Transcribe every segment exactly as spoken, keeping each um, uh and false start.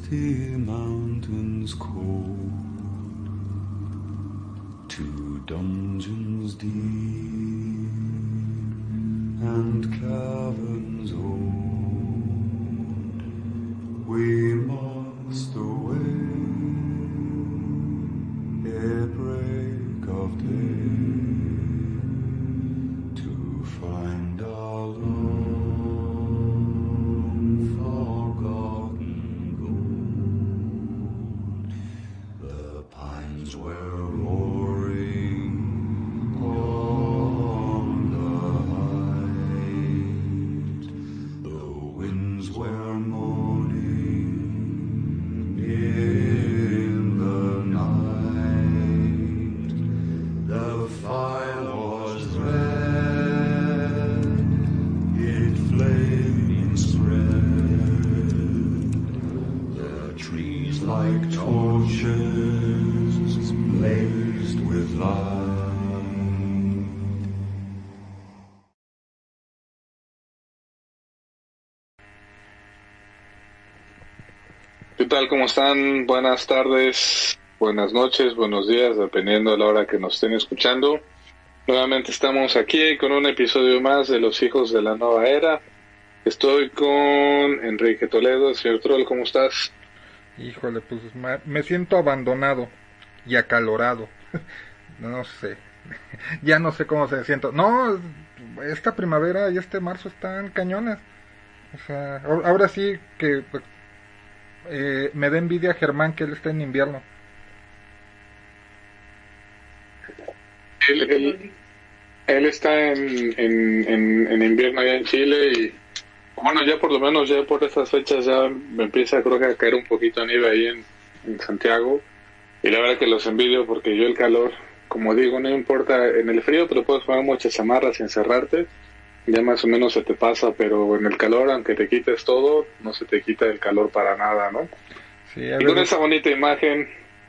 the mountains cold, to dungeons deep and caverns old, we must away ere break of day to find our long forgotten gold. The pines were roaring on the height, the winds were moaning in the night. The fire was red, it flaming spread, the trees like torches blazed with light. ¿Qué tal? ¿Cómo están? Buenas tardes, buenas noches, buenos días, dependiendo de la hora que nos estén escuchando. Nuevamente estamos aquí con un episodio más de Los Hijos de la Nueva Era. Estoy con Enrique Toledo. Señor Troll, ¿cómo estás? Híjole, pues ma- me siento abandonado y acalorado. No sé, ya no sé cómo se siento. No, esta primavera y este marzo están cañones. O sea, ahor- ahora sí que pues, eh, me da envidia a Germán que él está en invierno. Él, él, él está en, en, en, en invierno allá en Chile y bueno, ya por lo menos ya por estas fechas ya me empieza creo que a caer un poquito de nieve ahí en, en Santiago y la verdad que los envidio porque yo el calor, como digo, no importa, en el frío te lo puedes poner muchas chamarras y encerrarte, ya más o menos se te pasa, pero en el calor, aunque te quites todo, no se te quita el calor para nada, ¿no? Sí, a Y con ver, esa bonita imagen,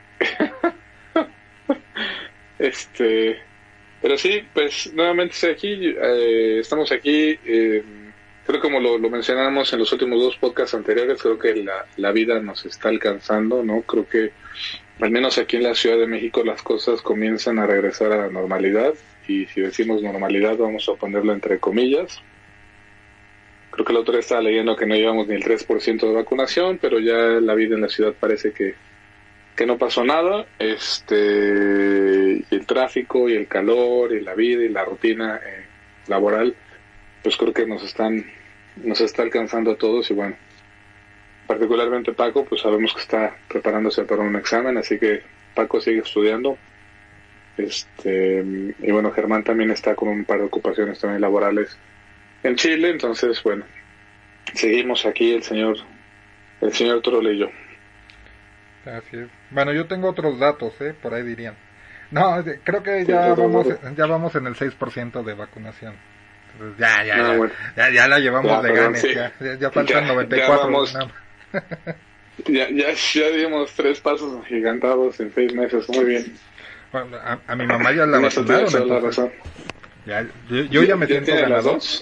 este, pero sí, pues nuevamente estoy aquí, eh, estamos aquí, eh, creo como lo, lo mencionamos en los últimos dos podcasts anteriores, creo que la, la vida nos está alcanzando, ¿no? Creo que al menos aquí en la Ciudad de México las cosas comienzan a regresar a la normalidad, y si decimos normalidad vamos a ponerlo entre comillas. Creo que el otro día estaba leyendo que no llevamos ni el tres por ciento de vacunación, pero ya la vida en la ciudad parece que, que no pasó nada. Este, y el tráfico y el calor y la vida y la rutina eh, laboral, pues creo que nos están, nos está alcanzando a todos y bueno, particularmente Paco, pues sabemos que está preparándose para un examen, así que Paco sigue estudiando. Este, y bueno, Germán también está con un par de ocupaciones también laborales en Chile, entonces bueno, seguimos aquí el señor, el señor Troll y yo. así es. Bueno, yo tengo otros datos, ¿eh? Por ahí dirían. No, de- creo que Sí, ya otros vamos, datos. ya vamos en el seis por ciento de vacunación. Entonces, ya, ya, Ah, ya, bueno. ya, ya la llevamos Ya, de perdón, ganes, sí. ya, ya, ya faltan Ya- noventa y ya cuatro. vamos. nada más. Ya, ya, ya dimos tres pasos agigantados en seis meses, muy bien. Bueno, a, a mi mamá ya la En eso tienes vacunaron, toda la entonces razón. ya, yo, yo ya me siento tiene las ganador. dos?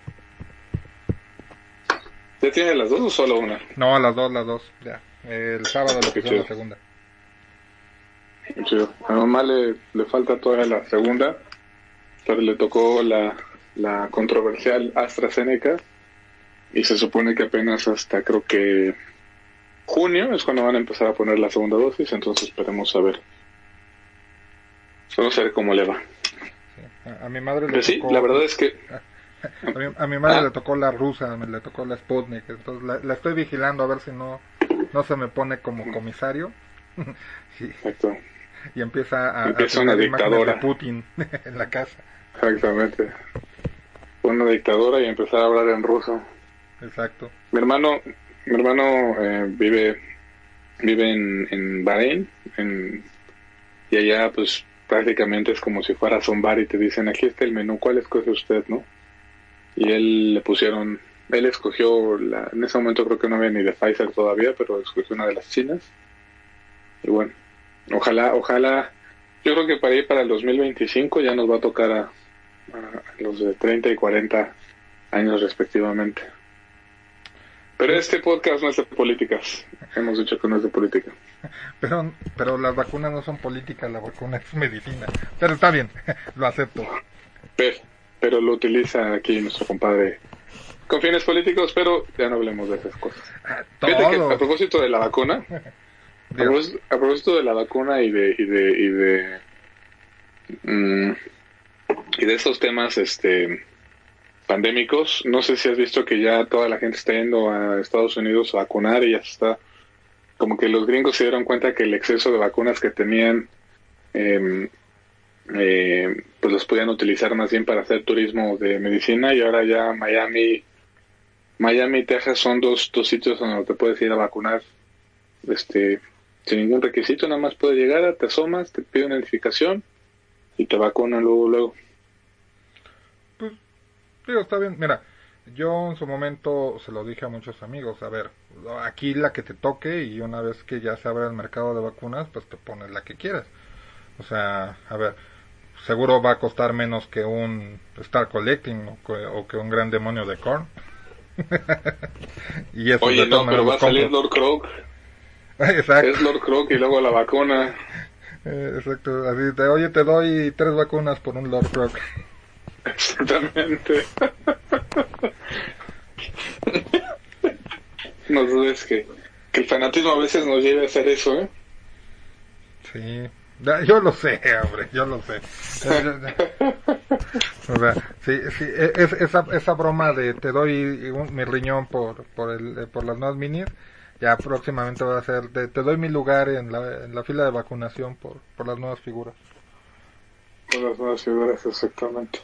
¿Ya tiene las dos o solo una? No, a las dos, las dos, ya. El sábado le Qué pusieron la chido. segunda. Qué chido. A mi mamá le, le falta todavía la segunda, pero le tocó la, la controversial AstraZeneca y se supone que apenas hasta creo que junio es cuando van a empezar a poner la segunda dosis, entonces esperemos a ver. Vamos a ver cómo le va. Sí. A, a mi madre le Pero sí, tocó, la verdad es que... a mi, a mi madre Ah. le tocó la rusa, me le tocó la Sputnik, entonces la, la estoy vigilando a ver si no, no se me pone como comisario y, Exacto, y empieza a, a Empieza tener una imágenes de dictadora. Putin en la casa. exactamente. Una dictadora y empezar a hablar en ruso. Exacto. Mi hermano, mi hermano eh, vive vive en, en Bahrein, en, y allá pues prácticamente es como si fueras a un bar y te dicen, aquí está el menú, ¿cuál escoge usted, no? Y él le pusieron, él escogió, la, en ese momento creo que no había ni de Pfizer todavía, pero escogió una de las chinas. Y bueno, ojalá, ojalá, yo creo que para ir para el dos mil veinticinco ya nos va a tocar a, a los de treinta y cuarenta años respectivamente. Pero este podcast no es de políticas. Hemos dicho que no es de política. Pero, pero las vacunas no son políticas, la vacuna es medicina. Pero está bien, lo acepto. Pero, pero lo utiliza aquí nuestro compadre con fines políticos, pero ya no hablemos de esas cosas. Fíjate que a propósito de la vacuna, a propósito, a propósito de la vacuna y de y de y de mmm, y de estos temas este pandémicos, no sé si has visto que ya toda la gente está yendo a Estados Unidos a vacunar y ya está, como que los gringos se dieron cuenta que el exceso de vacunas que tenían eh, eh, pues los podían utilizar más bien para hacer turismo de medicina, y ahora ya Miami Miami y Texas son dos, dos sitios donde te puedes ir a vacunar este sin ningún requisito, nada más puedes llegar, te asomas, te piden identificación y te vacunan luego luego. Pues digo, está bien, mira, yo en su momento se lo dije a muchos amigos, a ver, aquí la que te toque, y una vez que ya se abre el mercado de vacunas, pues te pones la que quieras. O sea, a ver, seguro va a costar menos que un Star Collecting o que, o que un Gran Demonio de Korn. Y eso Oye, no, pero va a salir Lord Croak. Exacto. Es Lord Croak y luego la vacuna. Eh, exacto, así te, oye, te doy tres vacunas por un Lord Croak. Exactamente. No dudes que, que el fanatismo a veces nos lleve a hacer eso, ¿eh? Sí, yo lo sé, hombre, yo lo sé. O sea, sí, sí, es, esa, esa broma de te doy un, mi riñón por por el por las nuevas minis, ya próximamente va a ser de, te doy mi lugar en la, en la fila de vacunación por por las nuevas figuras. Por las nuevas figuras, exactamente.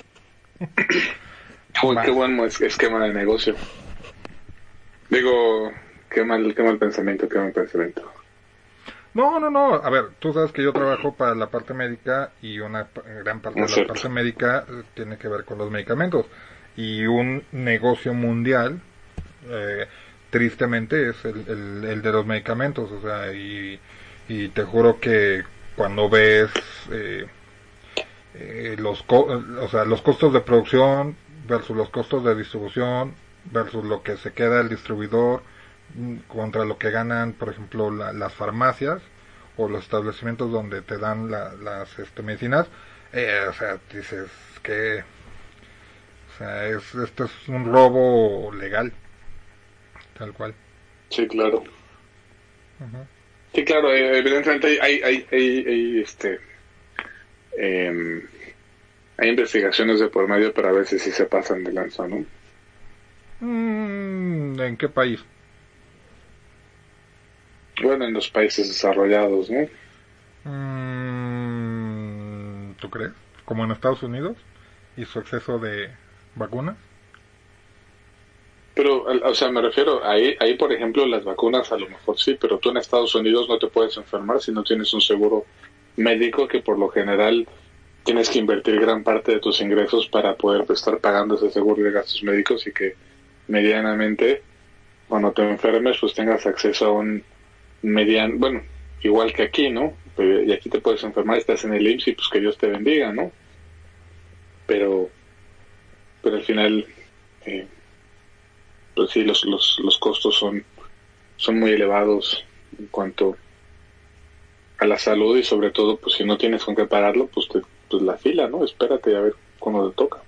Uy, qué buen esquema de negocio. Digo, qué mal, qué mal pensamiento, qué mal pensamiento. No, no, no, a ver, tú sabes que yo trabajo para la parte médica y una gran parte No de la cierto. parte médica eh, tiene que ver con los medicamentos. Y un negocio mundial, eh, tristemente, es el, el, el de los medicamentos. O sea, y, y te juro que cuando ves eh, eh, los, co o sea, los costos de producción versus los costos de distribución versus lo que se queda el distribuidor contra lo que ganan, por ejemplo, la, las farmacias o los establecimientos donde te dan la, las este, medicinas, eh, o sea, dices que, o sea, es, esto es un robo legal, tal cual. Sí, claro. Uh-huh. Sí, claro, eh, evidentemente hay, hay, hay, hay este, eh, hay investigaciones de por medio, pero a veces sí se pasan de lanza, ¿no? Mm, ¿en qué país? Bueno, en los países desarrollados, ¿no? Mm, ¿tú crees? ¿Como en Estados Unidos? ¿Y su exceso de vacunas? Pero, o sea, me refiero, ahí, ahí por ejemplo, las vacunas a lo mejor sí, pero tú en Estados Unidos no te puedes enfermar si no tienes un seguro médico, que por lo general tienes que invertir gran parte de tus ingresos para poder estar pagando ese seguro de gastos médicos, y que medianamente, cuando te enfermes, pues tengas acceso a un median, bueno, igual que aquí, ¿no? Y aquí te puedes enfermar, estás en el I M S S y pues que Dios te bendiga, ¿no? Pero, pero al final, eh, pues sí, los, los, los costos son, son muy elevados en cuanto a la salud, y sobre todo, pues si no tienes con qué pararlo, pues, te, pues la fila, ¿no? Espérate a ver cuándo te toca.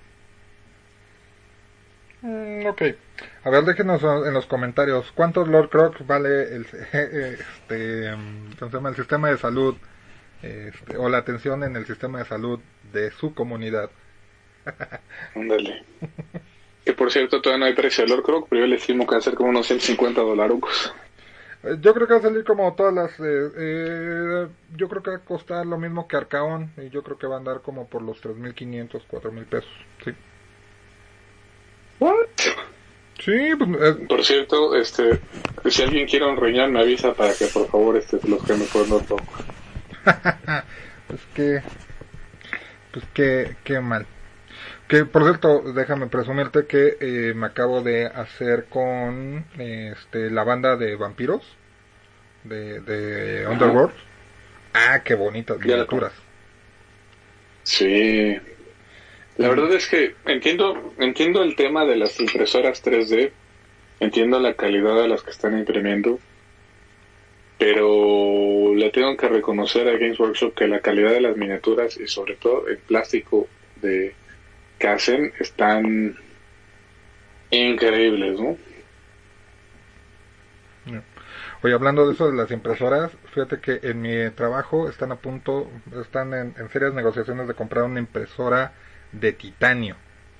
Mm, ok. A ver, déjenos en los comentarios ¿cuántos Lord Crocs vale el, este, ¿cómo se llama? El sistema de salud, este, o la atención en el sistema de salud de su comunidad? Ándale. Que por cierto todavía no hay precio de Lord Croc, pero yo le estimo que va a ser como unos ciento cincuenta dólares. Yo creo que va a salir como todas las... Eh, eh, yo creo que va a costar lo mismo que Arcaón, y yo creo que va a andar como por los tres mil quinientos, cuatro mil pesos. Sí. ¿What? Sí, pues... Eh. Por cierto, este, si alguien quiere un riñón, me avisa para que por favor este los que me pueden Lord Croc. Pues que... Pues que, qué mal. Que, por cierto, déjame presumirte que eh, me acabo de hacer con eh, este la banda de vampiros de, de Underworld. Ah, qué bonitas miniaturas. Sí. La verdad es que entiendo entiendo el tema de las impresoras tres D. entiendo la calidad de las que están imprimiendo, pero le tengo que reconocer a Games Workshop que la calidad de las miniaturas y sobre todo el plástico de que hacen están increíbles, ¿no? Oye, hablando de eso de las impresoras, fíjate que en mi trabajo están a punto, están en, en serias negociaciones de comprar una impresora de titanio.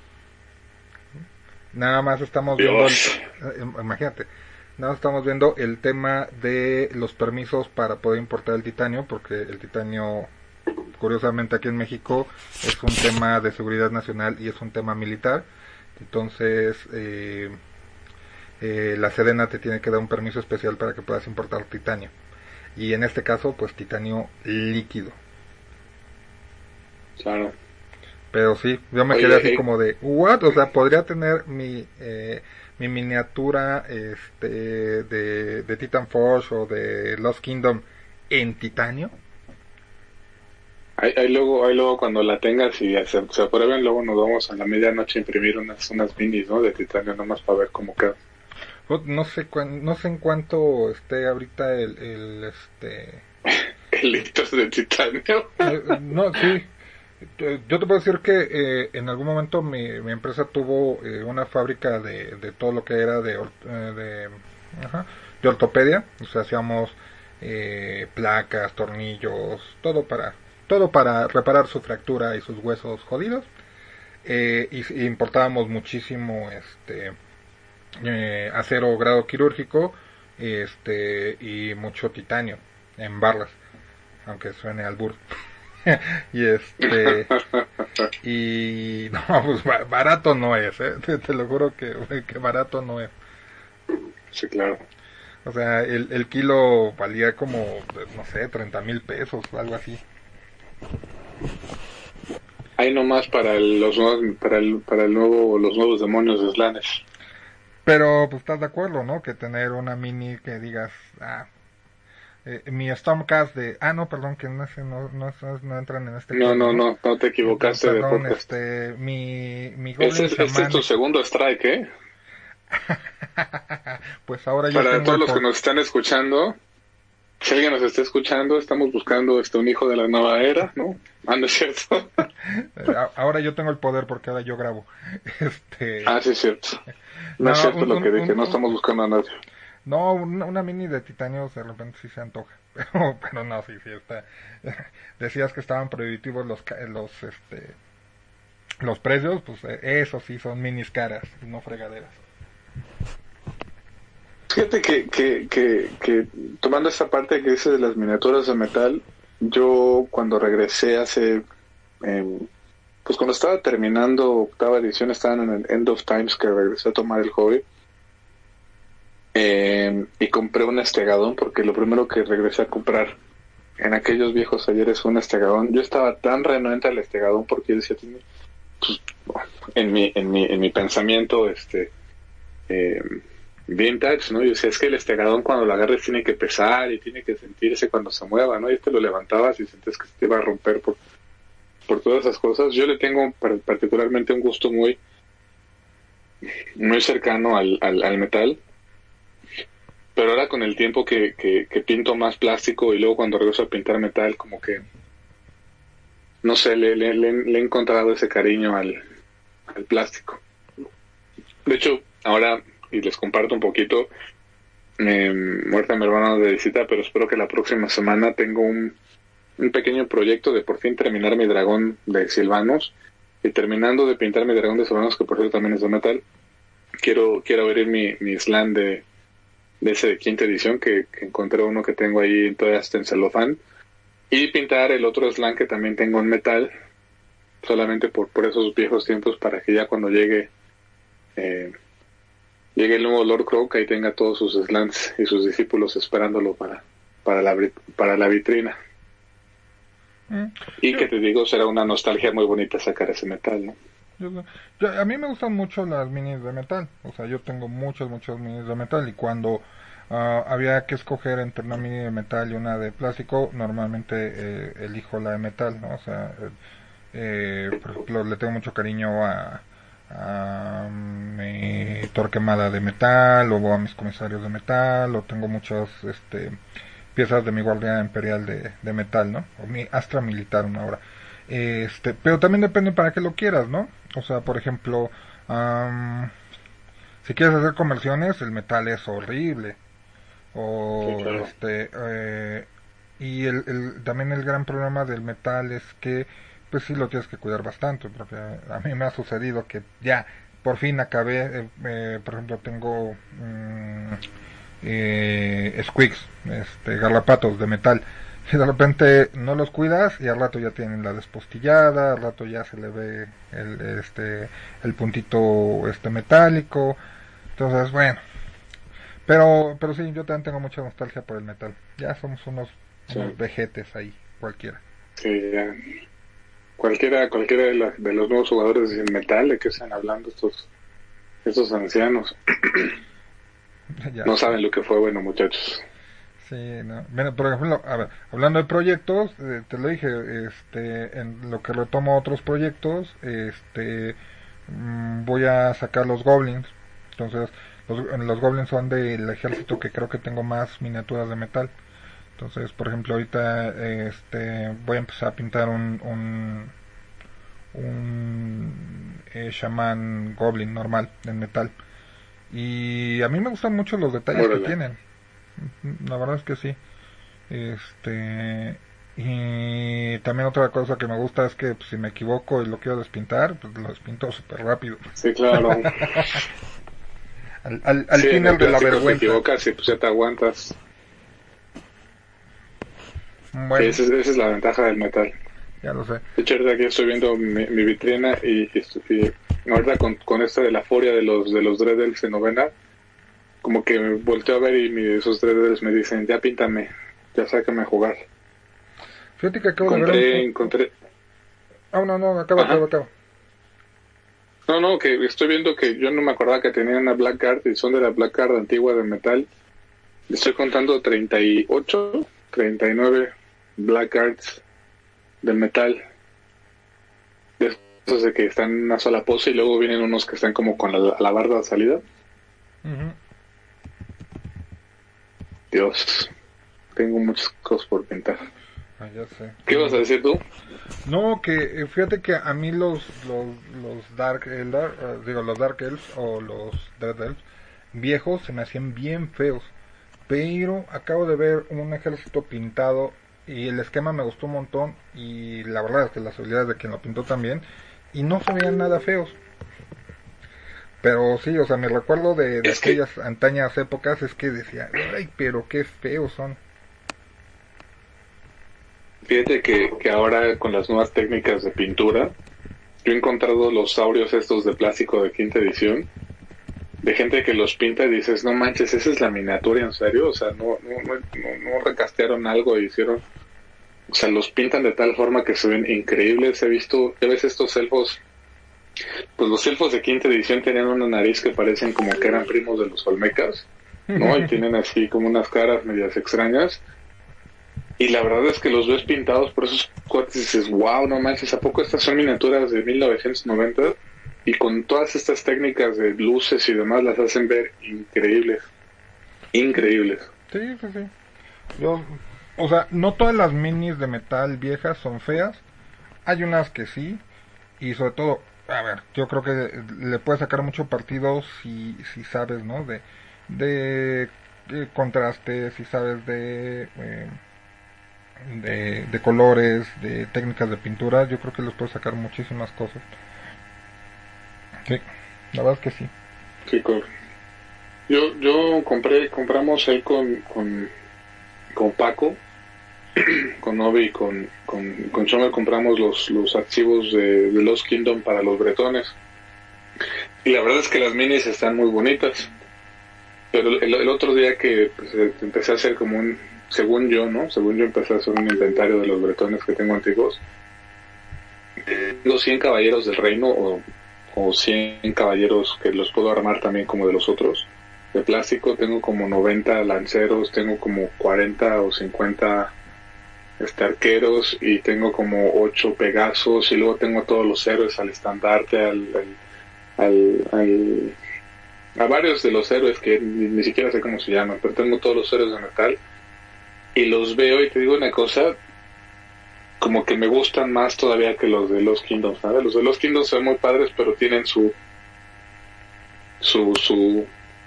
Nada más estamos viendo, el, imagínate, nada más estamos viendo el tema de los permisos para poder importar el titanio, porque el titanio, curiosamente aquí en México, es un tema de seguridad nacional y es un tema militar. Entonces, eh, eh, la Sedena te tiene que dar un permiso especial para que puedas importar titanio. Y en este caso, pues titanio líquido. Claro. Pero sí, yo me Oye, quedé así eh, como de, ¿what? O sea, podría tener mi eh, mi miniatura este de, de Titan Force o de Lost Kingdom en titanio. Ahí, ahí luego, ahí luego cuando la tengas y se, se aprueben, luego nos vamos a la medianoche a imprimir unas unas minis, ¿no? De titanio, nomás para ver cómo queda. No sé cuán, no sé en cuánto esté ahorita el, el este el litros de titanio. eh, no, sí. Yo te puedo decir que eh, en algún momento mi, mi empresa tuvo eh, una fábrica de, de todo lo que era de eh, de, ajá, de ortopedia, o sea, hacíamos eh, placas, tornillos, todo para todo para reparar su fractura y sus huesos jodidos. Eh, y, y importábamos muchísimo este eh, acero grado quirúrgico, este y mucho titanio en barras, aunque suene albur. y este y no, pues barato no es, ¿eh? te, te lo juro que, que barato no es. Sí, claro. O sea, el, el kilo valía como, no sé, treinta mil pesos o algo así. Hay nomás para el, los nuevos, para el, para el nuevo, los nuevos demonios de Slanesh. Pero pues estás de acuerdo, ¿no? Que tener una mini que digas, ah, eh, mi Stormcast de, ah, no, perdón, que no, no, no, no entran en este. No, caso, no, no, no te equivocaste eh, perdón, de podcast. Este, mi, mi Ese es, este es tu segundo strike, ¿eh? Pues ahora yo Para tengo todos los por... que nos están escuchando, si alguien nos está escuchando, estamos buscando este un hijo de la nueva era, ¿no? Ah, no es cierto. Ahora yo tengo el poder porque ahora yo grabo. Este... Ah, sí es cierto. No, no es cierto un, lo que un, dije, un, no estamos buscando a nadie. No, una, una mini de titanio de repente sí se antoja, pero, pero no, sí, sí está. Decías que estaban prohibitivos los los este los precios, pues eso sí son minis caras, no fregaderas. Fíjate que, que, que, que tomando esta parte que dice de las miniaturas de metal, yo cuando regresé hace, eh, pues cuando estaba terminando octava edición, estaban en el End of Times que regresé a tomar el hobby, eh, y compré un estegadón, porque lo primero que regresé a comprar en aquellos viejos ayeres fue un estegadón. Yo estaba tan renuente al estegadón porque yo decía, pues, en mi, en mi, en mi pensamiento, este, eh, vintage, ¿no? Yo decía, es que el estegadón cuando lo agarres tiene que pesar y tiene que sentirse cuando se mueva, ¿no? Y este lo levantabas y sentías que se te iba a romper por, por todas esas cosas. Yo le tengo particularmente un gusto muy muy cercano al, al, al metal, pero ahora con el tiempo que, que, que pinto más plástico y luego cuando regreso a pintar metal, como que no sé, le, le, le, le he encontrado ese cariño al, al plástico. De hecho, ahora, y les comparto un poquito, eh, muerta mi hermano de visita, pero espero que la próxima semana tengo un, un pequeño proyecto de por fin terminar mi dragón de Silvanos, y terminando de pintar mi dragón de Silvanos, que por cierto también es de metal, quiero quiero abrir mi, mi slam de, de ese de quinta edición, que, que encontré uno que tengo ahí todavía hasta en celofán, y pintar el otro slam que también tengo en metal, solamente por, por esos viejos tiempos, para que ya cuando llegue eh, llegue el nuevo Lord Croak, ahí tenga todos sus slants y sus discípulos esperándolo para para la para la vitrina. Mm. Y que te digo, será una nostalgia muy bonita sacar ese metal, ¿no? Yo, yo, a mí me gustan mucho las minis de metal, o sea, yo tengo muchas, muchas minis de metal, y cuando uh, había que escoger entre una mini de metal y una de plástico, normalmente eh, elijo la de metal, ¿no? O sea, eh, por ejemplo, le tengo mucho cariño a, a mi Torquemada de metal, o a mis comisarios de metal, o tengo muchas este, piezas de mi Guardia Imperial de, de metal, ¿no? O mi Astra Militar, una hora. Este, pero también depende para qué lo quieras, ¿no? O sea, por ejemplo, um, si quieres hacer conversiones, el metal es horrible. O Sí, claro. este eh, y el, el, también el gran problema del metal es que pues sí lo tienes que cuidar bastante, porque a mí me ha sucedido que ya por fin acabé, eh, eh, por ejemplo tengo mmm, eh, squigs, este, garrapatos de metal, y de repente no los cuidas y al rato ya tienen la despostillada, al rato ya se le ve el, este, el puntito este metálico, entonces bueno. Pero, pero sí, yo también tengo mucha nostalgia por el metal. Ya somos unos, Sí, unos vejetes ahí, cualquiera. sí, ya. Cualquiera, cualquiera de, la- de los nuevos jugadores de metal, ¿de qué están hablando estos, estos ancianos? Ya No sé. saben lo que fue bueno, muchachos. Sí, no. Bueno, por ejemplo, a ver, hablando de proyectos, eh, te lo dije, este, en lo que retomo otros proyectos, este, mm, voy a sacar los goblins. Entonces, los, los goblins son del ejército que creo que tengo más miniaturas de metal. Entonces, por ejemplo, ahorita este voy a empezar a pintar un un, un eh, shaman goblin normal en metal. Y a mí me gustan mucho los detalles que Órale. tienen. La verdad es que sí. Este y también otra cosa que me gusta es que pues, si me equivoco y lo quiero despintar, pues lo despinto súper rápido. Sí, claro. Al, al, al Sí, en el final de la plástico te vergüenza. equivocas y pues ya te aguantas. Sí, Bueno, esa es, esa es la ventaja del metal. ya lo sé. De hecho, ahorita aquí estoy viendo mi, mi vitrina y, y, y ahorita con, con esta de la furia de los de los Dreadels en novena, como que me volteo a ver y mi, esos Dreadels me dicen, ya píntame, ya sácame a jugar. Fíjate que acabo de ver un... Encontré, un- un- encontré, Ah, no, no, acaba, acaba, ajá. acaba. No, no, que estoy viendo que yo no me acordaba que tenían una Blackguard y son de la Blackguard antigua de metal. Le estoy contando treinta y ocho, treinta y nueve Blackguards de metal. De esos de que están en una sola pose y luego vienen unos que están como con la, la barda de salida. Ujú. Dios, tengo muchas cosas por pintar. Ah, ya sé. ¿Qué vas a decir tú? No, que eh, fíjate que a mí los los, los Dark Eldar, eh, digo los Dark Elves o los Dread Elves viejos se me hacían bien feos, pero acabo de ver un ejército pintado y el esquema me gustó un montón y la verdad es que las habilidades de quien lo pintó también y no se veían nada feos. Pero sí, o sea, mi recuerdo de, de Es que, aquellas antañas épocas es que decía, ay, pero qué feos son. fíjate que, que ahora con las nuevas técnicas de pintura, yo he encontrado los saurios estos de plástico de quinta edición, de gente que los pinta y dices, no manches, esa es la miniatura, en serio, o sea, no, no, no, no, no recastearon algo y hicieron, o sea, los pintan de tal forma que se ven increíbles. He visto, ya ves estos elfos, pues los elfos de quinta edición tenían una nariz que parecen como que eran primos de los olmecas, ¿no? Y tienen así como unas caras medias extrañas. Y la verdad es que los ves pintados por esos cuates y dices, wow, no manches, ¿a poco estas son miniaturas de mil novecientos noventa? Y con todas estas técnicas de luces y demás las hacen ver increíbles, increíbles. Sí, sí, sí. Yo, o sea, no todas las minis de metal viejas son feas. Hay unas que sí. Y sobre todo, a ver, yo creo que le puedes sacar mucho partido si, si sabes, ¿no? De, de, de contraste, si sabes de, eh, de, de colores, de técnicas de pintura. Yo creo que les puedes sacar muchísimas cosas. Sí, la verdad es que sí. Sí, con- yo, yo compré, compramos ahí con, con, con Paco, con Obi y con, con, con Choma compramos los, los archivos de, de Lost Kingdom para los bretones. Y la verdad es que las minis están muy bonitas. Pero el, el otro día que pues, eh, empecé a hacer como un, según yo, ¿no? Según yo empecé a hacer un inventario de los bretones que tengo antiguos. Tengo cien caballeros del reino o, o cien caballeros que los puedo armar también como de los otros. De plástico tengo como noventa lanceros, tengo como cuarenta o cincuenta este, arqueros y tengo como ocho pegasos y luego tengo todos los héroes al estandarte, al, al, al, al a varios de los héroes que ni, ni siquiera sé cómo se llaman, pero tengo todos los héroes de metal y los veo y te digo una cosa, como que me gustan más todavía que los de los Kingdoms, ¿sabes? Los de los Kingdoms son muy padres, pero tienen su su su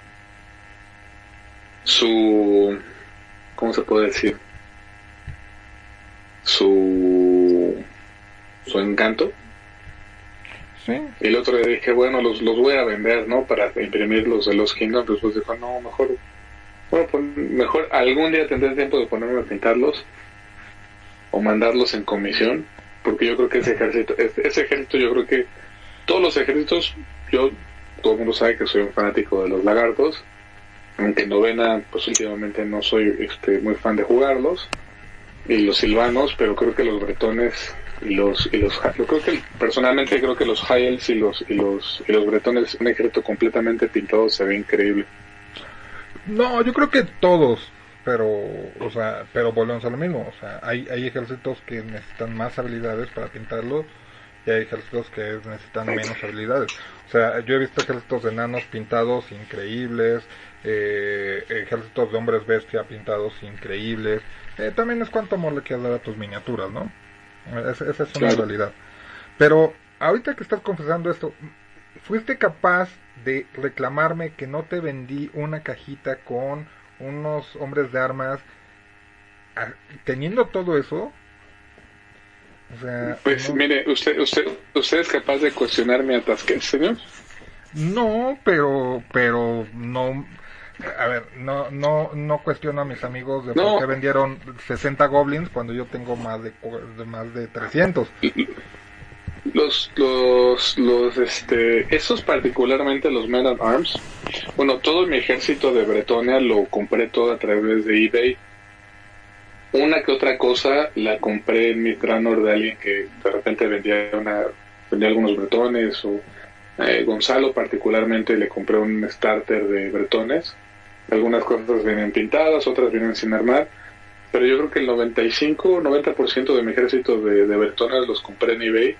su ¿cómo se puede decir? Su su encanto. Sí. Y el otro día dije, bueno, los los voy a vender, ¿no? Para imprimir los de los Kingdoms. Después dijo, no, mejor bueno, pues, mejor algún día tendré tiempo de ponerme a pintarlos o mandarlos en comisión, porque yo creo que ese ejército, ese, ese ejército yo creo que todos los ejércitos, yo, todo el mundo sabe que soy un fanático de los lagartos, aunque en novena, pues últimamente no soy este muy fan de jugarlos, y los silvanos, pero creo que los bretones y los, y los, yo creo que personalmente creo que los Hyels y los, y los, y los bretones, un ejército completamente pintado se ve increíble. No, yo creo que todos, pero, o sea, pero volvemos a lo mismo, o sea, hay, hay ejércitos que necesitan más habilidades para pintarlos y hay ejércitos que necesitan menos habilidades. O sea, yo he visto ejércitos de enanos pintados increíbles, eh, ejércitos de hombres bestia pintados increíbles. Eh, también es cuánto amor le quieras dar a tus miniaturas, ¿no? Es, esa es una Claro. realidad. Pero ahorita que estás confesando esto, ¿fuiste capaz de reclamarme que no te vendí una cajita con unos hombres de armas a, teniendo todo eso? O sea, Pues no, mire, usted, usted, usted es capaz de cuestionar mi atasque, señor. no, pero, pero no, a ver, no, no, no cuestiono a mis amigos de No. por qué vendieron sesenta goblins cuando yo tengo más de, de más de trescientos. Los, los, los, este, esos particularmente los Men at Arms, bueno, todo mi ejército de Bretonia lo compré todo a través de eBay. Una que otra cosa la compré en mi Tranor de alguien que de repente vendía una, vendía algunos bretones, o eh, Gonzalo particularmente le compré un starter de bretones. Algunas cosas vienen pintadas, otras vienen sin armar, pero yo creo que el noventa y cinco noventa por ciento de mi ejército de, de bretones los compré en eBay.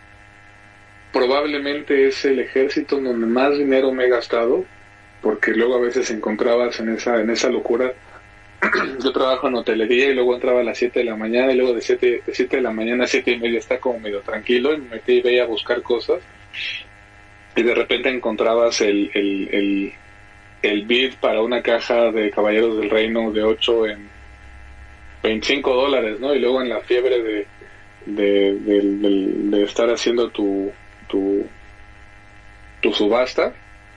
Probablemente es el ejército donde más dinero me he gastado, porque luego a veces encontrabas en esa en esa locura. Yo trabajo en hotelería y luego entraba a las siete de la mañana y luego de siete de siete de la mañana a siete y media está como medio tranquilo y me metí y veía a buscar cosas y de repente encontrabas el, el, el, el bid para una caja de Caballeros del Reino de ocho en veinticinco dólares, ¿no? Y luego en la fiebre de de, de, de, de estar haciendo tu tu tu subasta,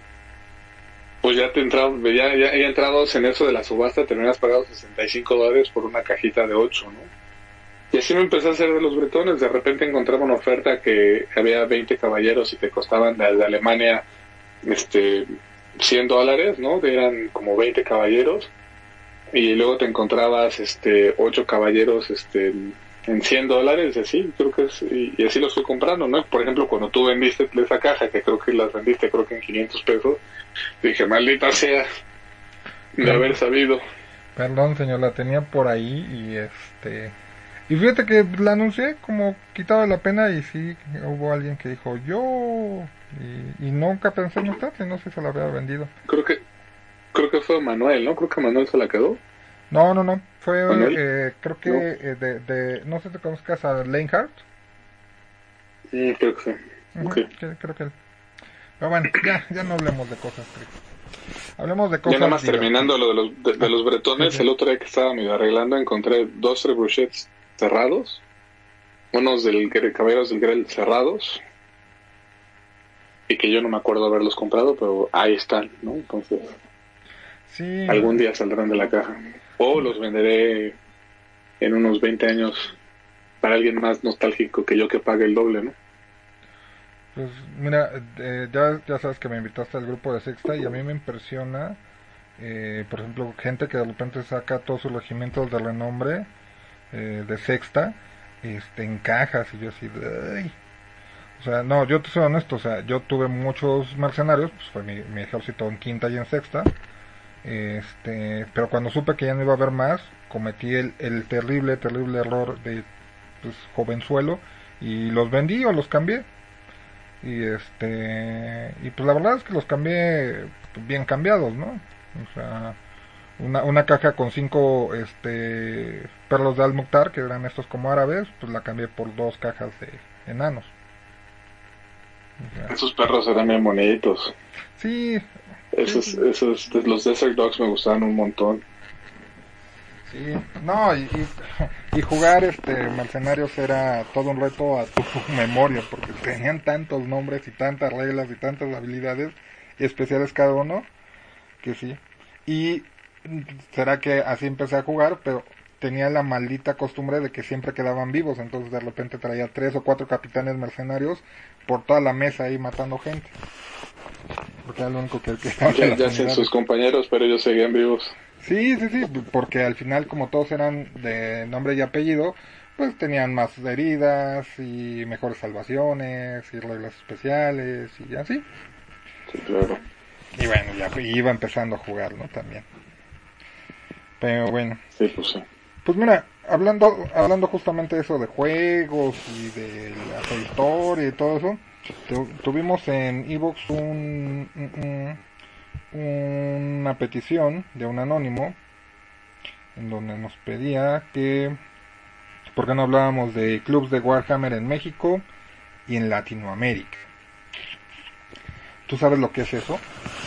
pues ya te entrado, ya, ya, ya entrados en eso de la subasta, terminas pagando sesenta y cinco dólares por una cajita de ocho, ¿no? Y así me empecé a hacer de los bretones. De repente encontraba una oferta que había veinte caballeros y te costaban de, de Alemania este cien dólares, ¿no? Eran como veinte caballeros. Y luego te encontrabas este ocho caballeros este en cien dólares, y así, creo que es, y, y así los fui comprando, ¿no? Por ejemplo, cuando tú vendiste esa caja, que creo que las vendiste creo que en quinientos pesos, dije, maldita sea, de haber sabido. Perdón, señor, la tenía por ahí y este... Y fíjate que la anuncié como quitaba la pena y sí, hubo alguien que dijo yo y, y nunca pensé en usted, no sé si se la había vendido. Creo que creo que fue Manuel, ¿no? Creo que Manuel se la quedó. No, no, no, fue, ¿Manuel? eh, creo que No. eh, de, de, no sé si te conozcas a Leinhardt. Mm, creo que sí. Uh-huh, Okay. que, creo que él. Pero bueno, ya, ya no hablemos de cosas tristes. Hablemos de cosas... Ya nada más divertidas. terminando lo de los, de, de los bretones, Sí, sí. el otro día que estaba medio arreglando encontré dos trebuchets cerrados, unos del Caballeros del Grel cerrados, y que yo no me acuerdo haberlos comprado, pero ahí están, ¿no? Entonces, Sí. algún día saldrán de la caja. O los venderé en unos veinte años para alguien más nostálgico que yo que pague el doble, ¿no? Pues mira, eh, ya, ya sabes que me invitaste al grupo de Sexta y a mí me impresiona, eh, por ejemplo, gente que de repente saca todos sus regimientos de renombre eh, de Sexta este, en cajas y yo así de... "Ay". O sea, no, yo te soy honesto, o sea, yo tuve muchos mercenarios, pues fue mi, mi ejército en Quinta y en Sexta, este, pero cuando supe que ya no iba a haber más, cometí el, el terrible, terrible error de pues, jovenzuelo y los vendí o los cambié. y este y pues la verdad es que los cambié bien cambiados, ¿no? O sea, una, una caja con cinco este perlos de Al-Mukhtar, que eran estos como árabes, pues la cambié por dos cajas de enanos. O sea, Esos perros eran bien bonitos. sí, Esos, sí, esos, los Desert Dogs me gustaban un montón. sí, no, y, y, y jugar este mercenarios era todo un reto a tu memoria, porque tenían tantos nombres y tantas reglas y tantas habilidades especiales cada uno, que sí. Y será que así empecé a jugar, pero tenía la maldita costumbre de que siempre quedaban vivos, entonces de repente traía tres o cuatro capitanes mercenarios por toda la mesa ahí matando gente, porque era lo único que quedaba de Ya, las ya sin unidades. sus compañeros, pero ellos seguían vivos. Sí, sí, sí, porque al final como todos eran de nombre y apellido, pues tenían más heridas y mejores salvaciones y reglas especiales y así. Sí, claro. Y bueno, ya iba empezando a jugar, ¿no? También. Pero bueno, Sí, pues sí. pues mira, hablando hablando justamente de eso de juegos y de la historia y todo eso, tu, tuvimos en Evox un, un, una petición de un anónimo en donde nos pedía que por qué no hablábamos de clubs de Warhammer en México y en Latinoamérica. ¿Tú sabes lo que es eso?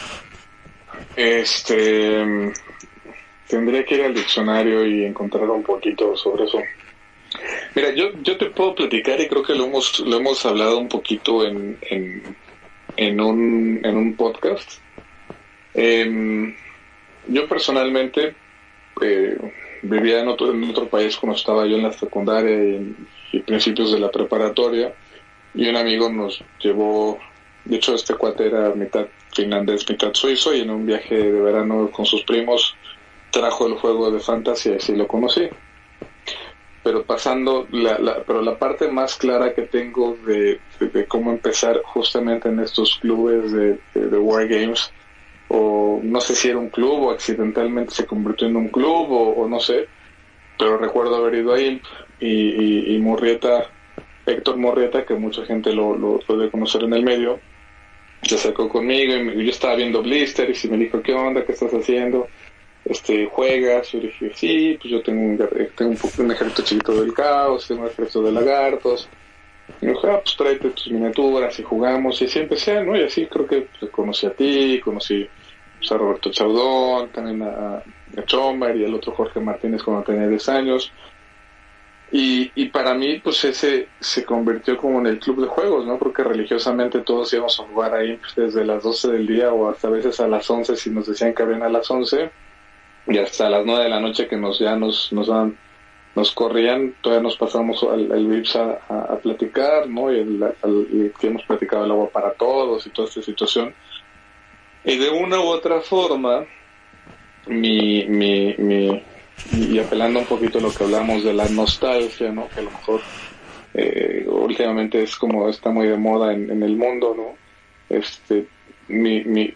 Este... Tendría que ir al diccionario y encontrar un poquito sobre eso. Mira, yo, yo te puedo platicar y creo que lo hemos, lo hemos hablado un poquito en, en, en, un, en un podcast. Eh, yo personalmente eh, vivía en otro, en otro país cuando estaba yo en la secundaria y, en, y principios de la preparatoria, y un amigo nos llevó, de hecho este cuate era mitad finlandés, mitad suizo, y en un viaje de verano con sus primos trajo el juego de Fantasy y así lo conocí. Pero pasando, la, la, pero la parte más clara que tengo de, de, de cómo empezar justamente en estos clubes de, de, de Wargames, o no sé si era un club o accidentalmente se convirtió en un club o, o no sé, pero recuerdo haber ido ahí y, y, y Murrieta, Héctor Murrieta, que mucha gente lo, lo, lo debe conocer en el medio, se acercó conmigo y me, yo estaba viendo Blister y me dijo, ¿qué onda? ¿Qué estás haciendo? Este, ¿juegas? Yo dije, sí, pues yo tengo un, tengo un, un ejército chiquito del caos, tengo un ejército de lagartos. Y me dijo, ah, pues tráete tus miniaturas y jugamos, y así empecé, ¿no? Y así creo que pues, conocí a ti, conocí pues, a Roberto Chaudón, también a, a Chomber y al otro Jorge Martínez cuando tenía diez años. Y, y para mí, pues ese se convirtió como en el club de juegos, ¿no? Porque religiosamente todos íbamos a jugar ahí pues, desde las doce del día o hasta a veces a las once si nos decían que abrían a las once. Y hasta las nueve de la noche que nos ya nos nos dan, nos corrían, todavía nos pasamos al, al Vips a, a, a platicar, ¿no? Y el, al, y que hemos platicado el agua para todos y toda esta situación. Y de una u otra forma, mi, mi, mi, y apelando un poquito a lo que hablamos de la nostalgia, ¿no? Que a lo mejor eh, últimamente es como está muy de moda en, en el mundo, ¿no? Este, mi, mi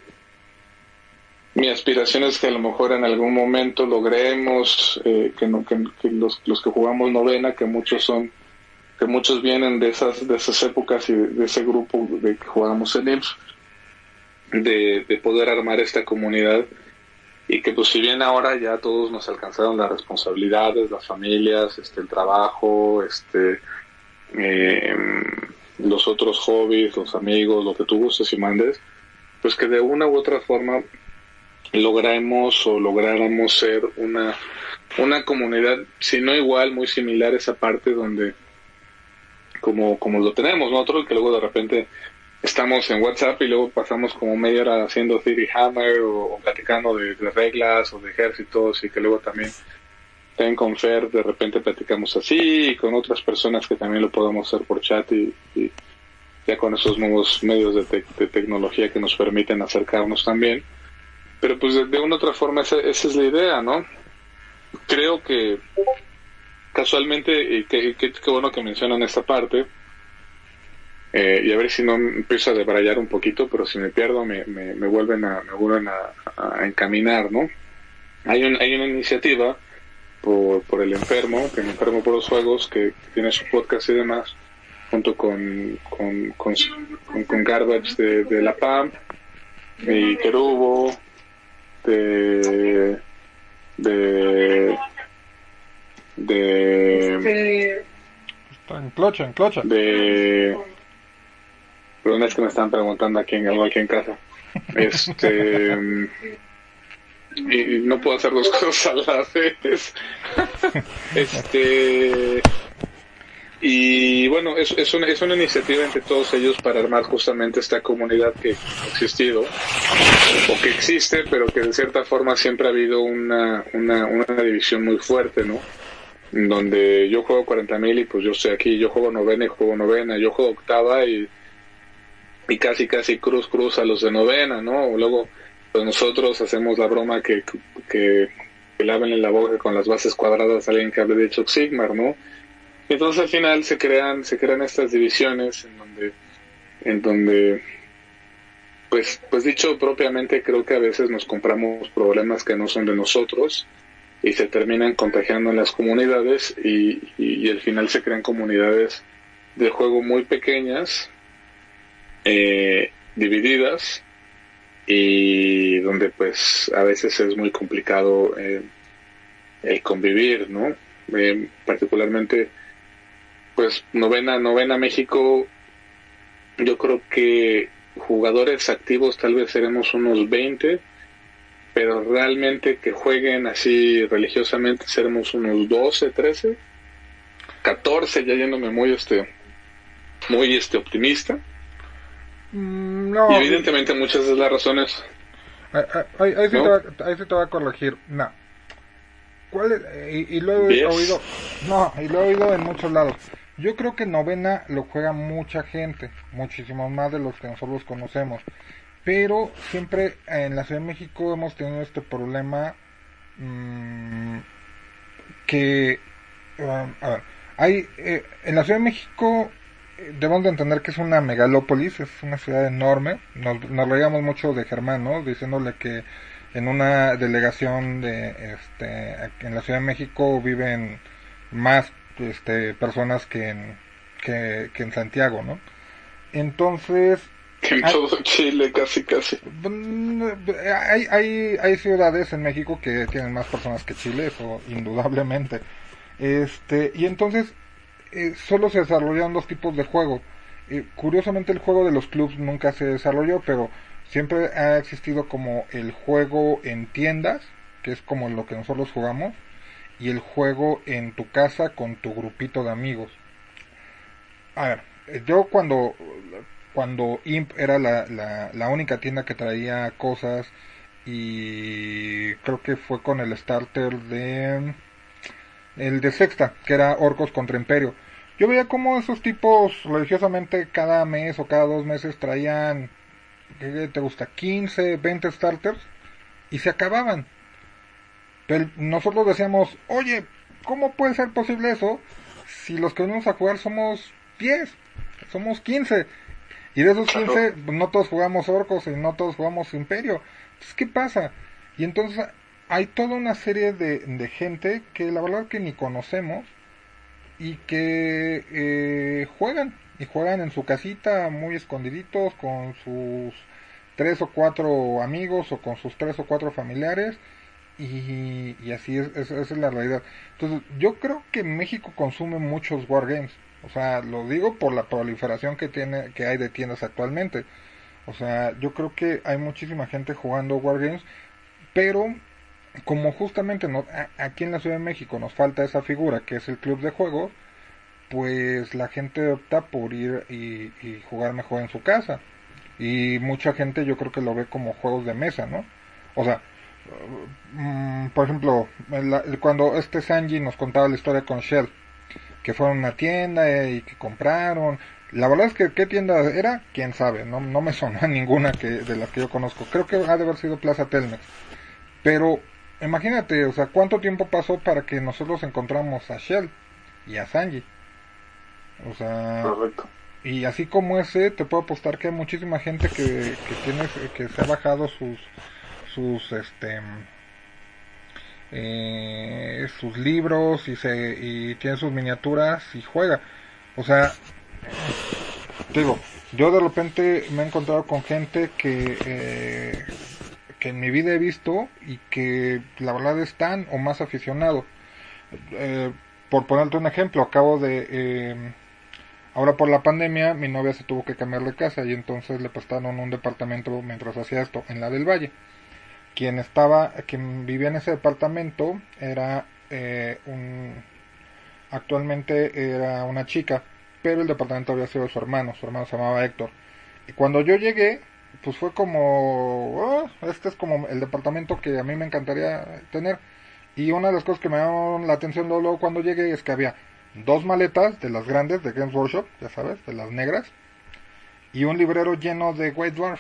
Mi aspiración es que a lo mejor en algún momento logremos eh, que, no, que, que los, los que jugamos novena, que muchos son, que muchos vienen de esas de esas épocas y de, de ese grupo de que jugábamos en I M S S, de, de poder armar esta comunidad, y que pues si bien ahora ya todos nos alcanzaron las responsabilidades, las familias, este el trabajo, este eh, los otros hobbies, los amigos, lo que tú gustes y mandes, pues que de una u otra forma logramos o lográramos ser una una comunidad, si no igual, muy similar a esa parte donde como como lo tenemos nosotros, que luego de repente estamos en WhatsApp y luego pasamos como media hora haciendo Theory Hammer o, o platicando de, de reglas o de ejércitos, y que luego también también con Fer de repente platicamos así, y con otras personas que también lo podemos hacer por chat, y, y ya con esos nuevos medios de, te- de tecnología que nos permiten acercarnos también. Pero pues de, de una u otra forma esa, esa es la idea, ¿no? Creo que casualmente, y qué que, que bueno que mencionan esta parte, eh, y a ver si no empiezo a debrayar un poquito, pero si me pierdo me, me, me vuelven a me vuelven a, a encaminar, ¿no? Hay un, hay una iniciativa por, por el enfermo, que me enfermo por los juegos, que, que tiene su podcast y demás, junto con con, con, con, con Garbage de, de la P A M, y Kerubo, de de de Está en clocha, en clocha. de perdón, es que me están preguntando aquí en algo aquí en casa. Este y no puedo hacer dos cosas a la vez. Este y bueno, es, es, una, es una iniciativa entre todos ellos para armar justamente esta comunidad que ha existido o que existe, pero que de cierta forma siempre ha habido una, una, una división muy fuerte, ¿no? Donde yo juego cuarenta mil y pues yo estoy aquí, yo juego novena y juego novena, yo juego octava y, y casi casi cruz cruz a los de novena, ¿no? O luego pues nosotros hacemos la broma que, que, que laven en la boca con las bases cuadradas a alguien que hable de Chuck Sigmar, ¿no? Entonces al final se crean se crean estas divisiones en donde en donde pues pues dicho propiamente, creo que a veces nos compramos problemas que no son de nosotros y se terminan contagiando en las comunidades y, y, y al final se crean comunidades de juego muy pequeñas, eh, divididas, y donde pues a veces es muy complicado eh, el convivir, ¿no? Eh, particularmente pues novena novena México, yo creo que jugadores activos tal vez seremos unos veinte, pero realmente que jueguen así religiosamente seremos unos doce, trece, catorce, ya yéndome muy este muy este optimista. Mm, no. Y evidentemente muchas de las razones. Ahí, ahí, ahí, sí, ¿no? te va, ahí sí te va a corregir. No. ¿Cuál es? Y, y lo he ¿Diez? oído. No, y lo he oído en muchos lados. Yo creo que novena lo juega mucha gente, muchísimo más de los que nosotros conocemos. Pero siempre en la Ciudad de México hemos tenido este problema mmm, que, uh, a ver, hay eh, en la Ciudad de México eh, debemos de entender que es una megalópolis, es una ciudad enorme. Nos, nos reíamos mucho de Germán, ¿no? Diciéndole que en una delegación de este en la Ciudad de México viven más este personas que en que, que en Santiago, ¿no? Entonces Que en hay, todo Chile casi casi. hay, hay, hay ciudades en México que tienen más personas que Chile, eso indudablemente. Este, y entonces eh, solo se desarrollan dos tipos de juego. Eh, curiosamente el juego de los clubs nunca se desarrolló, pero siempre ha existido como el juego en tiendas, que es como lo que nosotros jugamos, y el juego en tu casa con tu grupito de amigos. A ver, yo cuando cuando Imp era la, la, la única tienda que traía cosas, y creo que fue con el starter de el de Sexta, que era Orcos contra Imperio. Yo veía como esos tipos religiosamente cada mes o cada dos meses traían, ¿qué te gusta? quince, veinte starters y se acababan. Pero nosotros decíamos, oye, ¿cómo puede ser posible eso si los que venimos a jugar somos diez, somos quince? Y de esos quince, no todos jugamos Orcos y no todos jugamos Imperio. Entonces, ¿qué pasa? Y entonces hay toda una serie de, de gente que la verdad que ni conocemos y que eh, juegan. Y juegan en su casita muy escondiditos con sus tres o cuatro amigos o con sus tres o cuatro familiares. Y, y así es, es, esa es la realidad. Entonces, yo creo que México consume muchos wargames. O sea, lo digo por la proliferación que tiene, que hay de tiendas actualmente. O sea, yo creo que hay muchísima gente jugando wargames, pero como justamente no, a, aquí en la Ciudad de México nos falta esa figura que es el club de juegos, pues la gente opta por ir y, y jugar mejor en su casa. Y mucha gente yo creo que lo ve como juegos de mesa, ¿no? O sea, Mm, por ejemplo, la, cuando este Sanji nos contaba la historia con Shell, que fueron a una tienda eh, y que compraron, la verdad es que qué tienda era, quién sabe, no, no me sonó a ninguna que de las que yo conozco, creo que ha de haber sido Plaza Telmex, pero imagínate, o sea, cuánto tiempo pasó para que nosotros encontramos a Shell y a Sanji, o sea, correcto. Y así como ese, te puedo apostar que hay muchísima gente que, que tiene, que se ha bajado sus sus este eh, sus libros y se y tiene sus miniaturas y juega. O sea, te digo, yo de repente me he encontrado con gente que, eh, que en mi vida he visto y que la verdad es tan o más aficionado. Eh, por ponerte un ejemplo, acabo de... Eh, ahora por la pandemia mi novia se tuvo que cambiar de casa y entonces le prestaron un departamento mientras hacía esto, en la del Valle. Quien estaba, quien vivía en ese departamento era eh, un... actualmente era una chica, pero el departamento había sido de su hermano, su hermano se llamaba Héctor. Y cuando yo llegué, pues fue como, oh, este es como el departamento que a mí me encantaría tener. Y una de las cosas que me llamaron la atención luego cuando llegué es que había dos maletas de las grandes de Games Workshop, ya sabes, de las negras, y un librero lleno de White Dwarf.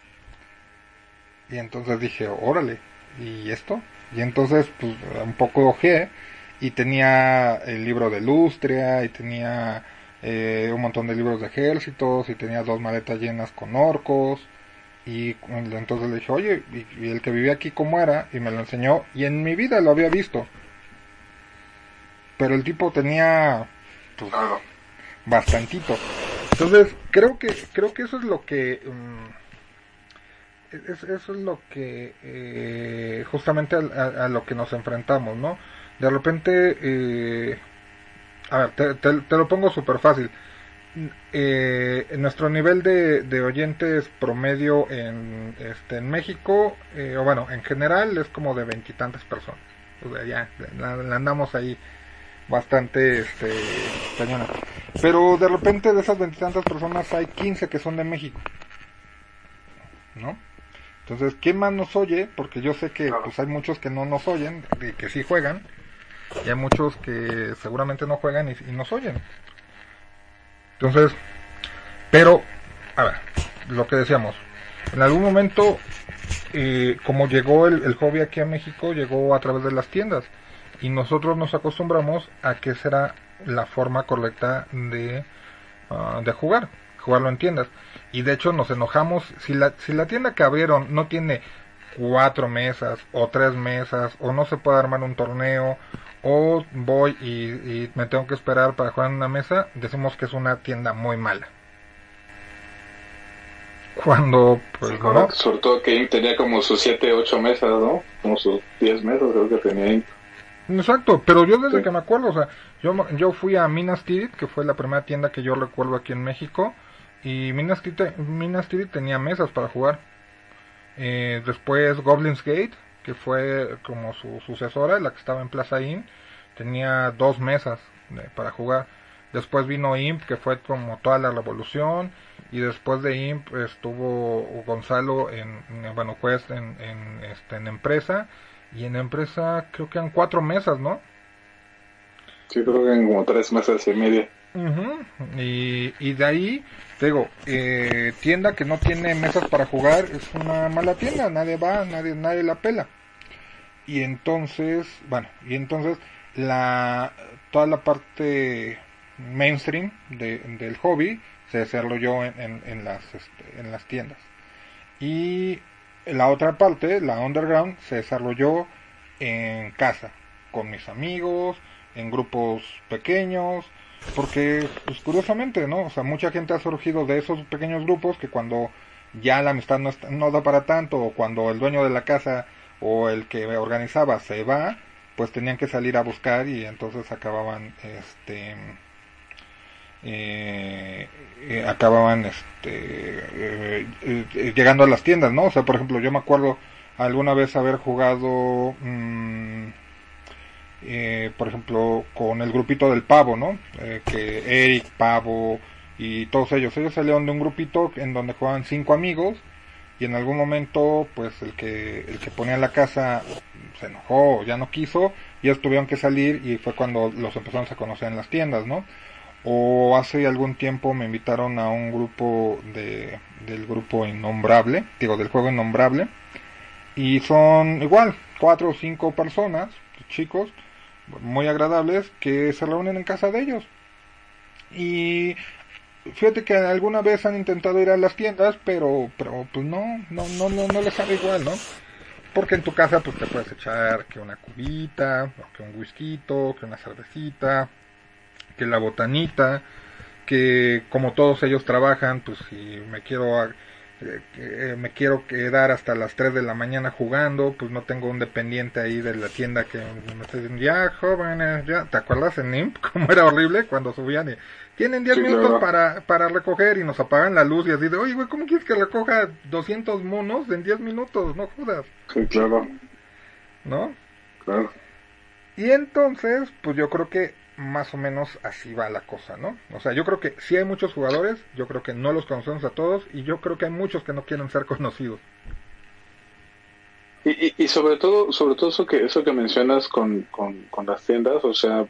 Y entonces dije, órale, ¿y esto? Y entonces, pues, un poco ojeé, y tenía el libro de Lustria, y tenía eh, un montón de libros de ejércitos, y tenía dos maletas llenas con orcos, y entonces le dije, oye, ¿y, y el que vivía aquí cómo era? Y me lo enseñó, y en mi vida lo había visto. Pero el tipo tenía, pues, bastantito. Entonces, creo que creo que eso es lo que... Um, es, eso es lo que... Eh, justamente a, a, a lo que nos enfrentamos, ¿no? De repente... Eh, a ver, te, te, te lo pongo súper fácil. Eh, nuestro nivel de, de oyentes promedio en este en México, eh, o bueno, en general es como de veintitantas personas. O sea, ya, la, la andamos ahí bastante este cañona. Pero de repente de esas veintitantas personas hay quince que son de México, ¿no? Entonces, ¿quién más nos oye? Porque yo sé que pues hay muchos que no nos oyen, y que sí juegan, y hay muchos que seguramente no juegan y, y nos oyen. Entonces, pero, a ver, lo que decíamos, en algún momento, eh, como llegó el, el hobby aquí a México, llegó a través de las tiendas, y nosotros nos acostumbramos a que esa era la forma correcta de, uh, de jugar, jugarlo en tiendas. Y de hecho nos enojamos, si la, si la tienda que abrieron no tiene cuatro mesas, o tres mesas, o no se puede armar un torneo, o voy y, y me tengo que esperar para jugar en una mesa, decimos que es una tienda muy mala. Cuando, pues, sí, ¿no? Sobre todo que Imp tenía como sus siete, ocho mesas, ¿no? Como sus diez mesas creo que tenía Imp. Exacto, pero yo desde sí. que me acuerdo, o sea, yo, yo fui a Minas Tirith, que fue la primera tienda que yo recuerdo aquí en México, y Minas Tirith, Minas Tirith tenía mesas para jugar. Eh, después Goblin's Gate, que fue como su sucesora, la que estaba en Plaza Inn, tenía dos mesas de, para jugar. Después vino Imp, que fue como toda la revolución, y después de Imp estuvo Gonzalo en, en bueno, Quest en, en, este, en empresa, y en empresa creo que eran cuatro mesas, ¿no? Sí, creo que en como tres mesas y media. Uh-huh. Y, y de ahí, te digo, eh, tienda que no tiene mesas para jugar es una mala tienda, nadie va, nadie, nadie la pela. Y entonces, bueno, y entonces la toda la parte mainstream de, del hobby se desarrolló en, en, en las este, en las tiendas. Y la otra parte, la underground, se desarrolló en casa, con mis amigos, en grupos pequeños, porque pues curiosamente, ¿no? O sea, mucha gente ha surgido de esos pequeños grupos que cuando ya la amistad no, está, no da para tanto, o cuando el dueño de la casa o el que organizaba se va, pues tenían que salir a buscar y entonces acababan este eh, eh, acababan este eh, eh, llegando a las tiendas, ¿no? O sea, por ejemplo, yo me acuerdo alguna vez haber jugado mmm, eh, por ejemplo con el grupito del Pavo, ¿no? Eh, que Eric, Pavo y todos ellos, ellos salieron de un grupito en donde jugaban cinco amigos y en algún momento pues el que el que ponía la casa se enojó, ya no quiso y ellos tuvieron que salir y fue cuando los empezamos a conocer en las tiendas, ¿no? O hace algún tiempo me invitaron a un grupo de del grupo Innombrable, digo del juego Innombrable, y son igual cuatro o cinco personas, chicos muy agradables que se reúnen en casa de ellos. Y fíjate que alguna vez han intentado ir a las tiendas, pero pero pues no no no no, no les sale igual, ¿no? Porque en tu casa pues te puedes echar que una cubita, o que un whisky, que una cervecita, que la botanita, que como todos ellos trabajan, pues si me quiero eh, me quiero quedar hasta las tres de la mañana jugando, pues no tengo un dependiente ahí de la tienda que me está diciendo, ya jóvenes, ya, ¿te acuerdas en N I M P? Cómo era horrible cuando subían y tienen diez Sí, minutos claro. para para recoger y nos apagan la luz y así de, oye güey, ¿cómo quieres que recoja doscientos monos en diez minutos? No jodas, Sí, claro, ¿no? claro. Y entonces, pues yo creo que más o menos así va la cosa, ¿no? O sea, yo creo que sí hay muchos jugadores, yo creo que no los conocemos a todos y yo creo que hay muchos que no quieren ser conocidos. Y, y, y sobre todo, sobre todo eso que eso que mencionas con, con, con las tiendas, o sea,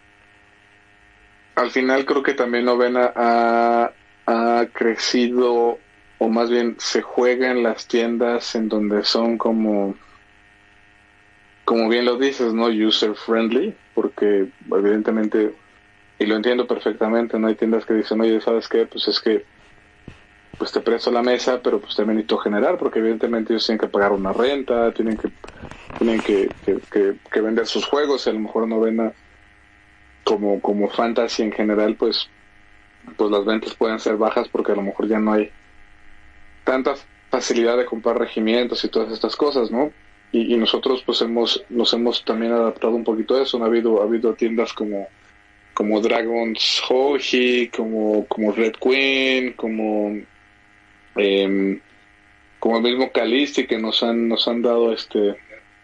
al final creo que también Novena ha, ha crecido, o más bien se juega en las tiendas en donde son como, como bien lo dices, ¿no? User friendly, porque evidentemente, y lo entiendo perfectamente, no hay tiendas que dicen, oye, ¿sabes qué? Pues es que pues te presto la mesa, pero pues también necesito generar, porque evidentemente ellos tienen que pagar una renta, tienen que tienen que, que, que, que vender sus juegos, y a lo mejor Novena como, como fantasy en general, pues pues las ventas pueden ser bajas porque a lo mejor ya no hay tanta facilidad de comprar regimientos y todas estas cosas, ¿no? Y, y nosotros pues hemos nos hemos también adaptado un poquito a eso. ¿No? Ha habido ha habido tiendas como como Dragon's Hoji, como como Red Queen, como eh, como el mismo Calisti, que nos han nos han dado este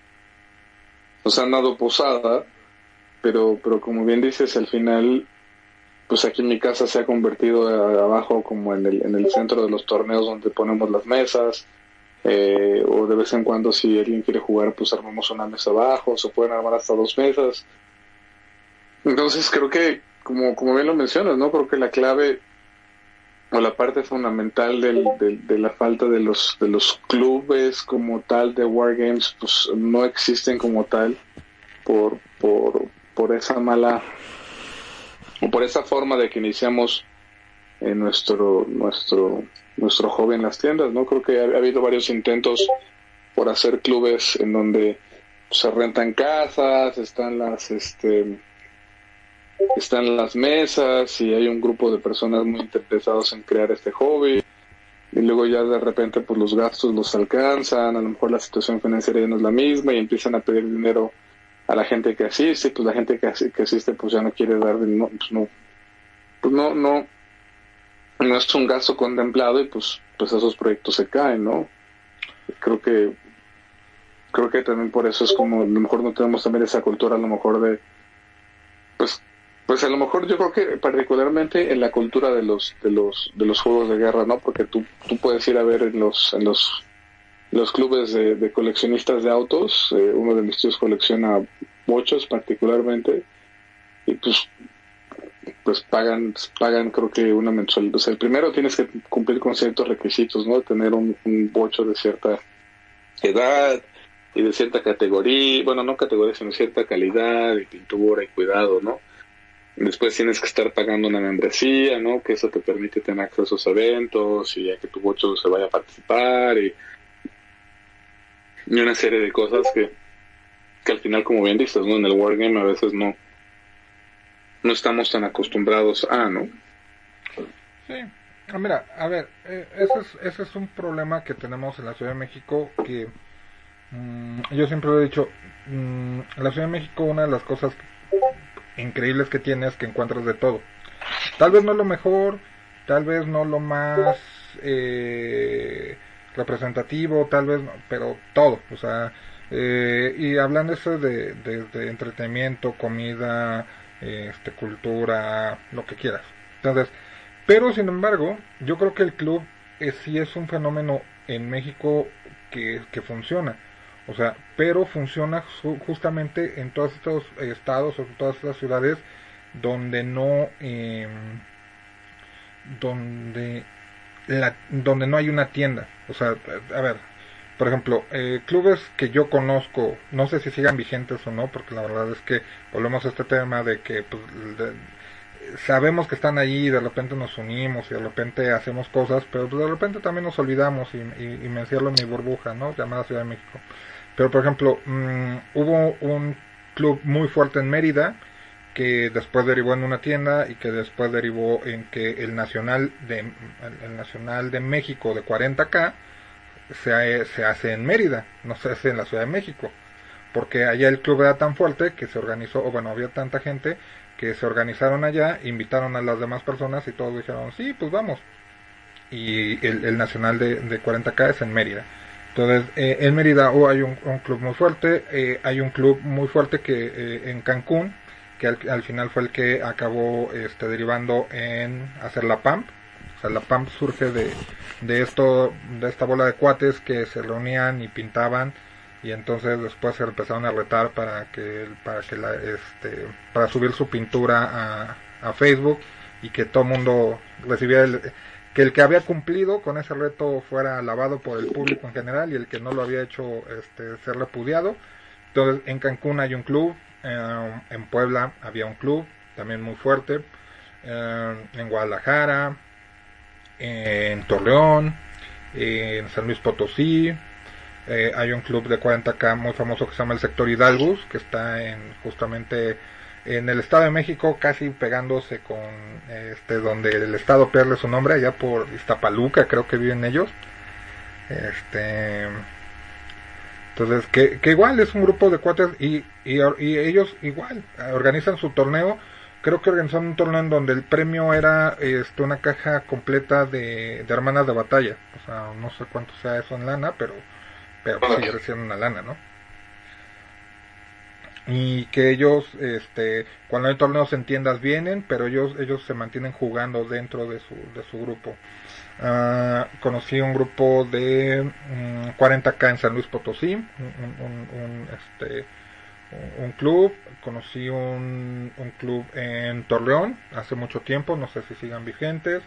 nos han dado posada, pero pero como bien dices, al final pues aquí en mi casa se ha convertido a, abajo como en el en el centro de los torneos donde ponemos las mesas. Eh, o de vez en cuando si alguien quiere jugar pues armamos una mesa abajo, se pueden armar hasta dos mesas. Entonces creo que como como bien lo mencionas, no creo que la clave o la parte fundamental del, del, de la falta de los de los clubes como tal de wargames pues no existen como tal por por por esa mala o por esa forma de que iniciamos eh, nuestro nuestro nuestro hobby en las tiendas, ¿no? Creo que ha, ha habido varios intentos por hacer clubes en donde se rentan casas, están las este están las mesas y hay un grupo de personas muy interesados en crear este hobby, y luego ya de repente pues los gastos los alcanzan, a lo mejor la situación financiera ya no es la misma y empiezan a pedir dinero a la gente que asiste, pues la gente que, as- que asiste pues ya no quiere dar, no, pues no, pues no, no, no es un gasto contemplado y pues, pues esos proyectos se caen, ¿no? Creo que, creo que también por eso es como, a lo mejor no tenemos también esa cultura a lo mejor de, pues, pues a lo mejor yo creo que particularmente en la cultura de los, de los, de los juegos de guerra, ¿no? Porque tú, tú puedes ir a ver en los, en los, los clubes de, de coleccionistas de autos, eh, uno de mis tíos colecciona bochos particularmente, y pues pues pagan pagan creo que una mensualidad. O sea, el primero tienes que cumplir con ciertos requisitos, ¿no? Tener un, un bocho de cierta edad y de cierta categoría, bueno, no categoría, sino cierta calidad y pintura y cuidado, ¿no? Después tienes que estar pagando una membresía, ¿no? Que eso te permite tener acceso a esos eventos y a que tu bocho se vaya a participar y, y una serie de cosas que, que al final, como bien dices, ¿no? En el wargame a veces no no estamos tan acostumbrados a, ¿no? Sí. Ah, mira, a ver, eh, ese, es, ese es un problema que tenemos en la Ciudad de México que mmm, yo siempre lo he dicho, mmm, en la Ciudad de México una de las cosas increíbles que tiene es que encuentras de todo. Tal vez no lo mejor, tal vez no lo más eh, representativo, tal vez no, pero todo, o sea, eh, y hablando eso de, de, de entretenimiento, comida, este, cultura, lo que quieras. Entonces, pero sin embargo, yo creo que el club es, sí es un fenómeno en México que, que funciona. O sea, pero funciona ju- justamente en todos estos estados o en todas estas ciudades donde no eh, donde la, donde no hay una tienda. O sea, a ver, por ejemplo, eh, clubes que yo conozco, no sé si sigan vigentes o no, porque la verdad es que volvemos a este tema de que pues, de, sabemos que están allí y de repente nos unimos y de repente hacemos cosas, pero pues, de repente también nos olvidamos y, y, y me encierro en mi burbuja, ¿no? Llamada Ciudad de México. Pero por ejemplo, mmm, hubo un club muy fuerte en Mérida que después derivó en una tienda y que después derivó en que el Nacional de el Nacional de México de cuarenta K se, se hace en Mérida, no se hace en la Ciudad de México, porque allá el club era tan fuerte que se organizó, o bueno, había tanta gente que se organizaron allá, invitaron a las demás personas y todos dijeron, sí, pues vamos. Y el, el Nacional de, de cuarenta K es en Mérida. Entonces, eh, en Mérida oh, hay un, un club muy fuerte, eh, hay un club muy fuerte que eh, en Cancún, que al, al final fue el que acabó este, derivando en hacer la P A M P. O sea, la P A M P surge de, de esto, de esta bola de cuates que se reunían y pintaban, y entonces después se empezaron a retar para que, para que la, este, para subir su pintura a, a Facebook, y que todo el mundo recibiera el, que el que había cumplido con ese reto fuera alabado por el público en general, y el que no lo había hecho este, ser repudiado. Entonces en Cancún hay un club, eh, en Puebla había un club también muy fuerte, eh, en Guadalajara, eh, en Torreón, eh, en San Luis Potosí, eh, hay un club de cuarenta K muy famoso que se llama el Sector Hidalgus, que está en justamente en el Estado de México, casi pegándose con este donde el estado pierde su nombre, allá por Iztapaluca creo que viven ellos. Este entonces que, que igual es un grupo de cuates, y, y, y ellos igual organizan su torneo. Creo que organizaron un torneo en donde el premio era este, una caja completa de, de hermanas de batalla. O sea, no sé cuánto sea eso en lana, pero pero pues, sí reciben una lana, ¿no? Y que ellos, este, cuando hay torneos en tiendas vienen, pero ellos ellos se mantienen jugando dentro de su de su grupo. Uh, conocí un grupo de um, cuarenta K en San Luis Potosí, un, un, un, este, un club. Conocí un, un club en Torreón hace mucho tiempo, no sé si sigan vigentes.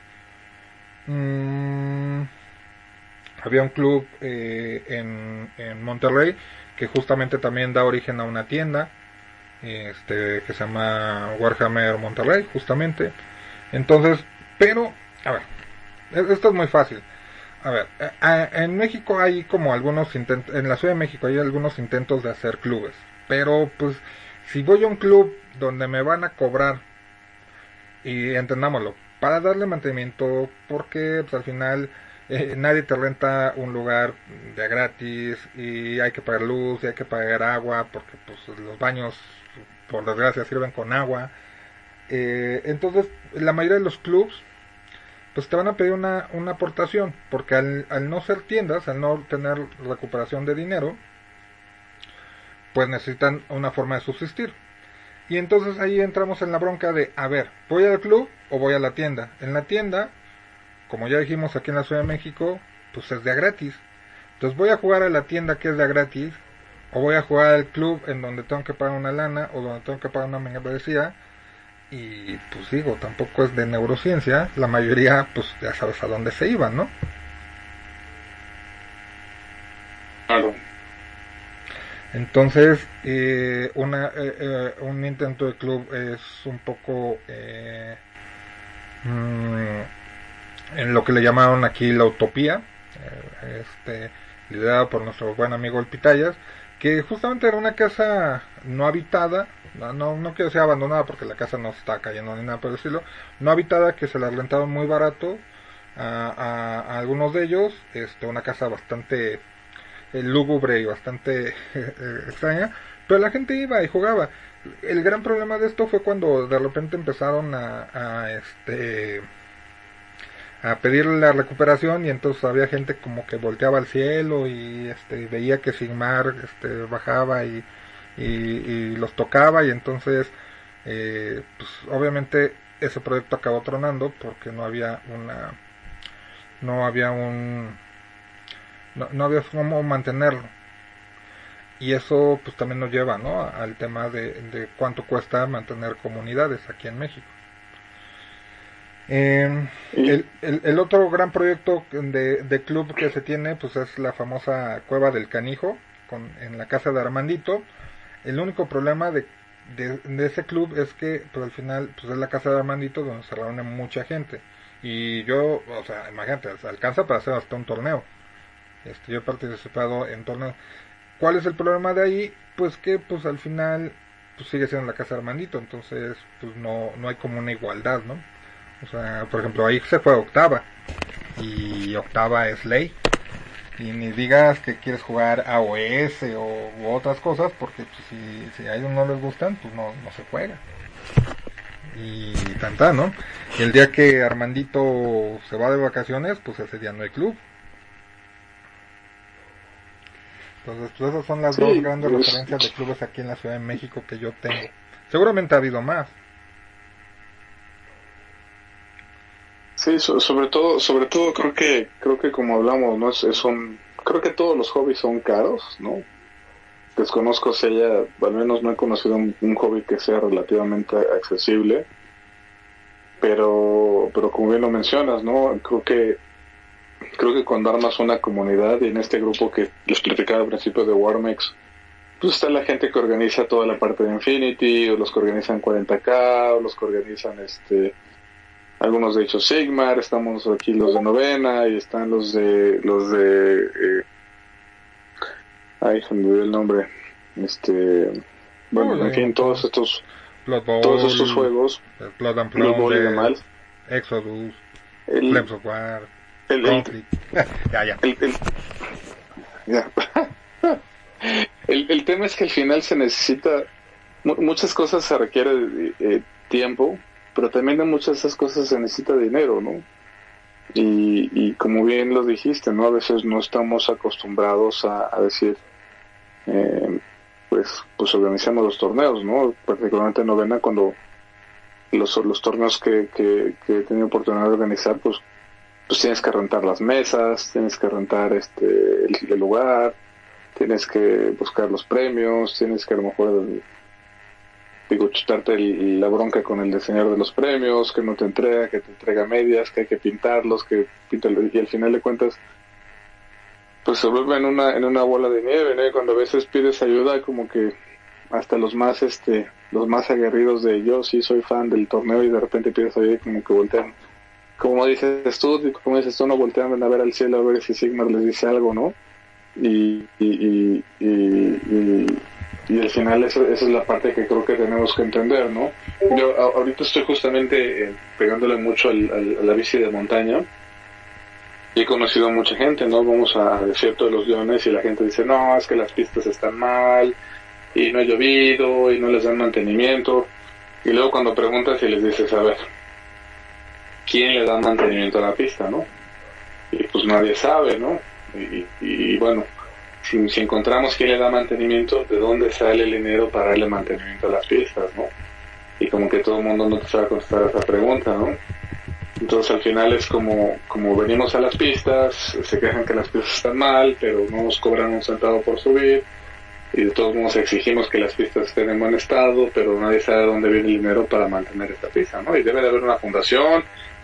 Um, había un club eh, en, en Monterrey que justamente también da origen a una tienda este que se llama Warhammer Monterrey, justamente. Entonces, pero, a ver, esto es muy fácil. A ver, en México hay como algunos intentos, en la Ciudad de México hay algunos intentos de hacer clubes, pero pues si voy a un club donde me van a cobrar, y entendámoslo, para darle mantenimiento, porque pues al final eh, nadie te renta un lugar de gratis, y hay que pagar luz y hay que pagar agua, porque pues los baños por desgracia sirven con agua. Eh, entonces la mayoría de los clubs pues te van a pedir una, una aportación, porque al, al no ser tiendas, al no tener recuperación de dinero, pues necesitan una forma de subsistir. Y entonces ahí entramos en la bronca de, a ver, ¿voy al club o voy a la tienda? En la tienda, como ya dijimos aquí en la Ciudad de México, pues es de a gratis. Entonces voy a jugar a la tienda que es de a gratis, o voy a jugar al club en donde tengo que pagar una lana, o donde tengo que pagar una membresía. Y pues digo, tampoco es de neurociencia, la mayoría pues ya sabes a dónde se iban, ¿no? Claro. Entonces, eh, una, eh, eh, un intento de club es un poco eh, mmm, en lo que le llamaron aquí la utopía, eh, este, liderado por nuestro buen amigo el Pitayas, que justamente era una casa no habitada, no, no, no quiero decir abandonada porque la casa no está cayendo ni nada por el estilo, no habitada, que se la rentaron muy barato a, a, a algunos de ellos, este, una casa bastante lúgubre y bastante eh, extraña, pero la gente iba y jugaba. El gran problema de esto fue cuando de repente empezaron a, a este a pedir la recuperación, y entonces había gente como que volteaba al cielo y este veía que Sigmar este bajaba y, y, y los tocaba, y entonces eh, pues obviamente ese proyecto acabó tronando porque no había una no había un No, no había cómo mantenerlo, y eso pues también nos lleva, ¿no?, al tema de, de cuánto cuesta mantener comunidades aquí en México. Eh, el, el, el otro gran proyecto de, de club que se tiene pues es la famosa Cueva del Canijo, con, en la casa de Armandito. El único problema de, de, de ese club es que pues al final pues es la casa de Armandito donde se reúne mucha gente, y yo, o sea, imagínate, alcanza para hacer hasta un torneo. Este, yo he participado en torneos. ¿Cuál es el problema de ahí? Pues que pues al final pues sigue siendo la casa de Armandito, entonces pues no, no hay como una igualdad, ¿no? O sea, por ejemplo, ahí se fue octava, y octava es ley, y ni digas que quieres jugar A O S o u otras cosas, porque pues, si, si a ellos no les gustan, pues no, no se juega. Y tanta, ¿no? Y el día que Armandito se va de vacaciones, pues ese día no hay club. Entonces, pues esas son las Sí, dos grandes pues, referencias de clubes aquí en la Ciudad de México que yo tengo. Seguramente ha habido más. sí, so- sobre todo, sobre todo creo que, creo que como hablamos, ¿no? Es, es un, creo que todos los hobbies son caros, ¿no? Desconozco si haya, al menos no he conocido un, un hobby que sea relativamente accesible, pero, pero como bien lo mencionas, ¿no? Creo que, creo que cuando armas una comunidad, y en este grupo que les platicaba al principio de Warmex, pues está la gente que organiza toda la parte de Infinity, o los que organizan cuarenta K, o los que organizan este, algunos de Age of Sigmar, estamos aquí los de novena, y están los de, los de, eh, ay, se me olvidó el nombre, este, bueno, No, en fin, todos estos, Blood Bowl, todos estos juegos, Blood and Blood Bowl y Plunder, demás, Exodus, el, Flames of War, el, el, Conflict. ya, ya. el, el, ya. el, el tema es que al final se necesita, mu- muchas cosas se requiere eh, tiempo, pero también de muchas de esas cosas se necesita dinero, ¿no? Y, y como bien lo dijiste, ¿no? A veces no estamos acostumbrados a, a decir, eh, pues, pues organizamos los torneos, ¿no? Particularmente en novena, cuando los, los torneos que, que, que he tenido oportunidad de organizar, pues, pues tienes que rentar las mesas, tienes que rentar este el, el lugar, tienes que buscar los premios, tienes que a lo mejor, digo, chutarte el, la bronca con el diseñador de los premios, que no te entrega, que te entrega medias, que hay que pintarlos, que píntalo, y al final de cuentas pues se vuelve en una en una bola de nieve, ¿no? Y cuando a veces pides ayuda, como que hasta los más este los más aguerridos de yo sí soy fan del torneo, y de repente pides ayuda y como que voltean, como dices tú, como dices tú, no voltean a ver al cielo a ver si Sigmar les dice algo, ¿no? Y, y, y, y, y, y al final esa, esa es la parte que creo que tenemos que entender, ¿no? Yo a, ahorita estoy justamente eh, pegándole mucho al, al, a la bici de montaña, y he conocido mucha gente, ¿no? Vamos a Desierto de los Leones y la gente dice, no, es que las pistas están mal, y no ha llovido, y no les dan mantenimiento. Y luego cuando preguntas y les dices, a ver, ¿quién le da mantenimiento a la pista, no? Y pues nadie sabe, ¿no? Y, y bueno, si, si encontramos quién le da mantenimiento, ¿de dónde sale el dinero para darle mantenimiento a las pistas, no? Y como que todo el mundo no te sabe contestar esa pregunta, ¿no? Entonces al final es como, como venimos a las pistas, se quejan que las pistas están mal, pero no nos cobran un centavo por subir, y de todos modos exigimos que las pistas estén en buen estado, pero nadie sabe de dónde viene el dinero para mantener esta pista, ¿no? Y debe de haber una fundación,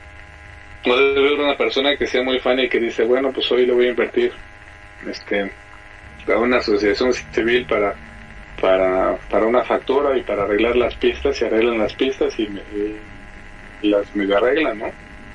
o debe de haber una persona que sea muy fan y que dice, bueno, pues hoy le voy a invertir este a una asociación civil para para para una factura y para arreglar las pistas, y arreglan las pistas y, me, y las mega arreglan, ¿no?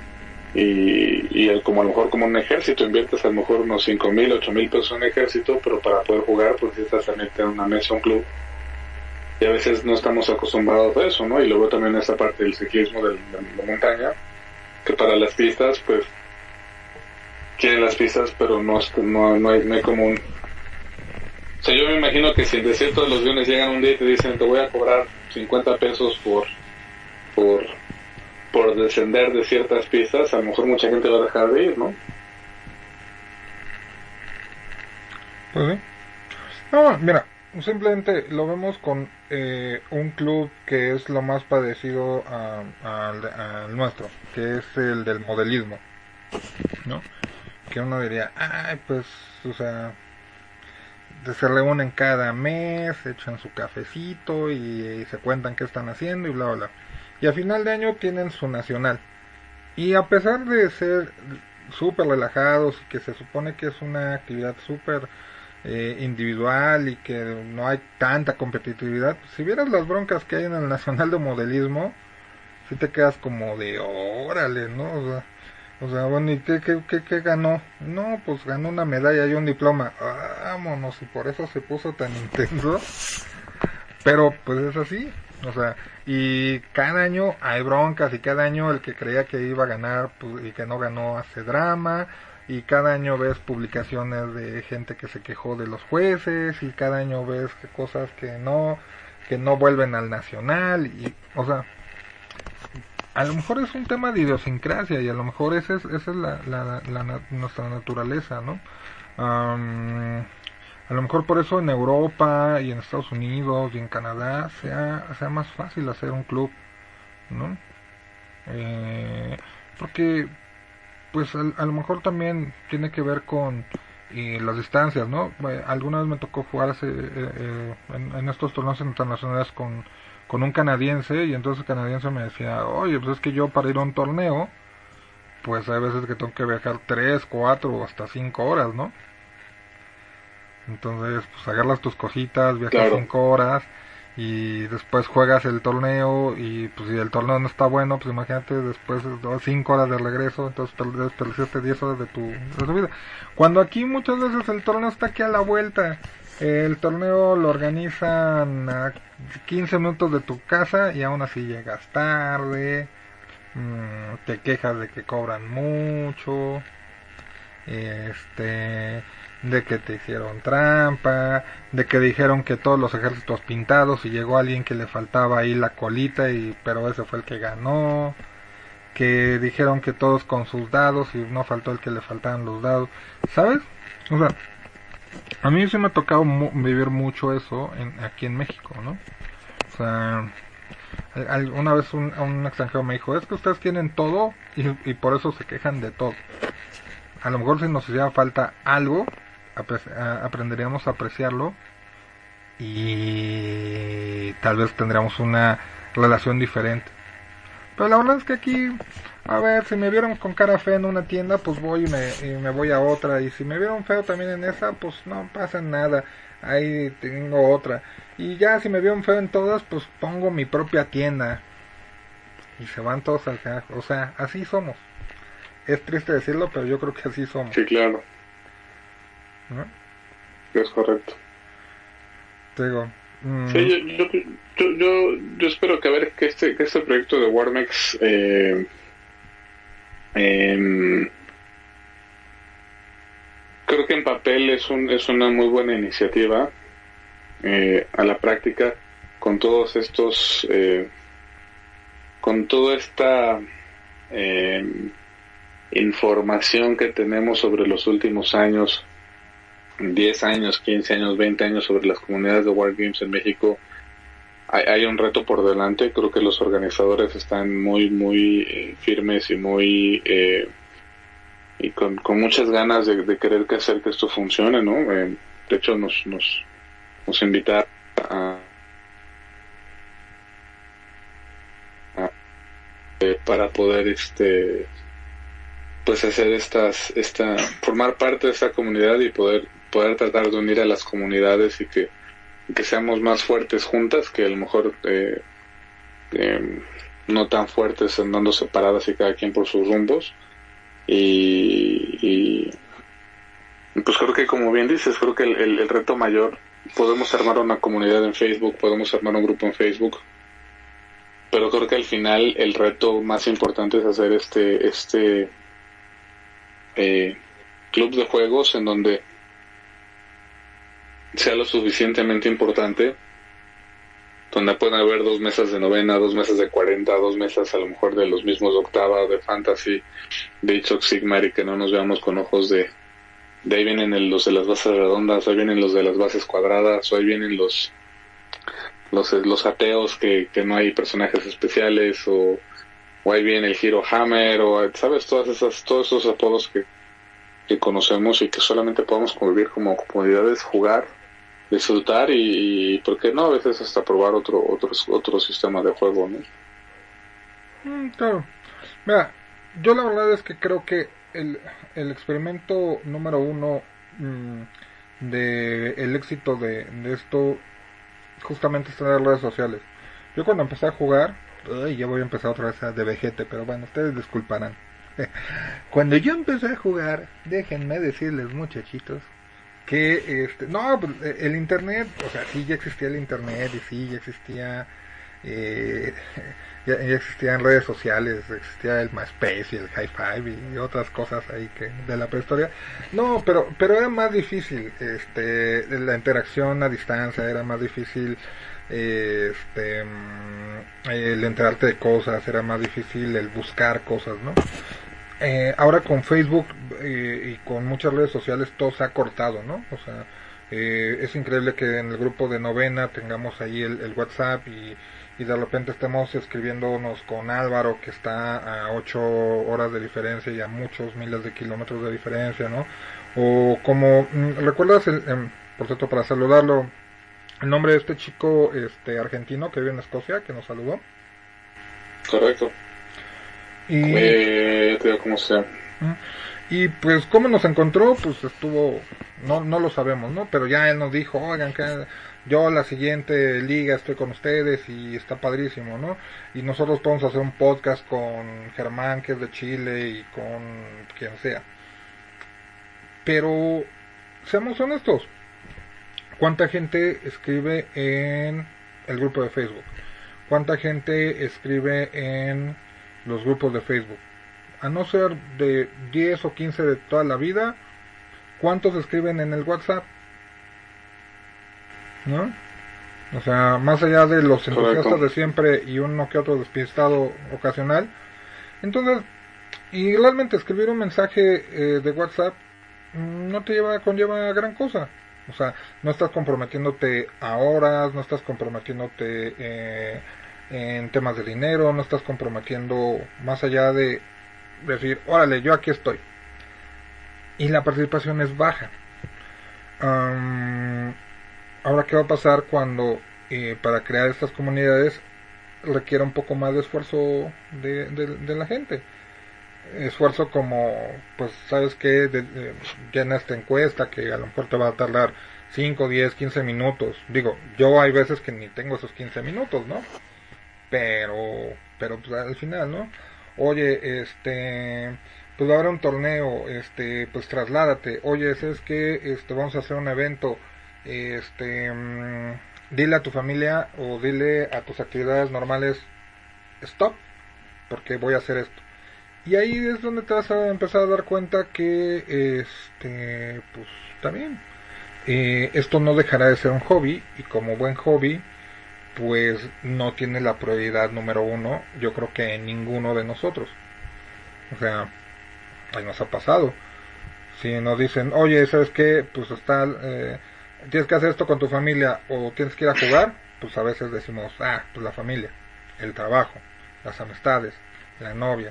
Y, y el, como a lo mejor como un ejército, inviertes a lo mejor unos cinco mil, ocho mil pesos en un ejército, pero para poder jugar pues necesitas meterte en una mesa, un club, y a veces no estamos acostumbrados a eso, ¿no? Y luego también esa parte del ciclismo de la montaña, que para las pistas pues quieren las pistas, pero no, no, no, hay, no hay como un... O sea, yo me imagino que si en Desierto de los Leones llegan un día y te dicen, te voy a cobrar cincuenta pesos por por por descender de ciertas pistas, a lo mejor mucha gente va a dejar de ir, ¿no? Pues sí. No, mira, simplemente lo vemos con eh, un club que es lo más parecido a- al al nuestro, que es el del modelismo, ¿no? Que uno diría, ay, pues, o sea, se reúnen cada mes, echan su cafecito y, y se cuentan qué están haciendo y bla, bla, bla. Y a final de año tienen su nacional. Y a pesar de ser súper relajados y que se supone que es una actividad súper eh, individual y que no hay tanta competitividad, si vieras las broncas que hay en el Nacional de Modelismo, si te quedas como de órale, ¿no? O sea, o sea bueno, ¿y qué, qué, qué, qué ganó? No, pues ganó una medalla y un diploma. Vámonos, y por eso se puso tan intenso. pero pues es así, o sea, y cada año hay broncas, y cada año el que creía que iba a ganar pues, y que no ganó hace drama, y cada año ves publicaciones de gente que se quejó de los jueces, y cada año ves que cosas que no que no vuelven al nacional, y o sea, a lo mejor es un tema de idiosincrasia, y a lo mejor esa es, esa es la, la, la, la nuestra naturaleza, ¿no? Um, a lo mejor por eso en Europa y en Estados Unidos y en Canadá sea, sea más fácil hacer un club, ¿no? Eh, porque pues a, a lo mejor también tiene que ver con y las distancias, ¿no? Eh, alguna vez me tocó jugar hace, eh, eh, en, en estos torneos internacionales con, con un canadiense, y entonces el canadiense me decía, oye, pues es que yo para ir a un torneo, pues hay veces que tengo que viajar tres, cuatro o hasta cinco horas, ¿no? Entonces, pues agarras tus cositas, viajas Claro. cinco horas y después juegas el torneo, y pues si el torneo no está bueno, pues imagínate después de cinco horas de regreso, entonces perdiste diez horas de tu, de tu vida. Cuando aquí muchas veces el torneo está aquí a la vuelta, el torneo lo organizan a quince minutos de tu casa y aún así llegas tarde, mmm, te quejas de que cobran mucho, este... de que te hicieron trampa, de que dijeron que todos los ejércitos pintados y llegó alguien que le faltaba ahí la colita, y pero ese fue el que ganó, que dijeron que todos con sus dados y no faltó el que le faltaban los dados, ¿sabes? O sea, a mí sí me ha tocado mu- vivir mucho eso en, aquí en México, ¿no? O sea, al- una vez un, un extranjero me dijo, es que ustedes tienen todo y, y por eso se quejan de todo. A lo mejor si nos hiciera falta algo, apre- a- aprenderíamos a apreciarlo, y tal vez tendríamos una relación diferente. Pero la verdad es que aquí, a ver, si me vieron con cara fea en una tienda, pues voy y me, y me voy a otra. Y si me vieron feo también en esa, pues no pasa nada, ahí tengo otra. Y ya si me vieron feo en todas, pues pongo mi propia tienda. Y se van todos al carajo. O sea, así somos. Es triste decirlo, pero yo creo que así somos, Sí, claro, ¿no? es correcto. Te digo, mm, Sí, yo, yo, yo, yo, yo espero que a ver que este, que este proyecto de Warmex eh, em, creo que en papel es un es una muy buena iniciativa. Eh, a la práctica, con todos estos eh, con toda esta eh, información que tenemos sobre los últimos años, diez años, quince años, veinte años, sobre las comunidades de Wargames en México, hay, hay un reto por delante. Creo que los organizadores están muy, muy eh, firmes y muy eh, y con, con muchas ganas de, de querer que hacer que esto funcione, ¿no? Eh, de hecho, nos nos, nos invitaron a, a eh, para poder este pues hacer estas esta formar parte de esta comunidad y poder poder tratar de unir a las comunidades, y que que seamos más fuertes juntas, que a lo mejor eh, eh, no tan fuertes andando separadas y cada quien por sus rumbos. Y, y pues creo que, como bien dices, creo que el, el, el reto mayor, podemos armar una comunidad en Facebook, podemos armar un grupo en Facebook, pero creo que al final el reto más importante es hacer este este eh, club de juegos en donde sea lo suficientemente importante, donde pueden haber dos mesas de novena, dos mesas de cuarenta, dos mesas a lo mejor de los mismos de octava, de fantasy, de Age of Sigmar, y que no nos veamos con ojos de de ahí vienen el, los de las bases redondas, ahí vienen los de las bases cuadradas, o ahí vienen los los los ateos que, que no hay personajes especiales, o, o ahí viene el Hero Hammer, o sabes, todas esas todos esos apodos que que conocemos y que solamente podemos convivir como comunidades, jugar, disfrutar y, y por qué no a veces hasta probar otro otro otro sistema de juego, ¿no? mm, claro. Mira, yo la verdad es que creo que el, el experimento número uno mmm, de el éxito de, de esto justamente está en las redes sociales. Yo cuando empecé a jugar, uy, ya voy a empezar otra vez a de vejete, pero bueno, ustedes disculparán. Cuando yo empecé a jugar, déjenme decirles, muchachitos, que este no pues, el internet, o sea, sí ya existía el internet y sí ya existía eh, ya, ya existían redes sociales, existía el MySpace y el Hi-Fi y otras cosas ahí que de la prehistoria. No, pero pero era más difícil este la interacción a distancia, era más difícil eh, este el enterarte de cosas, era más difícil el buscar cosas, ¿no? Eh, ahora con Facebook eh, y con muchas redes sociales todo se ha cortado, ¿no? O sea, eh, es increíble que en el grupo de novena tengamos ahí el, el WhatsApp y, y de repente estemos escribiéndonos con Álvaro que está a ocho horas de diferencia y a muchos miles de kilómetros de diferencia, ¿no? O como, ¿recuerdas, el, eh, por cierto, para saludarlo, el nombre de este chico este argentino que vive en Escocia, que nos saludó? Correcto. Y, eh, te digo cómo sea. Y pues cómo nos encontró, pues estuvo, no no lo sabemos, ¿no? Pero ya él nos dijo, oigan, que yo la siguiente liga estoy con ustedes y está padrísimo, ¿no? Y nosotros vamos a hacer un podcast con Germán, que es de Chile, y con quien sea. Pero, seamos honestos, ¿cuánta gente escribe en el grupo de Facebook? ¿Cuánta gente escribe en los grupos de Facebook? A no ser de diez o quince de toda la vida, ¿cuántos escriben en el WhatsApp? ¿No? O sea, más allá de los entusiastas Correcto. De siempre y uno que otro despistado ocasional. Entonces, y realmente escribir un mensaje eh, de WhatsApp no te lleva, conlleva gran cosa. O sea, no estás comprometiéndote a horas, no estás comprometiéndote eh, en temas de dinero, no estás comprometiendo más allá de decir, órale, yo aquí estoy. Y la participación es baja. Um, ahora, ¿qué va a pasar cuando eh, para crear estas comunidades requiera un poco más de esfuerzo de, de, de la gente? Esfuerzo como, pues, ¿sabes qué? De, de, llena esta encuesta que a lo mejor te va a tardar cinco, diez, quince minutos. Digo, yo hay veces que ni tengo esos quince minutos, ¿no? Pero, pero pues al final, ¿no? Oye, este, pues va a haber un torneo, este, pues trasládate. Oye, ¿sabes qué? Este, vamos a hacer un evento, este, mmm, dile a tu familia o dile a tus actividades normales, stop, porque voy a hacer esto. Y ahí es donde te vas a empezar a dar cuenta que, este, pues, está bien. Eh, esto no dejará de ser un hobby, y como buen hobby, pues no tiene la prioridad número uno, yo creo que en ninguno de nosotros. O sea, ahí nos ha pasado. Si nos dicen, oye, ¿sabes qué? Pues está, eh, tienes que hacer esto con tu familia o tienes que ir a jugar, pues a veces decimos, ah, pues la familia, el trabajo, las amistades, la novia,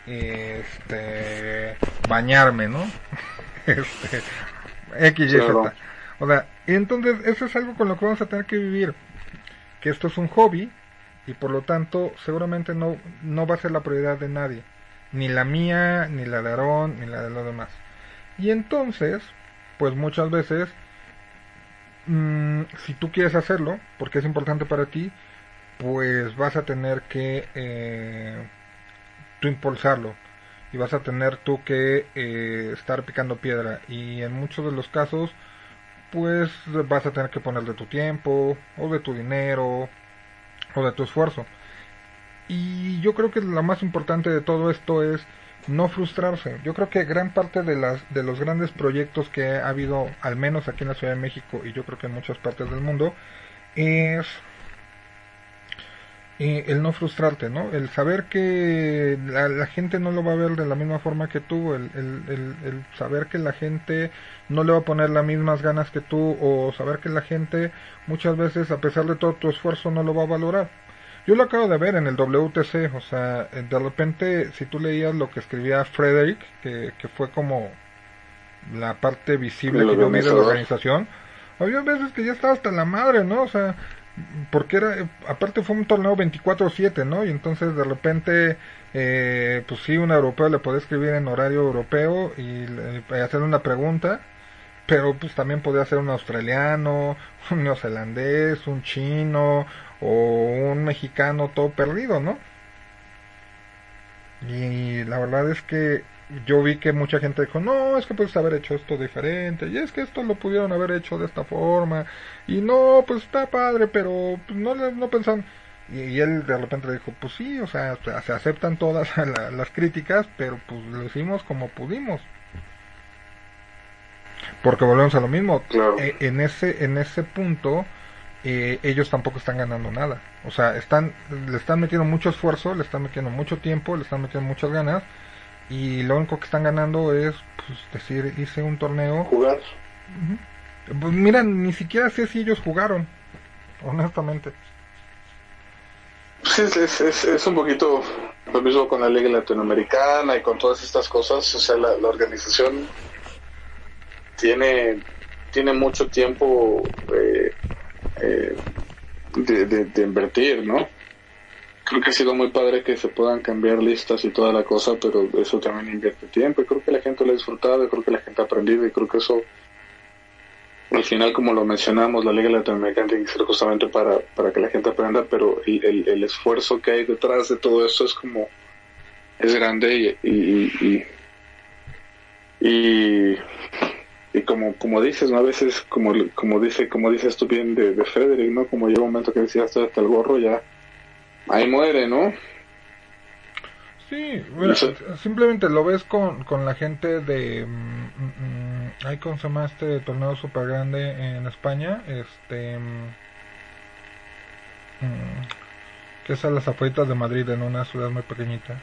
este, bañarme, ¿no? este, X, Y, Z. O sea, y entonces eso es algo con lo que vamos a tener que vivir. Que esto es un hobby y por lo tanto seguramente no, no va a ser la prioridad de nadie, ni la mía, ni la de Aarón, ni la de los demás. Y entonces, pues muchas veces, mmm, si tú quieres hacerlo, porque es importante para ti, pues vas a tener que eh, tú impulsarlo y vas a tener tú que eh, estar picando piedra, y en muchos de los casos pues vas a tener que poner de tu tiempo, o de tu dinero, o de tu esfuerzo. Y yo creo que lo más importante de todo esto es no frustrarse. Yo creo que gran parte de las de los grandes proyectos que ha habido, al menos aquí en la Ciudad de México, y yo creo que en muchas partes del mundo, es eh, el no frustrarte, ¿no? El saber que la, la gente no lo va a ver de la misma forma que tú, el, el, el, el saber que la gente no le va a poner las mismas ganas que tú, o saber que la gente muchas veces, a pesar de todo tu esfuerzo, no lo va a valorar. Yo lo acabo de ver en el W T C, o sea, de repente, si tú leías lo que escribía Frederick, que, que fue como la parte visible que yo vi de la organización, había veces que ya estaba hasta la madre, ¿no? O sea, porque era, aparte fue un torneo veinticuatro siete, ¿no? Y entonces de repente, eh, pues sí, un europeo le podía escribir en horario europeo y, y hacerle una pregunta, pero pues también podía ser un australiano, un neozelandés, un chino o un mexicano todo perdido, ¿no? Y la verdad es que yo vi que mucha gente dijo, no, es que puedes haber hecho esto diferente, y es que esto lo pudieron haber hecho de esta forma, y no, pues está padre, pero pues, no, le- no pensaron. Y, y él de repente le dijo, pues sí, o sea, se se aceptan todas la- las críticas, pero pues lo hicimos como pudimos. Porque volvemos a lo mismo, Claro. eh, en ese en ese punto eh, ellos tampoco están ganando nada. O sea, están le están metiendo mucho esfuerzo, le están metiendo mucho tiempo, le están metiendo muchas ganas y lo único que están ganando es pues decir, hice un torneo. Jugar. Ujú. Pues mira, ni siquiera sé si ellos jugaron, honestamente. Sí, es, es, es, es un poquito lo mismo con la Liga Latinoamericana y con todas estas cosas. O sea, la, la organización tiene tiene mucho tiempo eh, eh, de, de, de invertir, ¿no? Creo que ha sido muy padre que se puedan cambiar listas y toda la cosa, pero eso también invierte tiempo y creo que la gente lo ha disfrutado y creo que la gente ha aprendido y creo que eso, al final, como lo mencionamos, la Liga Latinoamericana tiene que ser justamente para, para que la gente aprenda, pero el, el, el esfuerzo que hay detrás de todo esto es como, es grande y, y, y, y, y como, como dices, ¿no? A veces, como, como dice, como dices tú bien de, de Frederick, ¿no? Como llega un momento que decías, estoy hasta el gorro, ya, ahí muere, ¿no? Sí, mira, Eso, simplemente lo ves con, con la gente de... mm, mm, mm, ¿hay cómo se llama este torneo super grande en España? Este... mm, mm, que es a las afueras de Madrid, en una ciudad muy pequeñita.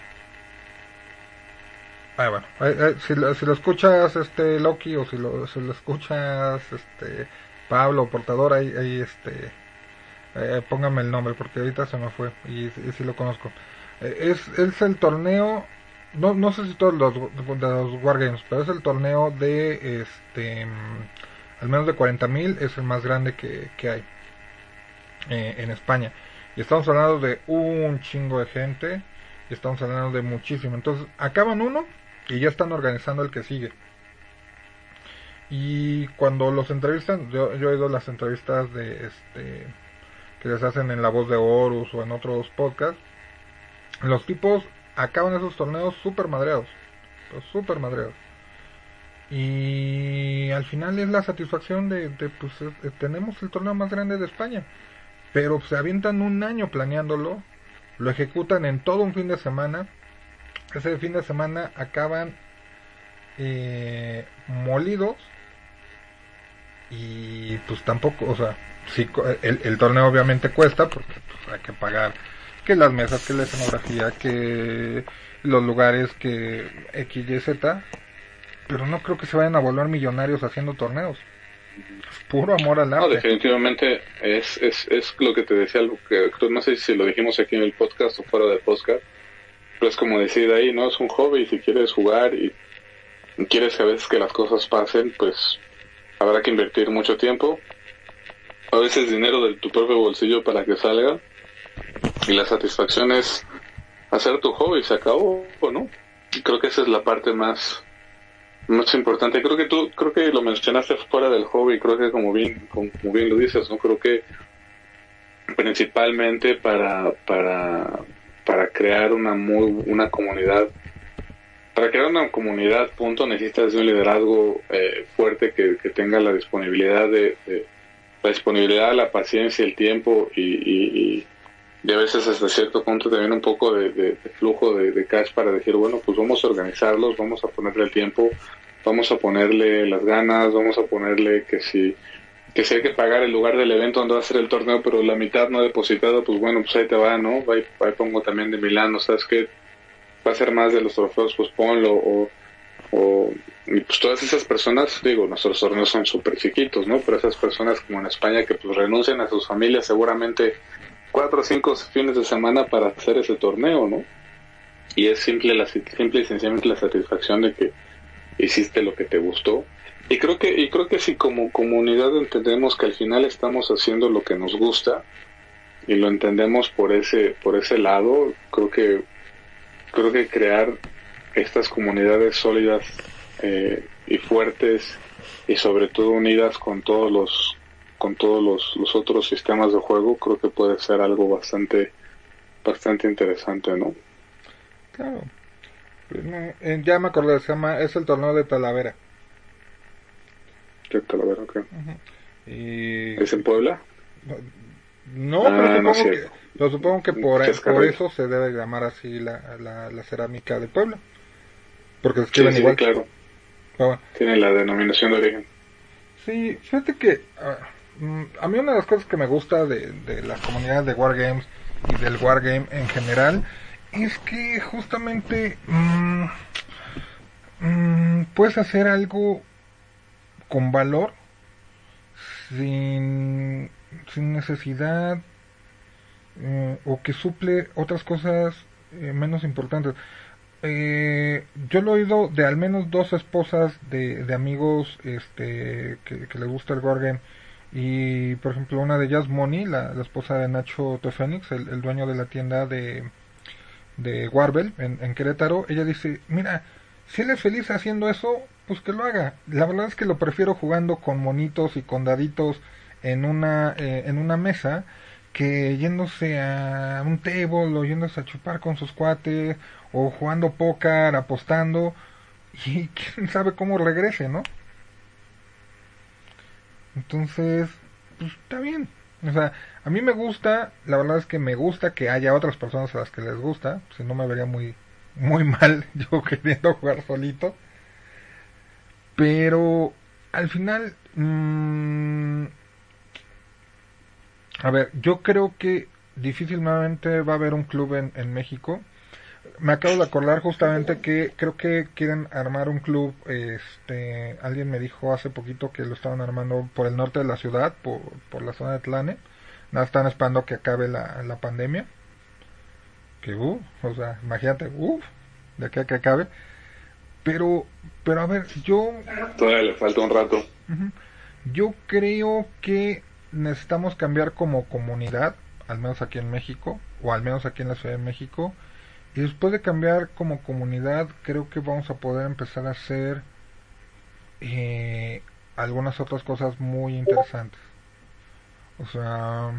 Ah, bueno, eh, eh, si, lo, si lo escuchas, este, Loki, o si lo, si lo escuchas, este, Pablo, portador, ahí, ahí este, eh, póngame el nombre, porque ahorita se me fue, y, y si lo conozco. Eh, es, es el torneo, no, no sé si todos los, de los Wargames, pero es el torneo de, este, mm, al menos de cuarenta mil, es el más grande que, que hay eh, en España. Y estamos hablando de un chingo de gente, y estamos hablando de muchísimo. Entonces, acaban uno y ya están organizando el que sigue. Y cuando los entrevistan, yo, yo he oído las entrevistas de este que les hacen en La Voz de Horus o en otros podcasts. Los tipos acaban esos torneos super madreados, super madreados. Y al final es la satisfacción de, de pues eh, tenemos el torneo más grande de España. Pero se avientan un año planeándolo, lo ejecutan en todo un fin de semana. Ese fin de semana acaban eh, molidos y pues tampoco, o sea, sí, el, el torneo obviamente cuesta porque pues, hay que pagar que las mesas, que la escenografía, que los lugares, que X, Y, Z, pero no creo que se vayan a volver millonarios haciendo torneos. Es puro amor al no, arte. definitivamente es, es, es lo que te decía, algo que no sé si lo dijimos aquí en el podcast o fuera del podcast, pero es como decir ahí, ¿no? Es un hobby, si quieres jugar y quieres a veces que las cosas pasen, pues habrá que invertir mucho tiempo, a veces dinero de tu propio bolsillo para que salga, y la satisfacción es hacer tu hobby, se acabó, ¿no? Y creo que esa es la parte más más importante. Creo que tú, creo que lo mencionaste fuera del hobby, creo que como bien, como bien lo dices, ¿no? Creo que principalmente para, para, para crear una muy, una comunidad, para crear una comunidad, punto, necesitas de un liderazgo eh, fuerte que, que tenga la disponibilidad de, de, la disponibilidad, la paciencia, el tiempo y, y, y, y a veces hasta cierto punto también un poco de, de, de flujo de, de cash para decir, bueno, pues vamos a organizarlos, vamos a ponerle el tiempo, vamos a ponerle las ganas, vamos a ponerle que si que si hay que pagar el lugar del evento donde va a ser el torneo, pero la mitad no depositado, pues bueno, pues ahí te va, ¿no? Ahí, ahí pongo también de Milán, ¿no? ¿Sabes qué? Va a ser más de los trofeos, pues ponlo, o, o y pues todas esas personas, digo, nuestros torneos son súper chiquitos, ¿no? Pero esas personas como en España que pues renuncian a sus familias seguramente cuatro o cinco fines de semana para hacer ese torneo, ¿no? Y es simple, la, simple y sencillamente la satisfacción de que hiciste lo que te gustó. Y creo que y creo que si como comunidad entendemos que al final estamos haciendo lo que nos gusta y lo entendemos por ese por ese lado, creo que creo que crear estas comunidades sólidas eh, y fuertes y sobre todo unidas con todos los con todos los, los otros sistemas de juego, creo que puede ser algo bastante bastante interesante, ¿no? Claro. Eh, Ya me acordé, se llama, es el torneo de Talavera. ¿Qué tal? A ver, ok. Uh-huh. Y... ¿Es en Puebla? No, ah, pero supongo no que, pero supongo que por, por Chascarrillo. eso se debe llamar así la, la, la cerámica de Puebla. Porque se Sí, escriben sí, igual. claro. Pero bueno. Tiene la denominación de origen. Sí, fíjate que uh, a mí una de las cosas que me gusta de, de las comunidades de Wargames y del Wargame en general es que justamente mmm, mmm, puedes hacer algo con valor sin, sin necesidad eh, o que suple otras cosas eh, menos importantes. Eh, yo lo he oído de al menos dos esposas de, de amigos este que, que les gusta el Wargame. Y por ejemplo, una de ellas, Moni, la, la esposa de Nacho T. Fénix, el, el dueño de la tienda de, de Warbel en, en Querétaro, ella dice: mira, si él es feliz haciendo eso, pues que lo haga. La verdad es que lo prefiero jugando con monitos y con daditos en una, eh, en una mesa, que yéndose a un table o yéndose a chupar con sus cuates o jugando póker, apostando, y quién sabe cómo regrese, ¿no? Entonces, pues está bien. O sea, a mí me gusta, la verdad es que me gusta que haya otras personas a las que les gusta, si no me vería muy muy mal yo queriendo jugar solito. Pero al final, mmm, a ver, yo creo que difícilmente va a haber un club en, en México. Me acabo de acordar justamente que creo que quieren armar un club. Este, alguien me dijo hace poquito que lo estaban armando por el norte de la ciudad, por, por la zona de Tlane. Nada, están esperando que acabe la, la pandemia. Que, uh, o sea, imagínate, uh, de aquí a que acabe. Pero, pero a ver, yo... Todavía le falta un rato. Uh-huh, yo creo que necesitamos cambiar como comunidad, al menos aquí en México, o al menos aquí en la Ciudad de México. Y después de cambiar como comunidad, creo que vamos a poder empezar a hacer eh, algunas otras cosas muy interesantes. O sea,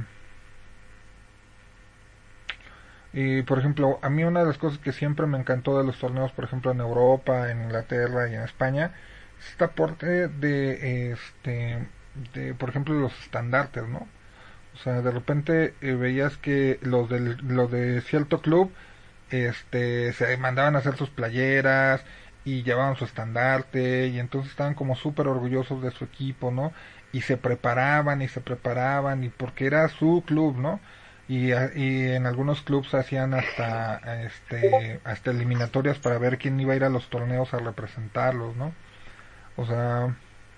y por ejemplo, a mí una de las cosas que siempre me encantó de los torneos, por ejemplo en Europa, en Inglaterra y en España, es esta parte de, este, de, por ejemplo, los estandartes, ¿no? O sea, de repente eh, veías que los, del, los de cierto club este se mandaban a hacer sus playeras y llevaban su estandarte y entonces estaban como súper orgullosos de su equipo, ¿no? Y se preparaban y se preparaban y porque era su club, ¿no? Y, y en algunos clubs hacían hasta este hasta eliminatorias para ver quién iba a ir a los torneos a representarlos, ¿no? O sea,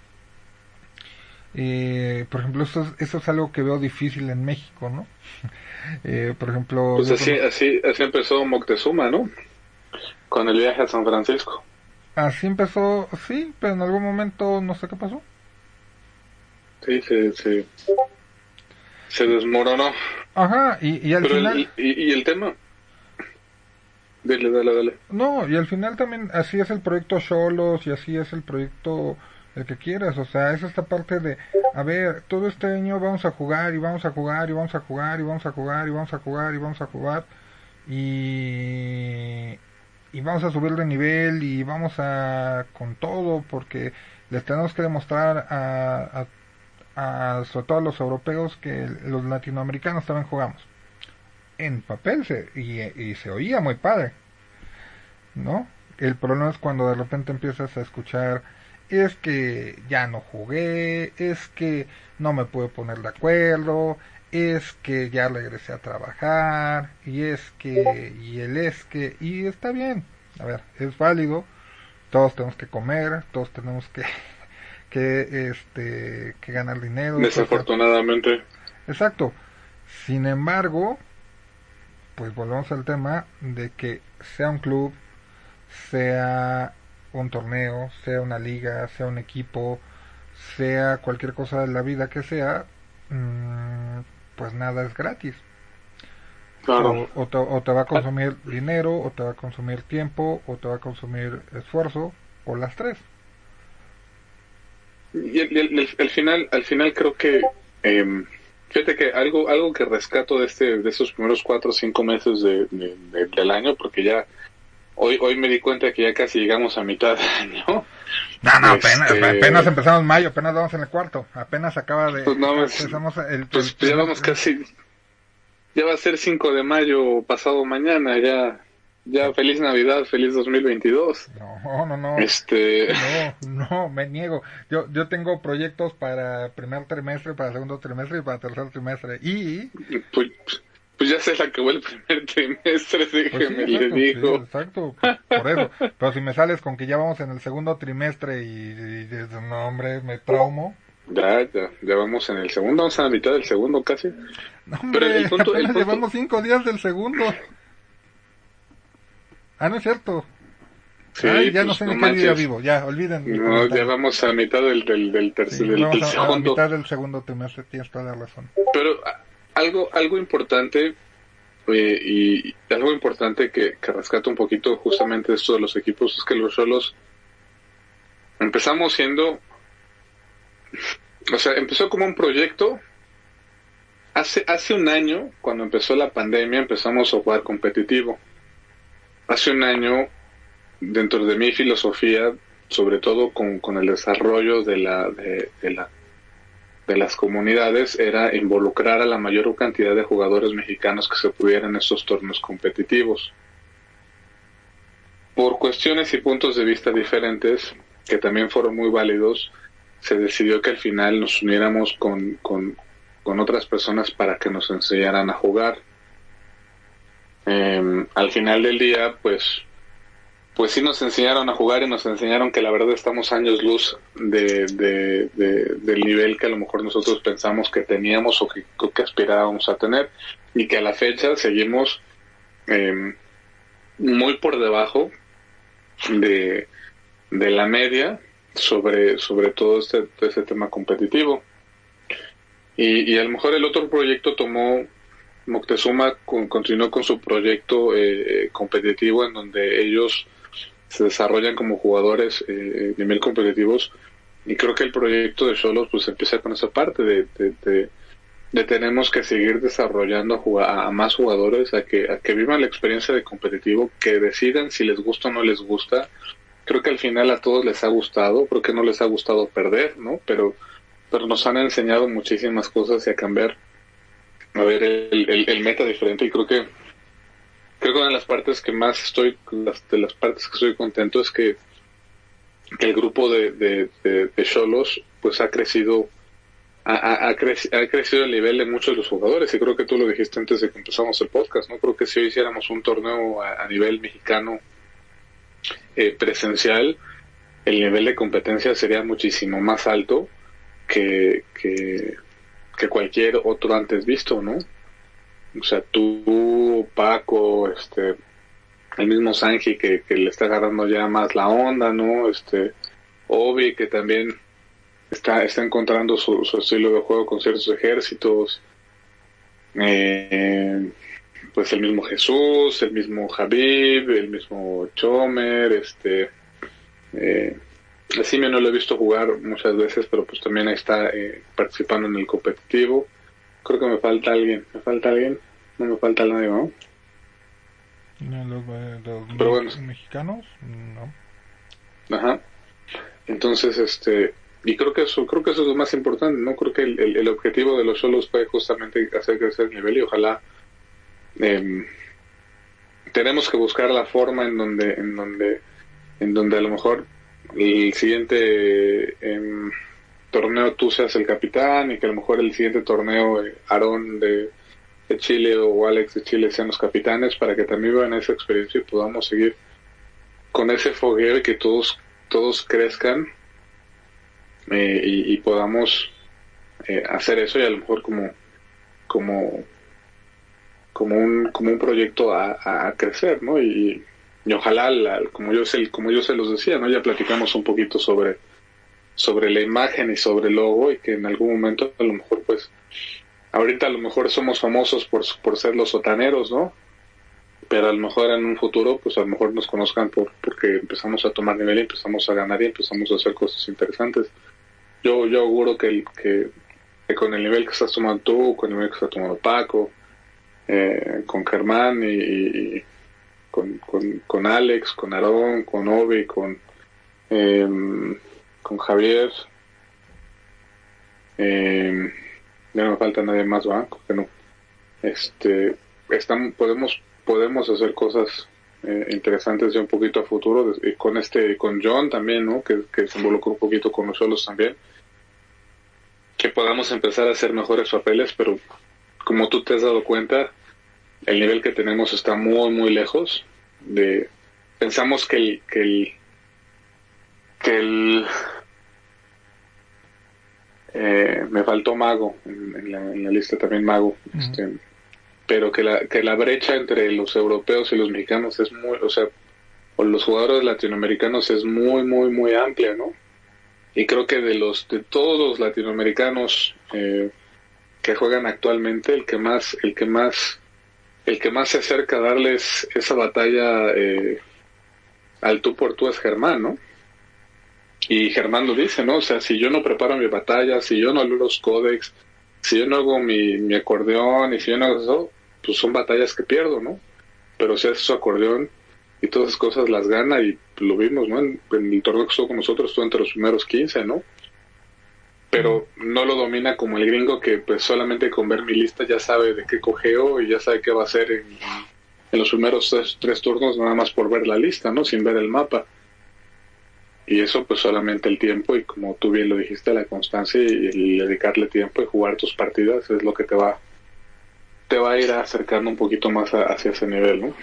eh, por ejemplo, eso es, eso es algo que veo difícil en México, ¿no? eh, por ejemplo, Pues yo así, conozco... así, así empezó Moctezuma, ¿no? Con el viaje a San Francisco. Así empezó, sí, pero en algún momento no sé qué pasó. Sí, se, se, se desmoronó. Ajá, y, y al Pero final... el, y, y el tema... Dale, dale, dale. No, y al final también así es el proyecto Xolos y así es el proyecto el que quieras, o sea, es esta parte de, a ver, todo este año vamos a jugar y vamos a jugar y vamos a jugar y vamos a jugar y vamos a jugar y vamos a jugar y y vamos a subir de nivel y vamos a con todo porque les tenemos que demostrar a, a, a sobre todo a los europeos que los latinoamericanos también jugamos. En papel se, y, y se oía muy padre, ¿no? El problema es cuando de repente empiezas a escuchar: es que ya no jugué, es que no me puedo poner de acuerdo, es que ya regresé a trabajar, y es que, y el es que, y está bien, a ver, es válido, todos tenemos que comer, todos tenemos que, que, este, que ganar dinero. Desafortunadamente. Exacto. Sin embargo, pues volvemos al tema de que sea un club, sea un torneo, sea una liga, sea un equipo, sea cualquier cosa de la vida que sea, mmm, pues nada es gratis. Claro. O, o, te, o te va a consumir dinero, o te va a consumir tiempo, o te va a consumir esfuerzo, o las tres. Y el, el, el final, al final creo que eh, fíjate que algo algo que rescato de este de estos primeros cuatro o cinco meses de, de, de, del año, porque ya hoy hoy me di cuenta que ya casi llegamos a mitad de año. No, no, Este, apenas, apenas empezamos mayo, apenas vamos en el cuarto, apenas acaba de... Pues no, empezamos el, pues el- ya vamos casi, ya va a ser cinco de mayo pasado mañana, ya, ya feliz Navidad, feliz dos mil veintidós. No, no, no. Este, No, no, me niego. Yo yo tengo proyectos para primer trimestre, para segundo trimestre y para tercer trimestre. Y... pues, pues ya se le acabó el primer trimestre, Pues sí, déjeme le exacto, digo. sí, exacto, por eso. Pero si me sales con que ya vamos en el segundo trimestre y, y dices, no, hombre, me traumo. Ya, ya, ya vamos en el segundo, vamos a la mitad del segundo casi. No, Pero hombre, el punto, el apenas punto, llevamos cinco días del segundo. Ah, no es cierto. sí, Ay, ya pues, no sé no en qué día manches. vivo, ya, olviden. mi No, comentario. ya vamos a la mitad del, del, del tercer, Sí, del, vamos del a, a la segundo. mitad del segundo trimestre, tienes toda la razón. Pero a- algo, algo importante, eh, y algo importante que, que rescata un poquito justamente esto de los equipos, es que los Xolos empezamos siendo, o sea, empezó como un proyecto. Hace, hace un año, cuando empezó la pandemia, empezamos a jugar competitivo. Hace un año, dentro de mi filosofía, sobre todo con, con el desarrollo de la, de, de la de las comunidades, era involucrar a la mayor cantidad de jugadores mexicanos que se pudieran en estos torneos competitivos. Por cuestiones y puntos de vista diferentes, que también fueron muy válidos, se decidió que al final nos uniéramos con, con, con otras personas para que nos enseñaran a jugar. Eh, al final del día, pues pues sí nos enseñaron a jugar y nos enseñaron que la verdad estamos años luz de, de, de, del nivel que a lo mejor nosotros pensamos que teníamos o que, o que aspirábamos a tener, y que a la fecha seguimos eh, muy por debajo de, de la media sobre, sobre todo este, este tema competitivo. Y, y a lo mejor el otro proyecto tomó, Moctezuma con, continuó con su proyecto eh, competitivo, en donde ellos se desarrollan como jugadores eh, nivel competitivos, y creo que el proyecto de Xolos pues empieza con esa parte de, de, de, de tenemos que seguir desarrollando a, jugar, a más jugadores a que, a que vivan la experiencia de competitivo, que decidan si les gusta o no les gusta. Creo que al final a todos les ha gustado, creo que no les ha gustado perder, ¿no? Pero, pero nos han enseñado muchísimas cosas y a cambiar, a ver el, el, el meta diferente, y creo que creo que una de las partes que más estoy, las, de las partes que estoy contento es que, que el grupo de de, de, de Xolos pues ha crecido, ha, ha, ha, creci, ha crecido el nivel de muchos de los jugadores, y creo que tú lo dijiste antes de que empezamos el podcast, ¿no? Creo que si hoy hiciéramos un torneo a, a nivel mexicano eh, presencial, el nivel de competencia sería muchísimo más alto que, que, que cualquier otro antes visto, ¿no? O sea, tú, Paco, este, el mismo Sanji que, que le está agarrando ya más la onda, ¿no? Este, Obi que también está, está encontrando su, su estilo de juego con ciertos ejércitos. Eh, pues el mismo Jesús, el mismo Javib, el mismo Chomer, este, eh, la Simio no lo he visto jugar muchas veces, pero pues también ahí está eh, participando en el competitivo. Creo que me falta alguien, me falta alguien, no me falta nadie, ¿no? No, los, eh, los Pero me- bueno. mexicanos, no. Ajá. Entonces, este, y creo que eso, creo que eso es lo más importante, ¿no? Creo que el, el, el objetivo de los solos fue justamente hacer crecer el nivel, y ojalá eh, tenemos que buscar la forma en donde, en donde, en donde a lo mejor el siguiente eh, torneo tú seas el capitán, y que a lo mejor el siguiente torneo eh, Aarón de, de Chile o Alex de Chile sean los capitanes, para que también vean esa experiencia y podamos seguir con ese fogueo, y que todos todos crezcan eh, y, y podamos eh, hacer eso, y a lo mejor como como como un como un proyecto a, a crecer, ¿no? Y, y ojalá la, como yo se como yo se los decía, ¿no? Ya platicamos un poquito sobre sobre la imagen y sobre el logo, y que en algún momento a lo mejor pues ahorita a lo mejor somos famosos por por ser los sotaneros, ¿no? Pero a lo mejor en un futuro pues a lo mejor nos conozcan por porque empezamos a tomar nivel y empezamos a ganar y empezamos a hacer cosas interesantes. Yo yo auguro que, el, que, que con el nivel que estás tomando tú, con el nivel que está tomando Paco, eh, con Germán y, y, con, con, con Alex, con Aarón, con Obi, con, eh, con Javier. Eh, ya no me falta nadie más, ¿va? Que no. Este, estamos, podemos, podemos hacer cosas eh, interesantes ya un poquito a futuro, y con este, con John también, ¿no? Que, que se involucró un poquito con nosotros también. Que podamos empezar a hacer mejores papeles, pero como tú te has dado cuenta, el nivel que tenemos está muy, muy lejos de... Pensamos que el... que el... que el eh, me faltó Mago, en, en, la, en la lista también Mago, uh-huh. este, pero que la, que la brecha entre los europeos y los mexicanos es muy... O sea, o los jugadores latinoamericanos es muy, muy, muy amplia, ¿no? Y creo que de los de todos los latinoamericanos eh, que juegan actualmente, el que más el que más el que más se acerca a darles esa batalla eh, al tú por tú es Germán, ¿no? Y Germán lo dice, ¿no? O sea, si yo no preparo mi batalla, si yo no leo los códex, si yo no hago mi, mi acordeón y si yo no hago eso, pues son batallas que pierdo, ¿no? Pero si hace su acordeón y todas esas cosas las gana, y lo vimos, ¿no? En, en el torneo que estuvo con nosotros estuvo entre los primeros quince, ¿no? Pero no lo domina como el gringo que pues solamente con ver mi lista ya sabe de qué cogeo y ya sabe qué va a hacer en, en los primeros tres, tres turnos, nada más por ver la lista, ¿no? Sin ver el mapa. Y eso pues solamente el tiempo y, como tú bien lo dijiste, la constancia y el dedicarle tiempo y jugar tus partidas es lo que te va te va a ir acercando un poquito más a, hacia ese nivel, ¿no?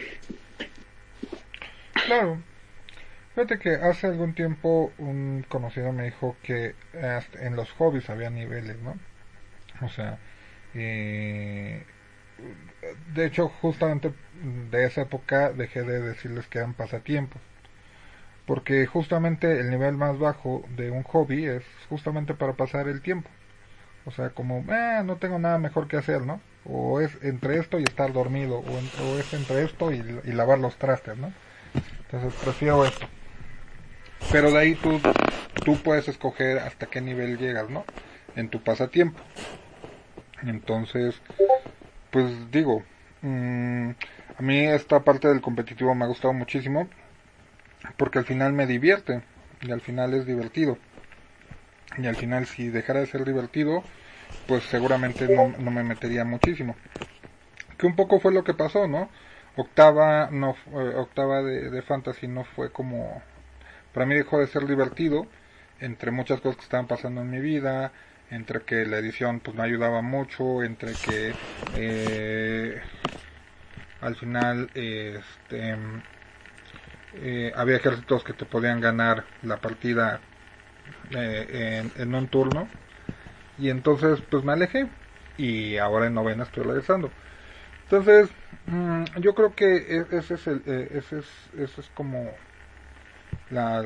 Claro. Fíjate que hace algún tiempo un conocido me dijo que en los hobbies había niveles, ¿no? O sea, eh, de hecho justamente de esa época dejé de decirles que eran pasatiempos, porque justamente el nivel más bajo de un hobby es justamente para pasar el tiempo. O sea, como, eh, no tengo nada mejor que hacer, ¿no? O es entre esto y estar dormido, o, en, o es entre esto y, y lavar los trastes, ¿no? Entonces prefiero esto. Pero de ahí tú, tú puedes escoger hasta qué nivel llegas, ¿no? En tu pasatiempo. Entonces, pues digo, mmm, a mí esta parte del competitivo me ha gustado muchísimo, porque al final me divierte, y al final es divertido. Y al final, si dejara de ser divertido, pues seguramente no, no me metería muchísimo. Que un poco fue lo que pasó, ¿no? Octava, no, eh, octava de, de Fantasy no fue como... Para mí dejó de ser divertido, entre muchas cosas que estaban pasando en mi vida, entre que la edición pues me ayudaba mucho, entre que eh, al final eh, este, eh, había ejércitos que te podían ganar la partida eh, en, en un turno, y entonces pues me alejé, y ahora en novena estoy regresando. Entonces mmm, yo creo que ese es el, eh, ese es, ese es como la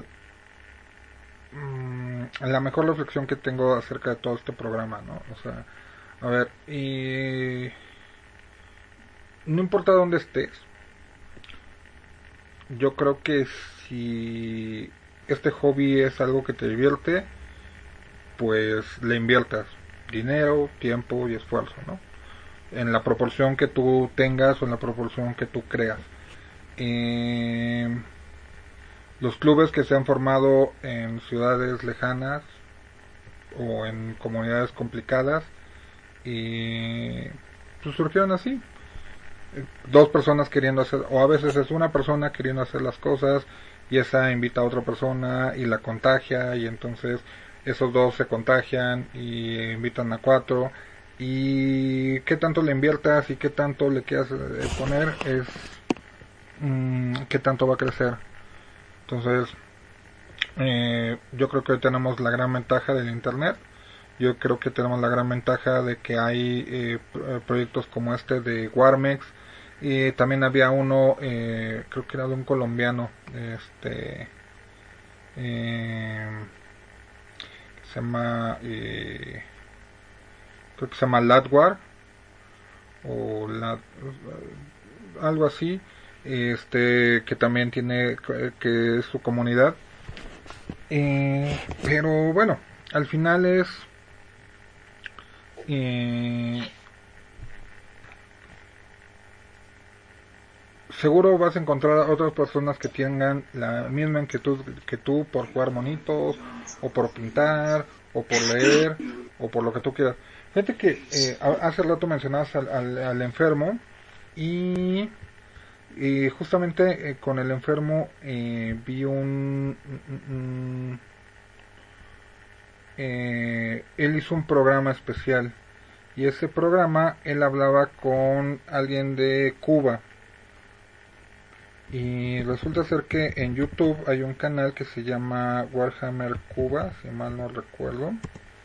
mmm, la mejor reflexión que tengo acerca de todo este programa, ¿no? O sea, a ver, y no importa dónde estés, yo creo que si este hobby es algo que te divierte, pues le inviertas dinero, tiempo y esfuerzo, ¿no? En la proporción que tú tengas o en la proporción que tú creas. Eh, los clubes que se han formado en ciudades lejanas o en comunidades complicadas, y pues surgieron así, dos personas queriendo hacer, o a veces es una persona queriendo hacer las cosas y esa invita a otra persona y la contagia, y entonces esos dos se contagian y invitan a cuatro, y qué tanto le inviertas y qué tanto le quieras poner es mmm, qué tanto va a crecer. Entonces eh, yo creo que hoy tenemos la gran ventaja del internet. Yo creo que tenemos la gran ventaja de que hay eh, proyectos como este de Warmex, y también había uno, eh, creo que era de un colombiano, este eh, se llama eh, creo que se llama Ladwar o Lad, algo así, este que también tiene, que es su comunidad, eh, pero bueno, al final es eh, seguro vas a encontrar a otras personas que tengan la misma inquietud que tú por jugar monitos, o por pintar, o por leer, o por lo que tú quieras. Fíjate que eh, hace rato mencionabas al, al, al enfermo, y, y justamente eh, con el enfermo eh, vi un... un eh, él hizo un programa especial, y ese programa él hablaba con alguien de Cuba. Y resulta ser que en YouTube hay un canal que se llama Warhammer Cuba, si mal no recuerdo.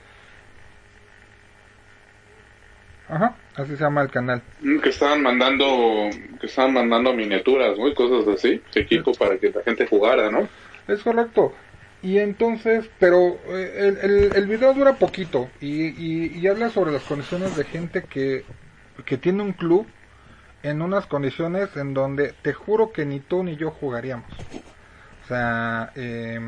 Ajá, así se llama el canal. Que estaban mandando, que estaban mandando miniaturas, ¿no? Y cosas así, equipo para que la gente jugara, ¿no? Es correcto. Y entonces, pero eh, el, el, el video dura poquito y, y, y habla sobre las condiciones de gente que, que tiene un club en unas condiciones en donde te juro que ni tú ni yo jugaríamos. O sea, eh,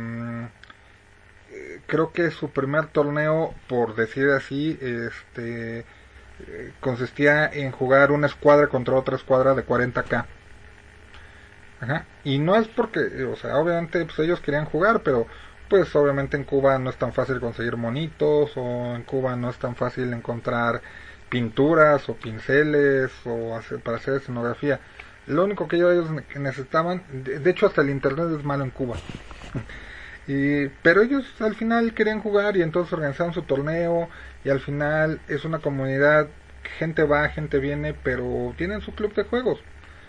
creo que su primer torneo, por decir así, este eh, consistía en jugar una escuadra contra otra escuadra de cuarenta ka. Ajá. Y no es porque, o sea, obviamente pues ellos querían jugar, pero pues obviamente en Cuba no es tan fácil conseguir monitos, o en Cuba no es tan fácil encontrar pinturas o pinceles o hacer, para hacer escenografía. Lo único que ellos necesitaban, de, de hecho hasta el internet es malo en Cuba. y, pero ellos al final querían jugar y entonces organizaron su torneo, y al final es una comunidad, gente va, gente viene, pero tienen su club de juegos.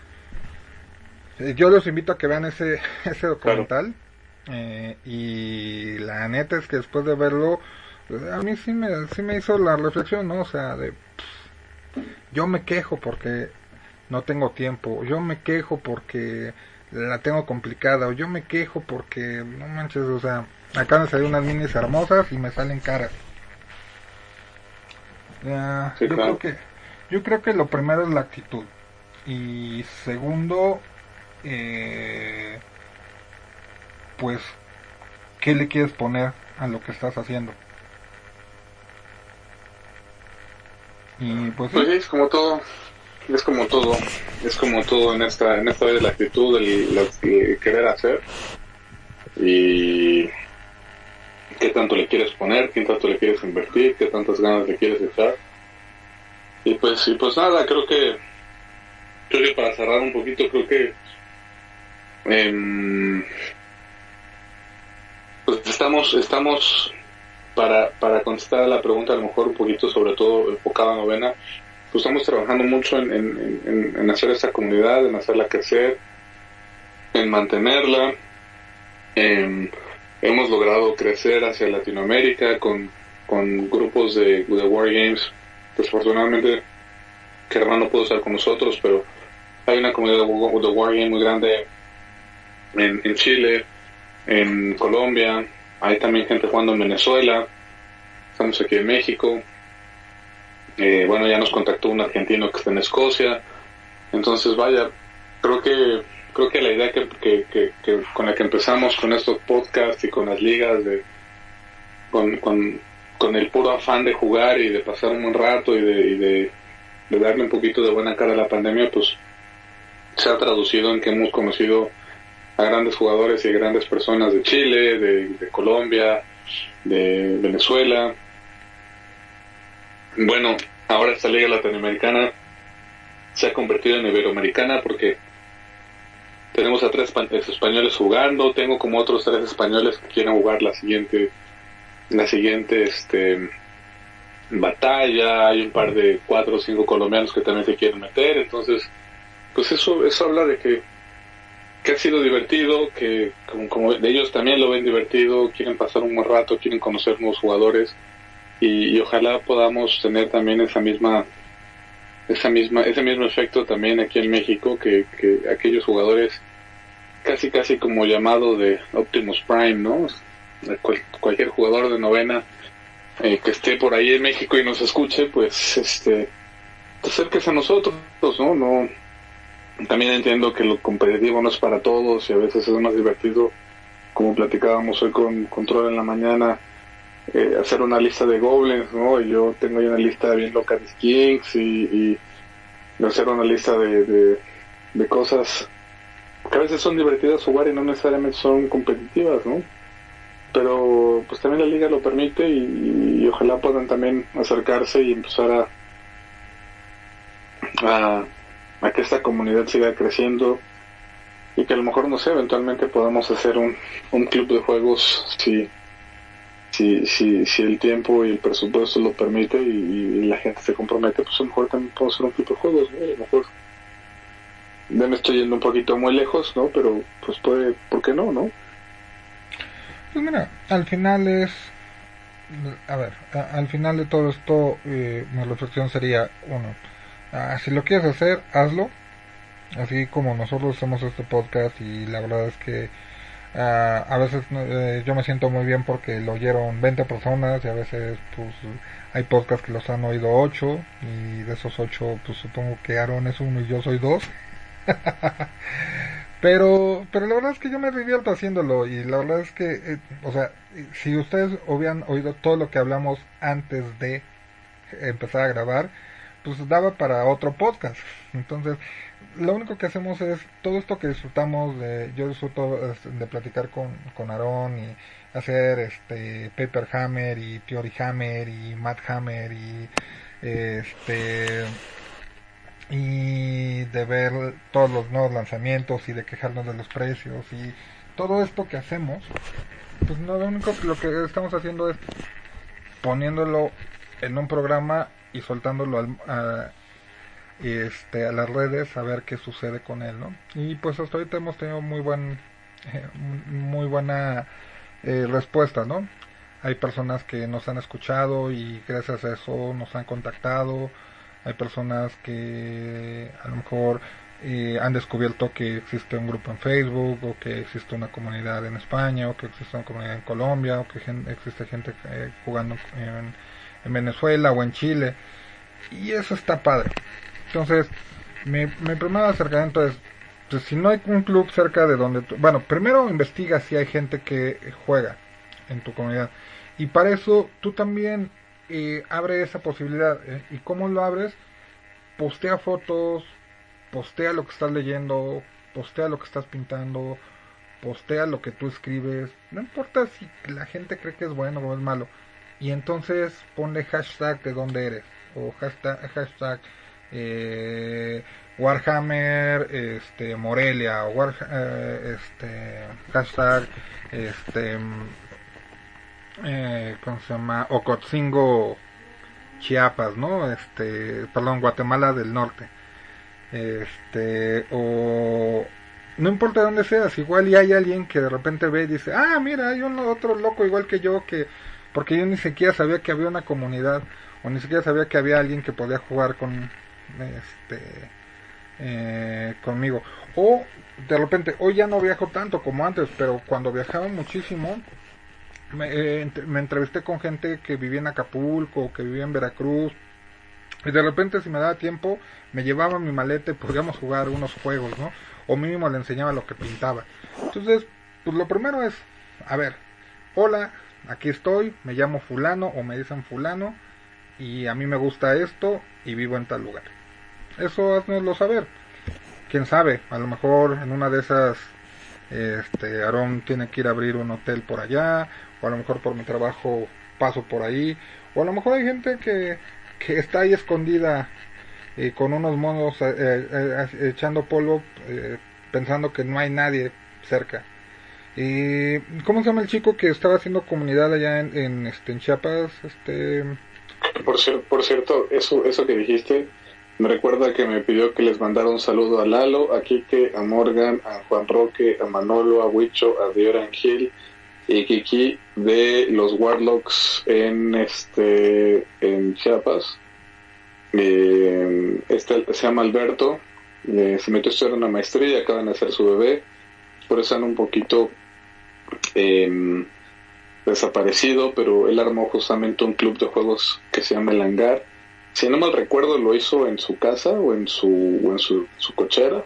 Yo los invito a que vean ese ese documental. Claro. eh, y la neta es que después de verlo, a mí sí me sí me hizo la reflexión, ¿no? O sea, de pff, yo me quejo porque no tengo tiempo, yo me quejo porque la tengo complicada, o yo me quejo porque no manches, o sea, acaban de salir unas minis hermosas y me salen caras. Ya, sí, yo claro. creo que yo creo que lo primero es la actitud, y segundo, Eh, pues ¿qué le quieres poner a lo que estás haciendo? Y pues, pues sí, es como todo, es como todo, es como todo en esta, en esta vez la actitud, el, lo que querer hacer, y qué tanto le quieres poner, qué tanto le quieres invertir, qué tantas ganas le quieres echar. Y pues, y pues nada, creo que creo que para cerrar un poquito, creo que Eh, pues estamos estamos para para contestar a la pregunta, a lo mejor un poquito, sobre todo enfocada a novena, pues estamos trabajando mucho en, en, en, en hacer esta comunidad, en hacerla crecer, en mantenerla. Eh, hemos logrado crecer hacia Latinoamérica con, con grupos de, de Wargames. Desafortunadamente Germán no pudo estar con nosotros, pero hay una comunidad de, de Wargame muy grande En, en Chile, en Colombia, hay también gente jugando en Venezuela, estamos aquí en México, eh, bueno, ya nos contactó un argentino que está en Escocia, entonces vaya, creo que creo que la idea que, que, que, que con la que empezamos con estos podcasts y con las ligas, de con, con, con el puro afán de jugar y de pasar un buen rato y de, y de, de darle un poquito de buena cara a la pandemia, pues se ha traducido en que hemos conocido a grandes jugadores y a grandes personas de Chile, de, de Colombia, de Venezuela. Bueno, ahora esta liga latinoamericana se ha convertido en iberoamericana porque tenemos a tres españoles jugando, tengo como otros tres españoles que quieren jugar la siguiente la siguiente este batalla, hay un par de cuatro o cinco colombianos que también se quieren meter, entonces pues eso eso habla de que que ha sido divertido, que como, como de ellos también lo ven divertido, quieren pasar un buen rato, quieren conocer nuevos jugadores, y, y ojalá podamos tener también esa misma esa misma ese mismo efecto también aquí en México, que, que aquellos jugadores casi casi como llamado de Optimus Prime, ¿no? Cual, cualquier jugador de novena eh, que esté por ahí en México y nos escuche, pues este te acerques a nosotros, ¿no? No También entiendo que lo competitivo no es para todos y a veces es más divertido, como platicábamos hoy con Control en la mañana, eh, hacer una lista de goblins, ¿no? Y yo tengo ahí una lista bien loca de Skinks y, y hacer una lista de, de, de cosas que a veces son divertidas jugar y no necesariamente son competitivas, ¿no? Pero pues también la liga lo permite y, y ojalá puedan también acercarse y empezar a, a a que esta comunidad siga creciendo y que a lo mejor, no sé, eventualmente podamos hacer un, un club de juegos si, si, si, si el tiempo y el presupuesto lo permite y, y la gente se compromete, pues a lo mejor también podemos hacer un club de juegos, ¿no? A lo mejor ya me estoy yendo un poquito muy lejos, ¿no? Pero pues puede, ¿por qué no, no? Pues mira, al final es, a ver, a, al final de todo esto, eh, mi reflexión sería, uno, ah, si lo quieres hacer, hazlo, así como nosotros hacemos este podcast y la verdad es que uh, a veces eh, yo me siento muy bien porque lo oyeron veinte personas y a veces pues hay podcasts que los han oído ocho y de esos ocho pues supongo que Aaron es uno y yo soy dos. pero pero la verdad es que yo me divierto haciéndolo y la verdad es que eh, o sea, si ustedes hubieran oído todo lo que hablamos antes de empezar a grabar, pues daba para otro podcast. Entonces lo único que hacemos es todo esto que disfrutamos de, yo disfruto de platicar con con Aaron y hacer este Paper Hammer y Theory Hammer y Mad Hammer y este y de ver todos los nuevos lanzamientos y de quejarnos de los precios y todo esto que hacemos, pues no, lo único que lo que estamos haciendo es poniéndolo en un programa y soltándolo al, a, este, a las redes a ver qué sucede con él, ¿no? Y pues hasta ahorita hemos tenido muy buen eh, muy buena eh, respuesta, ¿no? Hay personas que nos han escuchado y gracias a eso nos han contactado. Hay personas que a lo mejor eh, han descubierto que existe un grupo en Facebook o que existe una comunidad en España o que existe una comunidad en Colombia o que gen- existe gente eh, jugando en, en Venezuela o en Chile y eso está padre. Entonces mi, mi primer acercamiento es pues, si no hay un club cerca de donde tú, bueno, primero investiga si hay gente que juega en tu comunidad y para eso tú también eh, abre esa posibilidad. ¿eh? ¿Y cómo lo abres? Postea fotos, postea lo que estás leyendo, postea lo que estás pintando, postea lo que tú escribes, no importa si la gente cree que es bueno o es malo, y entonces ponle hashtag de dónde eres, o hashtag, hashtag eh, Warhammer este, Morelia, o War, eh, este, hashtag este, eh, ¿cómo se llama? Ocotzingo Chiapas, ¿no? Este, perdón, Guatemala del Norte. Este, o no importa de dónde seas, igual y hay alguien que de repente ve y dice, ah, mira, hay un otro loco igual que yo que, porque yo ni siquiera sabía que había una comunidad, o ni siquiera sabía que había alguien que podía jugar con, este, eh, conmigo. O de repente, hoy ya no viajo tanto como antes, pero cuando viajaba muchísimo, me, eh, me entrevisté con gente que vivía en Acapulco, que vivía en Veracruz, y de repente si me daba tiempo me llevaba mi maleta y podíamos jugar unos juegos, ¿no? O mínimo le enseñaba lo que pintaba. Entonces, pues lo primero es, a ver, hola, aquí estoy, me llamo fulano o me dicen fulano y a mí me gusta esto y vivo en tal lugar. Eso haznoslo saber. Quién sabe, a lo mejor en una de esas este Aarón tiene que ir a abrir un hotel por allá, o a lo mejor por mi trabajo paso por ahí, o a lo mejor hay gente que, que está ahí escondida eh, con unos monos eh, eh, echando polvo eh, pensando que no hay nadie cerca. Y ¿cómo se llama el chico que estaba haciendo comunidad allá en, en, este, en Chiapas? Este... Por, cier- por cierto, eso, eso que dijiste me recuerda que me pidió que les mandara un saludo a Lalo, a Kike, a Morgan, a Juan Roque, a Manolo, a Huicho, a Dioran Gil y Kiki de los Warlocks en este en Chiapas. Eh, este se llama Alberto, eh, se metió a estudiar una maestría y acaban de hacer su bebé, por eso están un poquito eh, desaparecido, pero él armó justamente un club de juegos que se llama El Hangar. Si no mal recuerdo, lo hizo en su casa o en su o en su, su cochera.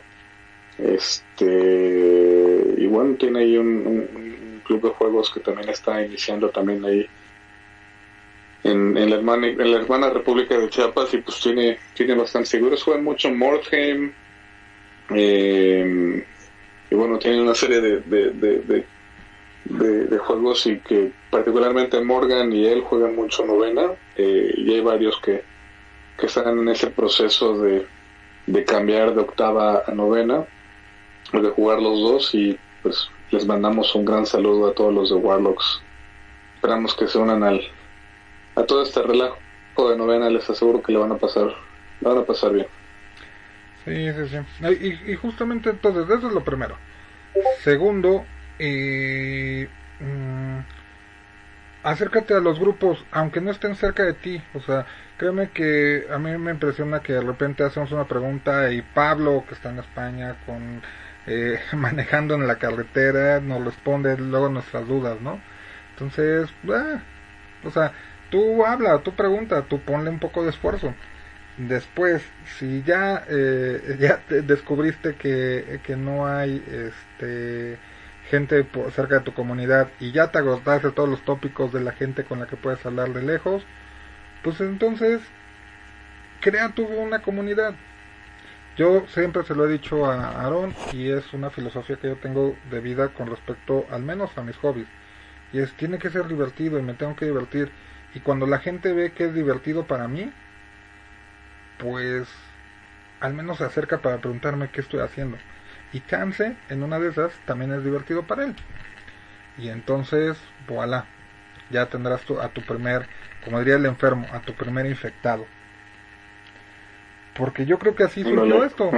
Este y bueno, tiene ahí un, un, un club de juegos que también está iniciando también ahí en, en la hermana en la hermana República de Chiapas y pues tiene tiene bastantes seguros. Juegan mucho Mordheim, Eh, y bueno, tienen una serie de, de, de, de, de, de juegos y que particularmente Morgan y él juegan mucho novena, eh, y hay varios que, que están en ese proceso de, de cambiar de octava a novena, o de jugar los dos, y pues les mandamos un gran saludo a todos los de Warlocks. Esperamos que se unan al a todo este relajo de novena, les aseguro que le van a pasar, le van a pasar bien. Sí, sí, sí. Y, y justamente entonces, eso es lo primero. Segundo, eh, mmm, acércate a los grupos, aunque no estén cerca de ti. O sea, créeme que a mí me impresiona que de repente hacemos una pregunta y Pablo, que está en España, con eh, manejando en la carretera, nos responde luego nuestras dudas, ¿no? Entonces, eh, o sea, tú habla, tú pregunta, tú ponle un poco de esfuerzo. Después, si ya eh, ya te descubriste que, que no hay este gente por cerca de tu comunidad y ya te agotaste todos los tópicos de la gente con la que puedes hablar de lejos, pues entonces crea tú una comunidad. Yo siempre se lo he dicho a Aarón y es una filosofía que yo tengo de vida con respecto al menos a mis hobbies, y es, tiene que ser divertido y me tengo que divertir, y cuando la gente ve que es divertido para mí, pues al menos se acerca para preguntarme qué estoy haciendo, y chance en una de esas también es divertido para él, y entonces voilà, ya tendrás tu, a tu primer, como diría el enfermo, a tu primer infectado, porque yo creo que así surgió esto.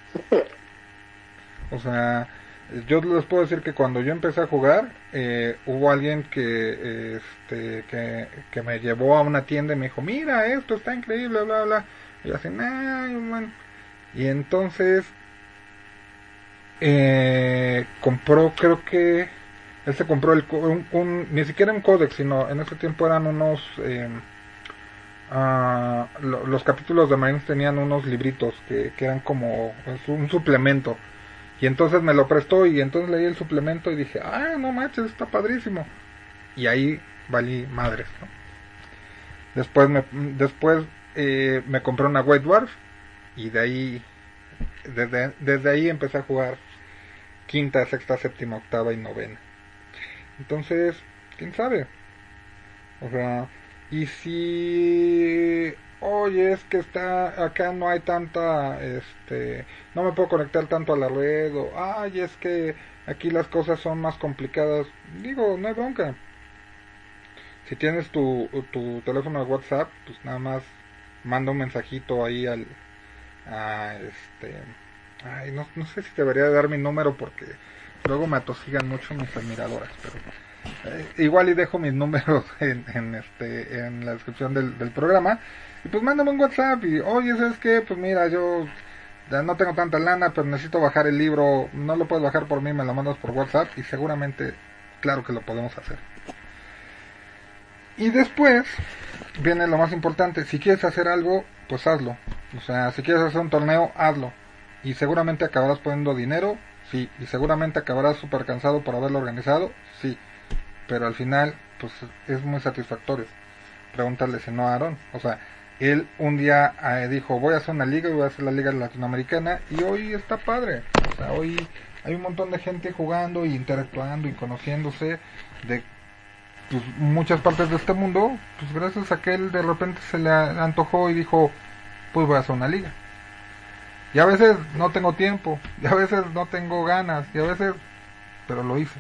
O sea, yo les puedo decir que cuando yo empecé a jugar, eh, hubo alguien que, este, que que me llevó a una tienda y me dijo, mira, esto está increíble, bla, bla. Y yo así, nah, bueno. Y entonces eh, compró, creo que él se compró el un, un, ni siquiera un códex, sino en ese tiempo eran unos eh, uh, lo, los capítulos de Marines tenían unos libritos que, que eran como pues, un suplemento, y entonces me lo prestó y entonces leí el suplemento y dije, ah, no manches, está padrísimo, y ahí valí madres, ¿no? Después me después eh, me compré una White Dwarf y de ahí desde, desde ahí empecé a jugar quinta, sexta, séptima, octava y novena. Entonces, quién sabe, o sea, y si oye, es que está acá no hay tanta, este, no me puedo conectar tanto a la red, o ay, es que aquí las cosas son más complicadas, digo, no hay bronca. Si tienes tu, tu teléfono de WhatsApp, pues nada más manda un mensajito ahí al, a este, ay, no, no sé si debería dar mi número porque luego me atosigan mucho mis admiradoras, pero eh, igual y dejo mis números en, en este, en la descripción del, del programa, y pues mándame un WhatsApp y, oye, ¿sabes qué? Pues mira, yo ya no tengo tanta lana, pero necesito bajar el libro, no lo puedes bajar por mí, me lo mandas por WhatsApp y seguramente, claro que lo podemos hacer. Y después viene lo más importante, si quieres hacer algo, pues hazlo. O sea, si quieres hacer un torneo, hazlo. Y seguramente acabarás poniendo dinero, sí. Y seguramente acabarás súper cansado por haberlo organizado, sí. Pero al final, pues es muy satisfactorio. Pregúntale si no a Aarón. O sea, él un día eh, dijo, voy a hacer una liga y voy a hacer la liga latinoamericana. Y hoy está padre. O sea, hoy hay un montón de gente jugando y interactuando y conociéndose de pues, muchas partes de este mundo, pues gracias a que él de repente se le antojó y dijo, pues voy a hacer una liga. Y a veces no tengo tiempo, y a veces no tengo ganas, y a veces, pero lo hice.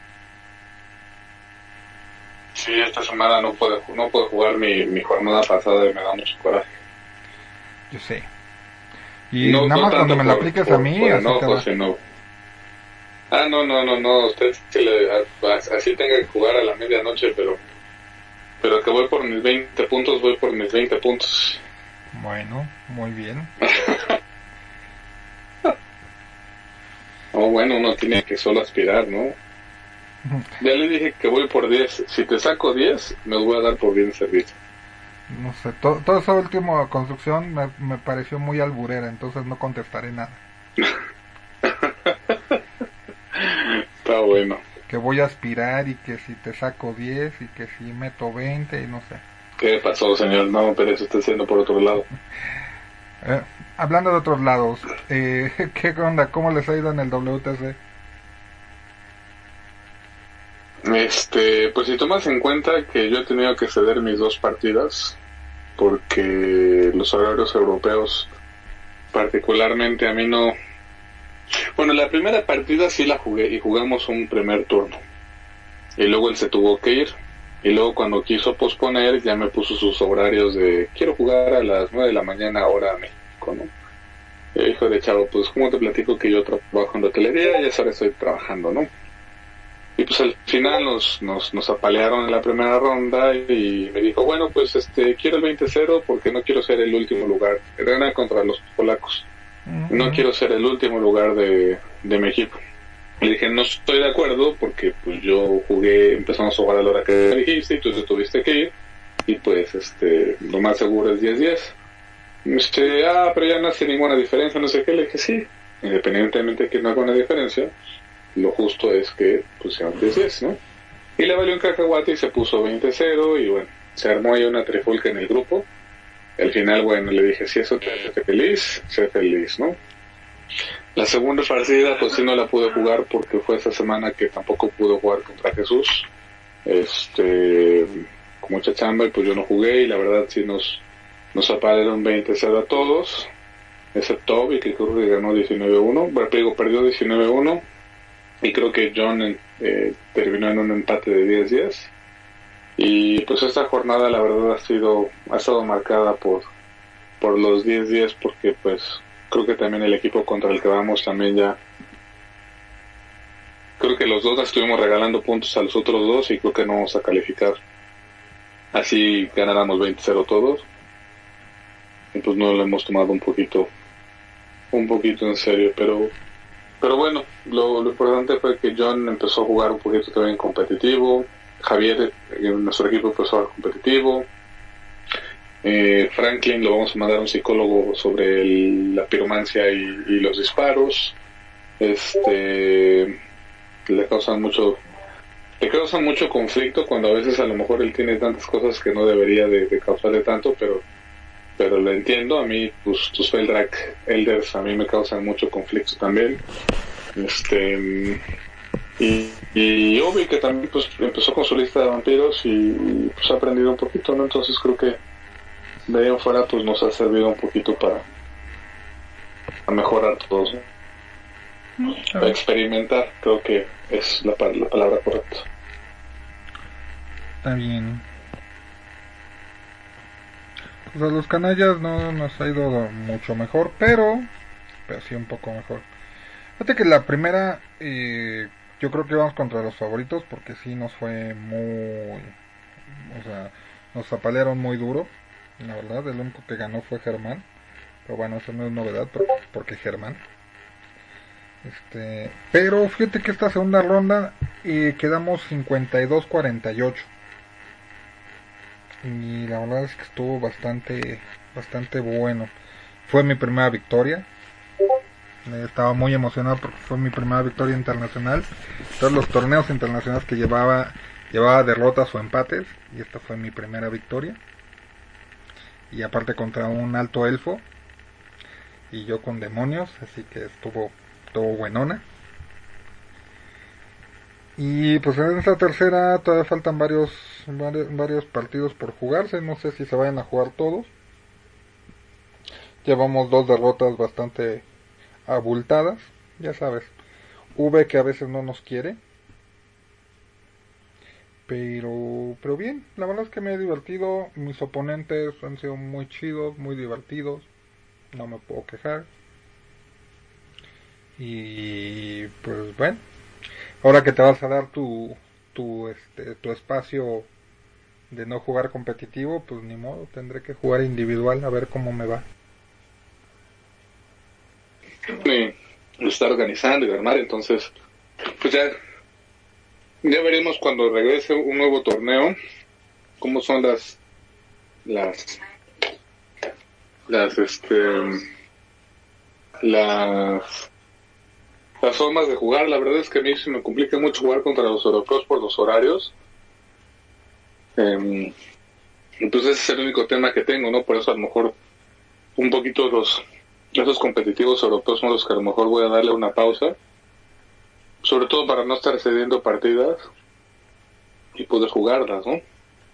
Sí, esta semana no puedo, no puedo jugar mi, mi jornada pasada y me da mucho coraje. Yo sé. Y no, nada no más cuando me la por, apliques por, a mí, por así enojo, te va. sino... Ah, no, no, no, no, usted sí le, así tenga que jugar a la medianoche, pero pero que voy por mis veinte puntos, voy por mis veinte puntos. Bueno, muy bien. Oh, bueno, uno tiene que solo aspirar, ¿no? Ya le dije que voy por diez, si te saco diez, me voy a dar por bien servicio. No sé, to, toda esa última construcción me, me pareció muy alburera, entonces no contestaré nada. Está bueno. Que voy a aspirar y que si te saco diez y que si meto veinte y no sé. ¿Qué pasó, señor? No, pero eso está haciendo por otro lado. Eh, hablando de otros lados, eh, ¿qué onda? ¿Cómo les ha ido en el W T C? Este, pues si tomas en cuenta que yo he tenido que ceder mis dos partidas, porque los horarios europeos, particularmente a mí no... Bueno, la primera partida sí la jugué y jugamos un primer turno. Y luego él se tuvo que ir. Y luego cuando quiso posponer ya me puso sus horarios de quiero jugar a las nueve de la mañana hora México, ¿no? Y dijo de chavo, pues ¿cómo te platico que yo trabajo en la hotelería y ahora estoy trabajando, ¿no? Y pues al final nos, nos, nos apalearon en la primera ronda y me dijo, bueno, pues este quiero el veinte cero porque no quiero ser el último lugar. Era contra los polacos. No quiero ser el último lugar de, de mi equipo. Le dije, no estoy de acuerdo porque pues yo jugué, empezamos a jugar a la hora que me dijiste y tú te tuviste que ir. Y pues este lo más seguro es diez diez. Me dice, ah, pero ya no hace ninguna diferencia, no sé qué. Le dije, sí, independientemente de que no haga una diferencia, lo justo es que pusieron diez diez, ¿no? Y le valió un cacahuate y se puso veinte cero y bueno, se armó ahí una trifulca en el grupo. Al final, bueno, le dije, si eso te hace feliz, sé feliz, ¿no? La segunda partida, pues sí no la pude jugar porque fue esa semana que tampoco pude jugar contra Jesús. Este, con mucha chamba y pues yo no jugué y la verdad sí nos, nos apalearon veinte cero a todos, excepto Obi, que creo que ganó diecinueve uno, bueno, digo, perdió diecinueve uno. Y creo que John eh, terminó en un empate de diez diez. Y pues esta jornada la verdad ha sido ha estado marcada por por los diez diez porque pues creo que también el equipo contra el que vamos también ya creo que los dos estuvimos regalando puntos a los otros dos y creo que no vamos a calificar así ganáramos veinte cero todos y pues no lo hemos tomado un poquito un poquito en serio, pero Pero bueno, lo, lo importante fue que John empezó a jugar un poquito también competitivo, Javier en nuestro equipo empezó a jugar competitivo, eh, Franklin lo vamos a mandar a un psicólogo sobre el, la piromancia y, y los disparos, este le causan mucho le causan mucho conflicto cuando a veces a lo mejor él tiene tantas cosas que no debería de, de causarle tanto, pero pero lo entiendo. A mí pues tus Feldrak Elders a mí me causan mucho conflicto también, este y, y Obi que también pues empezó con su lista de vampiros y pues ha aprendido un poquito, ¿no? Entonces creo que de ahí afuera pues nos ha servido un poquito para, para mejorar todos, ¿no? Para experimentar, creo que es la, la palabra correcta. Está bien. Pues a los canallas no nos ha ido mucho mejor, pero, pero sí un poco mejor. Fíjate que la primera, eh, yo creo que vamos contra los favoritos porque sí nos fue muy, o sea, nos apalearon muy duro, la verdad. El único que ganó fue Germán, pero bueno, eso no es novedad porque Germán. Este, pero fíjate que esta segunda ronda eh, quedamos cincuenta y dos cuarenta y ocho. Y la verdad es que estuvo bastante bastante bueno. Fue mi primera victoria. Estaba muy emocionado porque fue mi primera victoria internacional. Todos los torneos internacionales que llevaba llevaba derrotas o empates y esta fue mi primera victoria. Y aparte contra un alto elfo y yo con demonios, así que estuvo estuvo buenona. Y pues en esta tercera todavía faltan varios, varios varios partidos por jugarse, no sé si se vayan a jugar todos. Llevamos dos derrotas bastante abultadas, ya sabes, V que a veces no nos quiere. Pero pero bien, la verdad es que me he divertido, mis oponentes han sido muy chidos, muy divertidos, no me puedo quejar. Y pues bueno, ahora que te vas a dar tu tu este tu espacio de no jugar competitivo, pues ni modo, tendré que jugar individual a ver cómo me va. Me está organizando y armar, entonces pues ya ya veremos cuando regrese un nuevo torneo cómo son las las las este las las formas de jugar. La verdad es que a mí se me complica mucho jugar contra los europeos por los horarios. Eh, entonces ese es el único tema que tengo, ¿no? Por eso a lo mejor un poquito los esos competitivos europeos son los que a lo mejor voy a darle una pausa, sobre todo para no estar cediendo partidas y poder jugarlas, ¿no?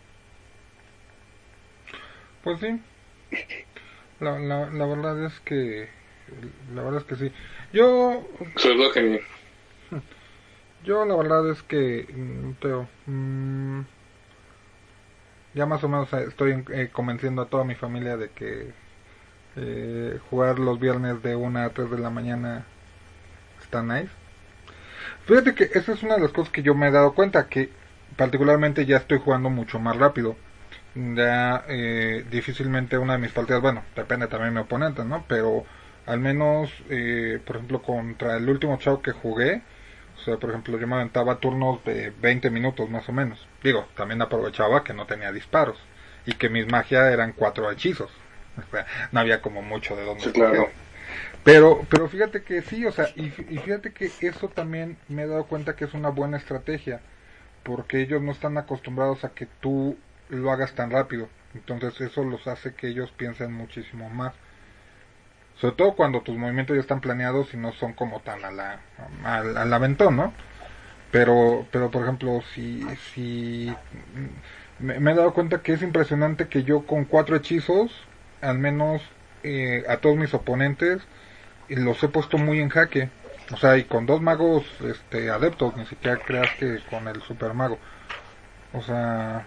Pues sí, la, la, la verdad es que la verdad es que sí. Yo Sobre todo que yo la verdad es que mm, Teo, mm, ya más o menos eh, estoy eh, convenciendo a toda mi familia de que eh, jugar los viernes de una a tres de la mañana está nice. Fíjate que esa es una de las cosas que yo me he dado cuenta, que particularmente ya estoy jugando mucho más rápido. Ya eh, difícilmente una de mis partidas, bueno, depende también de mi oponente, ¿no? Pero al menos, eh, por ejemplo, contra el último chavo que jugué, o sea, por ejemplo, yo me aventaba turnos de veinte minutos más o menos. Digo, también aprovechaba que no tenía disparos y que mis magias eran cuatro hechizos. O sea, no había como mucho de dónde sí, escoger. claro. Pero, pero fíjate que sí, o sea, y, y fíjate que eso también me he dado cuenta que es una buena estrategia, porque ellos no están acostumbrados a que tú lo hagas tan rápido. Entonces eso los hace que ellos piensen muchísimo más. Sobre todo cuando tus movimientos ya están planeados y no son como tan a la, al, al aventón, ¿no? Pero, pero por ejemplo, si, si me, me he dado cuenta que es impresionante que yo con cuatro hechizos, al menos eh, a todos mis oponentes, los he puesto muy en jaque. O sea, y con dos magos este, adeptos, ni siquiera creas que con el super mago. O sea,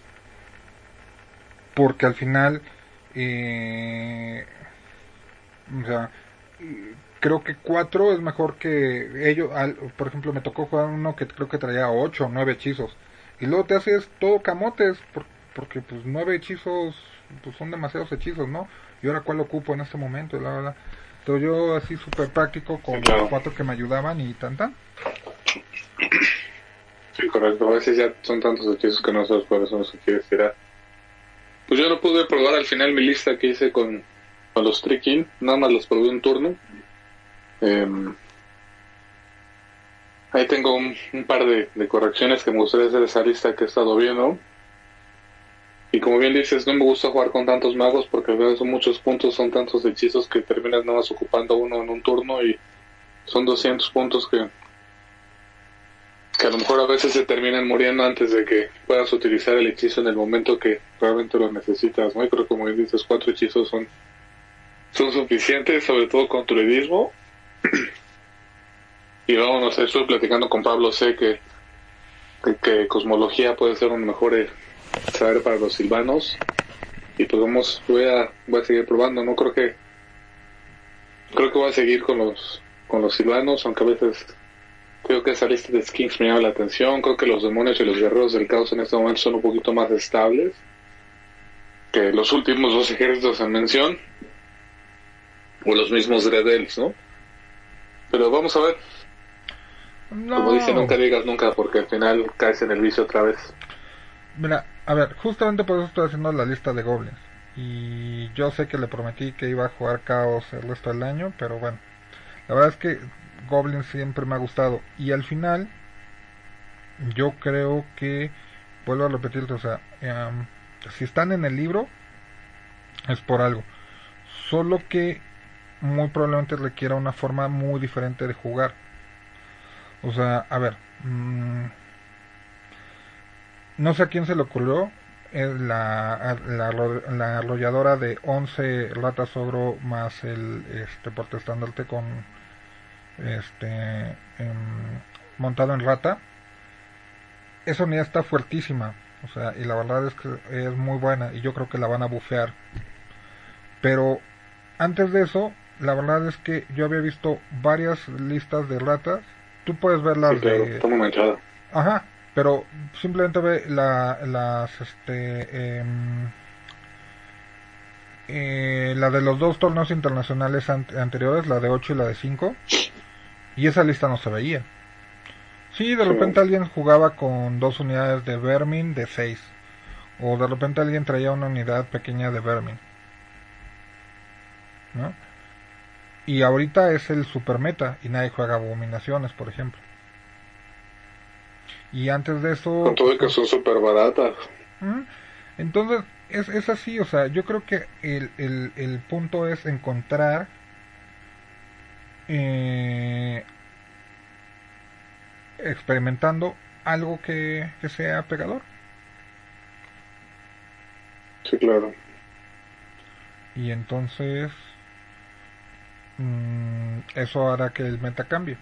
porque al final, eh, o sea, creo que cuatro es mejor que ellos. Al, por ejemplo, me tocó jugar uno que creo que traía ocho o nueve hechizos. Y luego te haces todo camotes, por, porque pues nueve hechizos, pues son demasiados hechizos, ¿no? Y ahora cuál ocupo en este momento, la verdad. Entonces yo así súper práctico con Claro. los cuatro que me ayudaban y tan tan. Sí, correcto. A veces ya son tantos hechizos que no sabes cuáles son los que quieres tirar. Pues yo no pude probar al final mi lista que hice con, con los Trick-In. Nada más los probé un turno. Eh, ahí tengo un, un par de, de correcciones que me gustaría hacer esa lista que he estado viendo. Y como bien dices, no me gusta jugar con tantos magos porque a veces son muchos puntos, son tantos hechizos que terminas nada más ocupando uno en un turno y son doscientos puntos que, que a lo mejor a veces se terminan muriendo antes de que puedas utilizar el hechizo en el momento que realmente lo necesitas, ¿no? Y creo que como bien dices, cuatro hechizos son, son suficientes, sobre todo con druidismo. Y vamos, no sé, estoy platicando con Pablo, sé que, que, que cosmología puede ser un mejor eh, saber para los silvanos. Y pues vamos, voy a, voy a seguir probando, ¿no? Creo que creo que voy a seguir con los con los silvanos, aunque a veces creo que esa lista de skins me llama la atención. Creo que los demonios y los guerreros del caos en este momento son un poquito más estables que los últimos dos ejércitos en mención, o los mismos Dread Elves, ¿no? Pero vamos a ver. No. Como dice, nunca digas nunca, porque al final caes en el vicio otra vez. Mira, a ver, justamente por eso estoy haciendo la lista de goblins. Y yo sé que le prometí que iba a jugar caos el resto del año, pero bueno, la verdad es que goblins siempre me ha gustado. Y al final, yo creo que, vuelvo a repetirte, o sea, um, si están en el libro, es por algo. Solo que muy probablemente requiera una forma muy diferente de jugar. O sea, a ver, mmm, no sé a quién se le ocurrió es la, la, la arrolladora de once ratas ogro más el este portestandarte con este eh, montado en rata. Esa unidad está fuertísima, o sea, y la verdad es que es muy buena y yo creo que la van a bufear. Pero antes de eso, la verdad es que yo había visto varias listas de ratas. Tú puedes ver las sí, claro, de... está muy manchada. Ajá, pero simplemente ve la, las, este, eh, eh, la de los dos torneos internacionales an anteriores, la de ocho y la de cinco, y esa lista no se veía. Sí, de repente sí. Alguien jugaba con dos unidades de Vermin de seis, o de repente alguien traía una unidad pequeña de Vermin, ¿no? Y ahorita es el super meta y nadie juega abominaciones, por ejemplo. Y antes de eso... Con todo que son súper baratas. Entonces, es, es así, o sea, yo creo que el, el, el punto es encontrar eh, experimentando algo que, que sea pegador. Sí, claro. Y entonces mmm, eso hará que el meta cambie.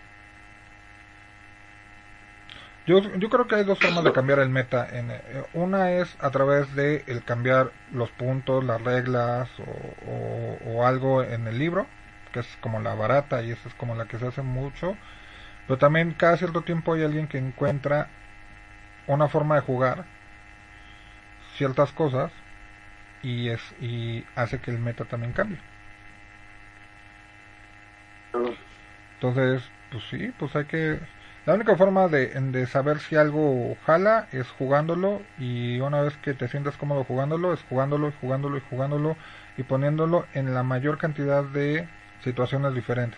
Yo, yo creo que hay dos formas de cambiar el meta. En, eh, una es a través de el cambiar los puntos, las reglas o, o, o algo en el libro, que es como la barata y esa es como la que se hace mucho. Pero también cada cierto tiempo hay alguien que encuentra una forma de jugar ciertas cosas y es y hace que el meta también cambie. Entonces, pues sí, pues hay que... La única forma de, de saber si algo jala es jugándolo, y una vez que te sientas cómodo jugándolo, es jugándolo y jugándolo y jugándolo y poniéndolo en la mayor cantidad de situaciones diferentes.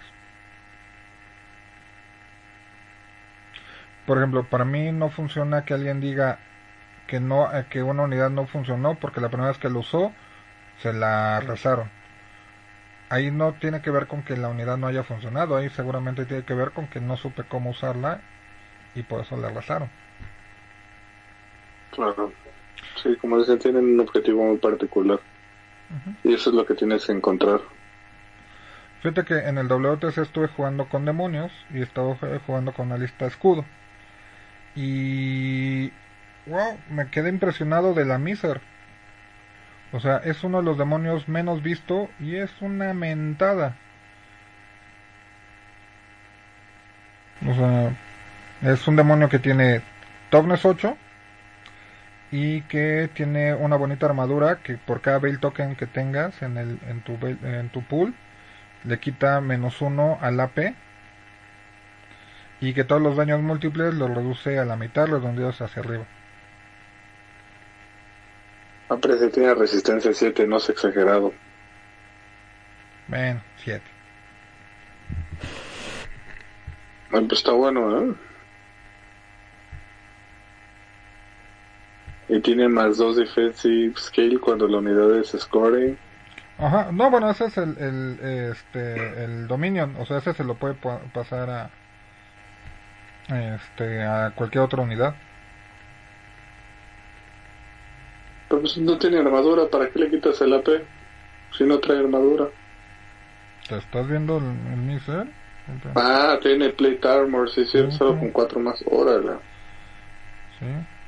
Por ejemplo, para mí no funciona que alguien diga que no que una unidad no funcionó porque la primera vez que lo usó se la rezaron. Ahí no tiene que ver con que la unidad no haya funcionado, ahí seguramente tiene que ver con que no supe cómo usarla y por eso la arrasaron. Claro. Sí, como dicen, tienen un objetivo muy particular. Uh-huh. Y eso es lo que tienes que encontrar. Fíjate que en el W T C estuve jugando con demonios y estaba jugando con la lista escudo. Y... wow, me quedé impresionado de la Miser. O sea, es uno de los demonios menos visto y es una mentada. O sea, es un demonio que tiene toughness ocho y que tiene una bonita armadura que por cada Veil Token que tengas en el en tu en tu pool le quita menos uno al A P y que todos los daños múltiples los reduce a la mitad, redondeados hacia arriba. Aparece, tiene resistencia siete, no es exagerado. Bueno, siete. Bueno, pues está bueno, ¿eh? Y tiene más dos defensive skill cuando la unidad es scoring. Ajá, no, bueno, ese es el, el este el Dominion, o sea, ese se lo puede pa- pasar a este a cualquier otra unidad. Pero pues no tiene armadura, ¿para qué le quitas el A P? Si no trae armadura. ¿Te estás viendo el, el Miser? Ah, tiene plate armor, sí, sí, uh-huh. Solo con cuatro más, órale. Sí.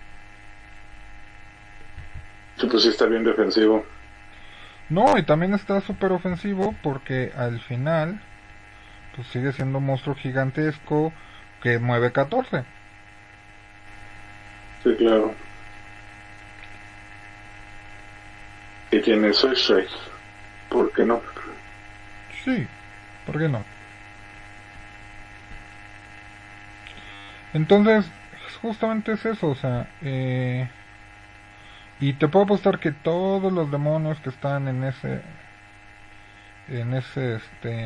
Sí, pues sí está bien defensivo. No, y también está súper ofensivo porque al final pues sigue siendo un monstruo gigantesco que mueve catorce. Sí, claro. Y tiene Switch Strike. ¿Por qué no? Sí, ¿por qué no? Entonces, justamente es eso, o sea, eh, y te puedo apostar que todos los demonios que están en ese, en ese, este,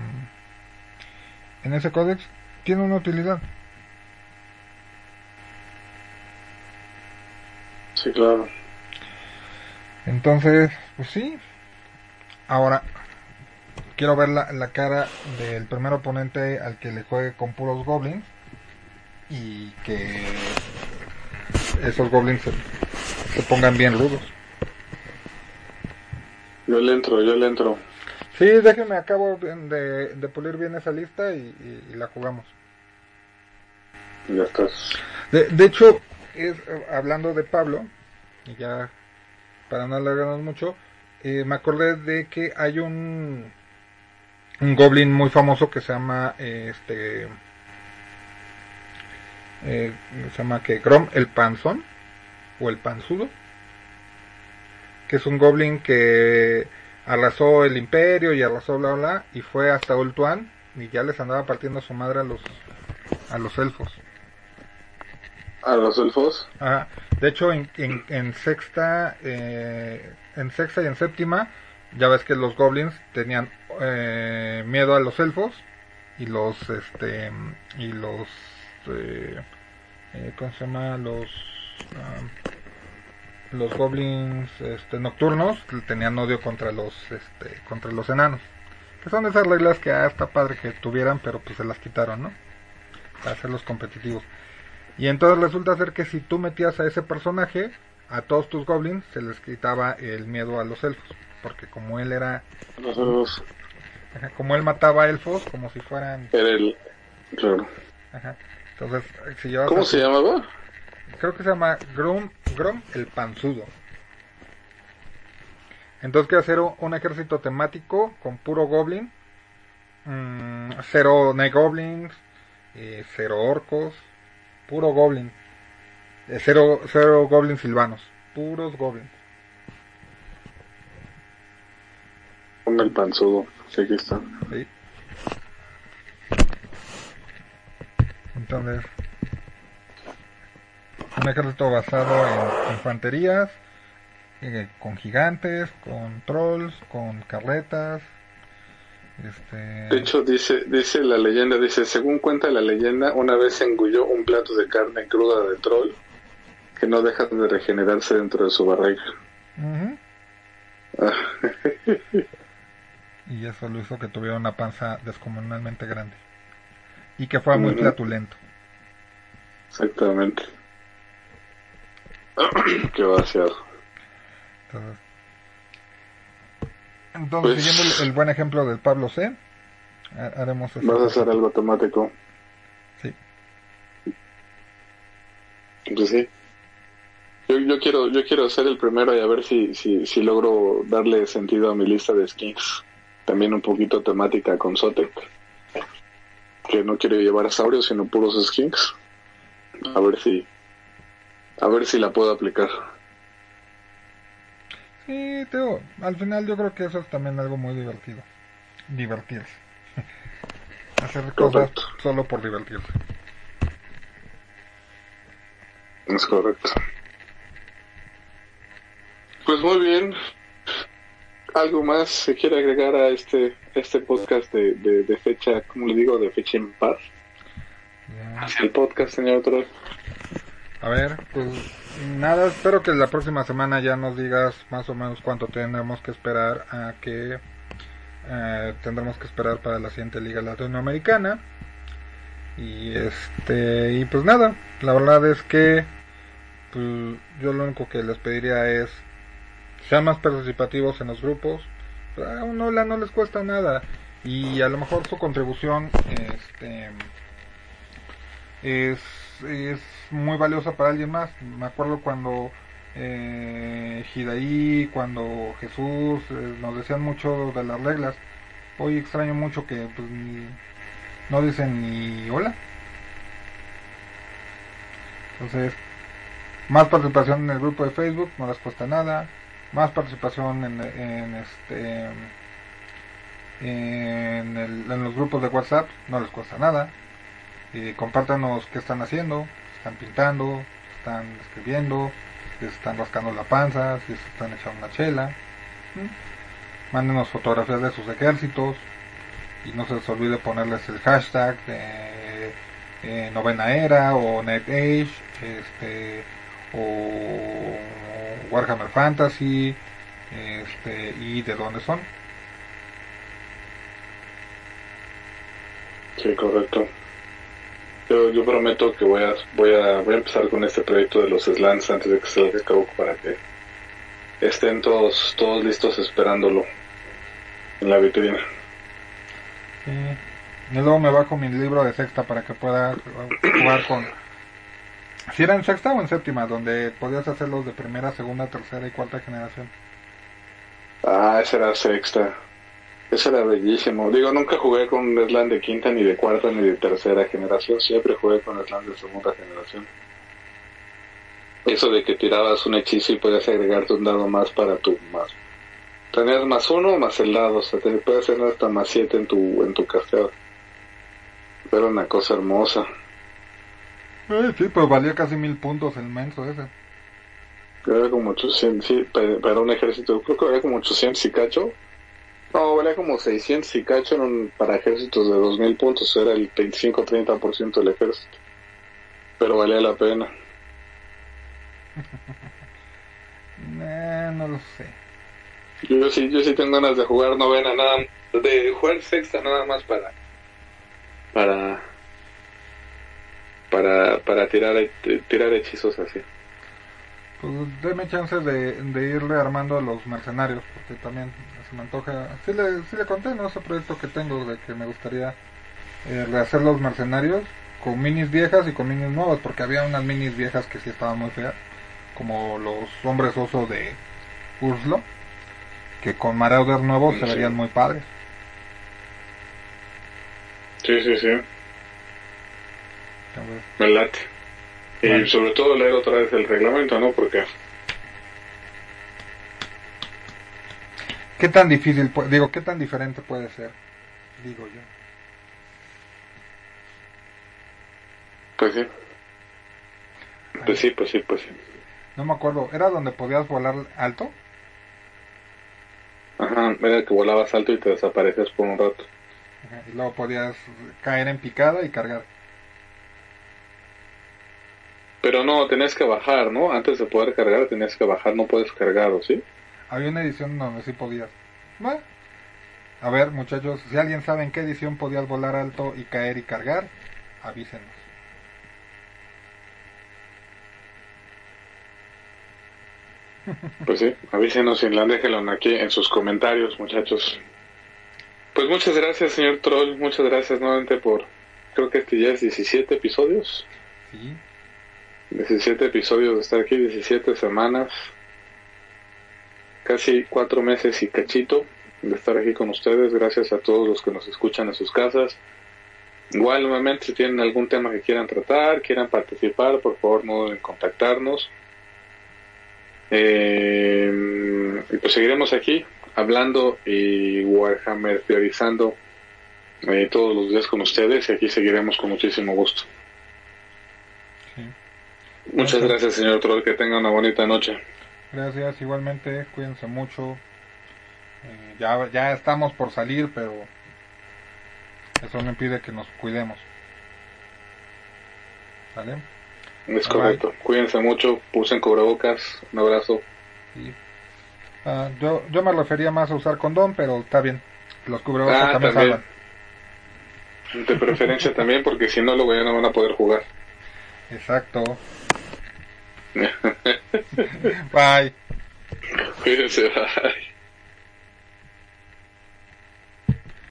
en ese códex tienen una utilidad. Sí, claro. Entonces, pues sí. Ahora, quiero ver la, la cara del primer oponente al que le juegue con puros goblins y que esos goblins se, se pongan bien rudos. Yo le entro, yo le entro. Sí, déjenme, acabo de, de pulir bien esa lista y, y, y la jugamos. Ya estás. De, de hecho, es, hablando de Pablo, y ya para no alargarnos mucho, eh, me acordé de que hay un un goblin muy famoso que se llama eh, este eh, se llama que Grom el Panzón o el Panzudo, que es un goblin que arrasó el imperio y arrasó bla bla y fue hasta Ultuan y ya les andaba partiendo su madre a los a los elfos. ¿A los elfos? Ajá. De hecho, en, en, en sexta eh, en sexta y en séptima ya ves que los goblins tenían eh, miedo a los elfos y los este y los eh, eh, ¿cómo se llama? Los um, los goblins este, nocturnos tenían odio contra los este contra los enanos. Que son esas reglas que ah, está padre que tuvieran, pero pues se las quitaron, ¿no? Para hacerlos competitivos. Y entonces resulta ser que si tú metías a ese personaje, a todos tus goblins se les quitaba el miedo a los elfos. Porque como él era... Nosotros... Ajá, como él mataba elfos, como si fueran... Era el... Claro. Ajá. Entonces, si llevas ¿Cómo a... se llamaba? Creo que se llama Grom, Grom el Panzudo. Entonces quiero hacer un, un ejército temático con puro goblin, mmm, cero night goblins, eh, cero orcos, puro goblin, eh, cero, cero goblins silvanos, puros goblins. Con el panzudo, sí, aquí está. ¿Sí? Entonces, un ejército basado en infanterías, eh, con gigantes, con trolls, con carretas. Este... De hecho, dice dice la leyenda, dice, según cuenta la leyenda, una vez se engulló un plato de carne cruda de troll que no deja de regenerarse dentro de su barriga. Uh-huh. Y eso lo hizo que tuviera una panza descomunalmente grande. Y que fuera muy uh-huh. flatulento. Exactamente. Qué vaciado. Entonces, entonces pues, siguiendo el, el buen ejemplo del Pablo C, haremos eso. Vas a hacer algo temático. Sí. Pues sí. Yo, yo quiero yo quiero ser el primero y a ver si, si, si logro darle sentido a mi lista de skins. También un poquito temática con Zotek. Que no quiero llevar a saurios, sino puros skins. A ver si a ver si la puedo aplicar. Sí, Teo, al final yo creo que eso es también algo muy divertido. Divertirse. Hacer cosas correcto. Solo por divertirse. Es correcto. Pues muy bien. ¿Algo más se quiere agregar a este este podcast de, de, de fecha, como le digo, de fecha en paz? Yeah. Hacia el podcast, señor Troll. A ver, pues nada, espero que la próxima semana ya nos digas más o menos cuánto tenemos que esperar a que eh, tendremos que esperar para la siguiente liga latinoamericana. Y este y pues nada, la verdad es que pues, yo lo único que les pediría es sean más participativos en los grupos. A un hola no les cuesta nada y a lo mejor su contribución este es es muy valiosa para alguien más. Me acuerdo cuando eh, Hidaí, cuando Jesús eh, nos decían mucho de las reglas. Hoy extraño mucho que pues ni, no dicen ni hola. Entonces, más participación en el grupo de Facebook, no les cuesta nada. Más participación en, en este en, el, en los grupos de WhatsApp, no les cuesta nada. Eh, compártanos qué están haciendo, están pintando, están escribiendo, si están rascando la panza, si se están echando una chela. ¿Mm? Mándenos fotografías de sus ejércitos y no se les olvide ponerles el hashtag de eh, novena era o Net Age, este, o Warhammer Fantasy, este, y de dónde son. Sí, correcto. Yo, yo prometo que voy a, voy a voy a empezar con este proyecto de los slants antes de que se salga a cabo para que estén todos todos listos esperándolo en la vitrina. Sí. Y luego me bajo mi libro de sexta para que pueda jugar con... ¿Si era en sexta o en séptima? Donde podías hacerlos de primera, segunda, tercera y cuarta generación. Ah, esa era sexta. Ese era bellísimo. Digo, nunca jugué con un slam de quinta, ni de cuarta, ni de tercera generación. Siempre jugué con slam de segunda generación. Eso de que tirabas un hechizo y podías agregarte un dado más para tu más. Tenías más uno más el dado. O sea, te puedes hacer hasta más siete en tu, en tu casteo. Era una cosa hermosa. Eh, sí, pues valía casi mil puntos el menso ese. Era como ochocientos, sí, para un ejército. Creo que era como ochocientos y cacho. No, valía como seiscientos y cacho en, para ejércitos de dos mil puntos, era el veinticinco a treinta por ciento del ejército. Pero valía la pena. nah, no lo sé. Yo sí, yo sí tengo ganas de jugar novena, nada, de jugar sexta nada más para para para para tirar tirar hechizos así. Pues deme chance de, de irle armando a los mercenarios, porque también se me antoja. Sí le, sí le conté, ¿no? Ese proyecto que tengo de que me gustaría eh, rehacer los mercenarios con minis viejas y con minis nuevas, porque había unas minis viejas que sí estaban muy feas, como los hombres oso de Urslo, que con Marauder nuevos Sí. se verían muy padres. Sí, sí, sí. Entonces, Me late. Y bueno, sobre todo leer otra vez el reglamento, ¿no? Porque ¿qué tan difícil, pu- digo, qué tan diferente puede ser? Digo yo. pues sí, pues sí, pues sí, pues sí. No me acuerdo, ¿era donde podías volar alto? Ajá, era que volabas alto y te desaparecías por un rato. Ajá, y luego podías caer en picada y cargar. Pero no, tenías que bajar, ¿no? Antes de poder cargar tenías que bajar, no puedes cargar, ¿o sí? Había una edición donde sí podías. Bueno, a ver, muchachos, si alguien sabe en qué edición podías volar alto y caer y cargar, avísenos. Pues sí, avísenos y déjenlo aquí en sus comentarios, muchachos. Pues muchas gracias, señor Troll, muchas gracias nuevamente por, creo que este ya es diecisiete episodios. Sí, diecisiete episodios de estar aquí, diecisiete semanas, casi cuatro meses y cachito de estar aquí con ustedes. Gracias a todos los que nos escuchan en sus casas. Igual, nuevamente, si tienen algún tema que quieran tratar, quieran participar, por favor no duden en contactarnos. Eh, y pues seguiremos aquí hablando y Warhammer teorizando eh, todos los días con ustedes, y aquí seguiremos con muchísimo gusto. sí. Muchas Gracias. gracias, señor Troll, que tenga una bonita noche. Gracias, igualmente, cuídense mucho. Eh, ya, ya estamos por salir, pero eso no impide que nos cuidemos. ¿Vale? Es Bye, correcto. Cuídense mucho, usen cubrebocas. Un abrazo. Sí. Ah, yo, yo me refería más a usar condón, pero está bien. Los cubrebocas Ah, también también. salvan. De preferencia también, porque si no, luego ya no van a poder jugar. Exacto. Bye. Cuídense, bye.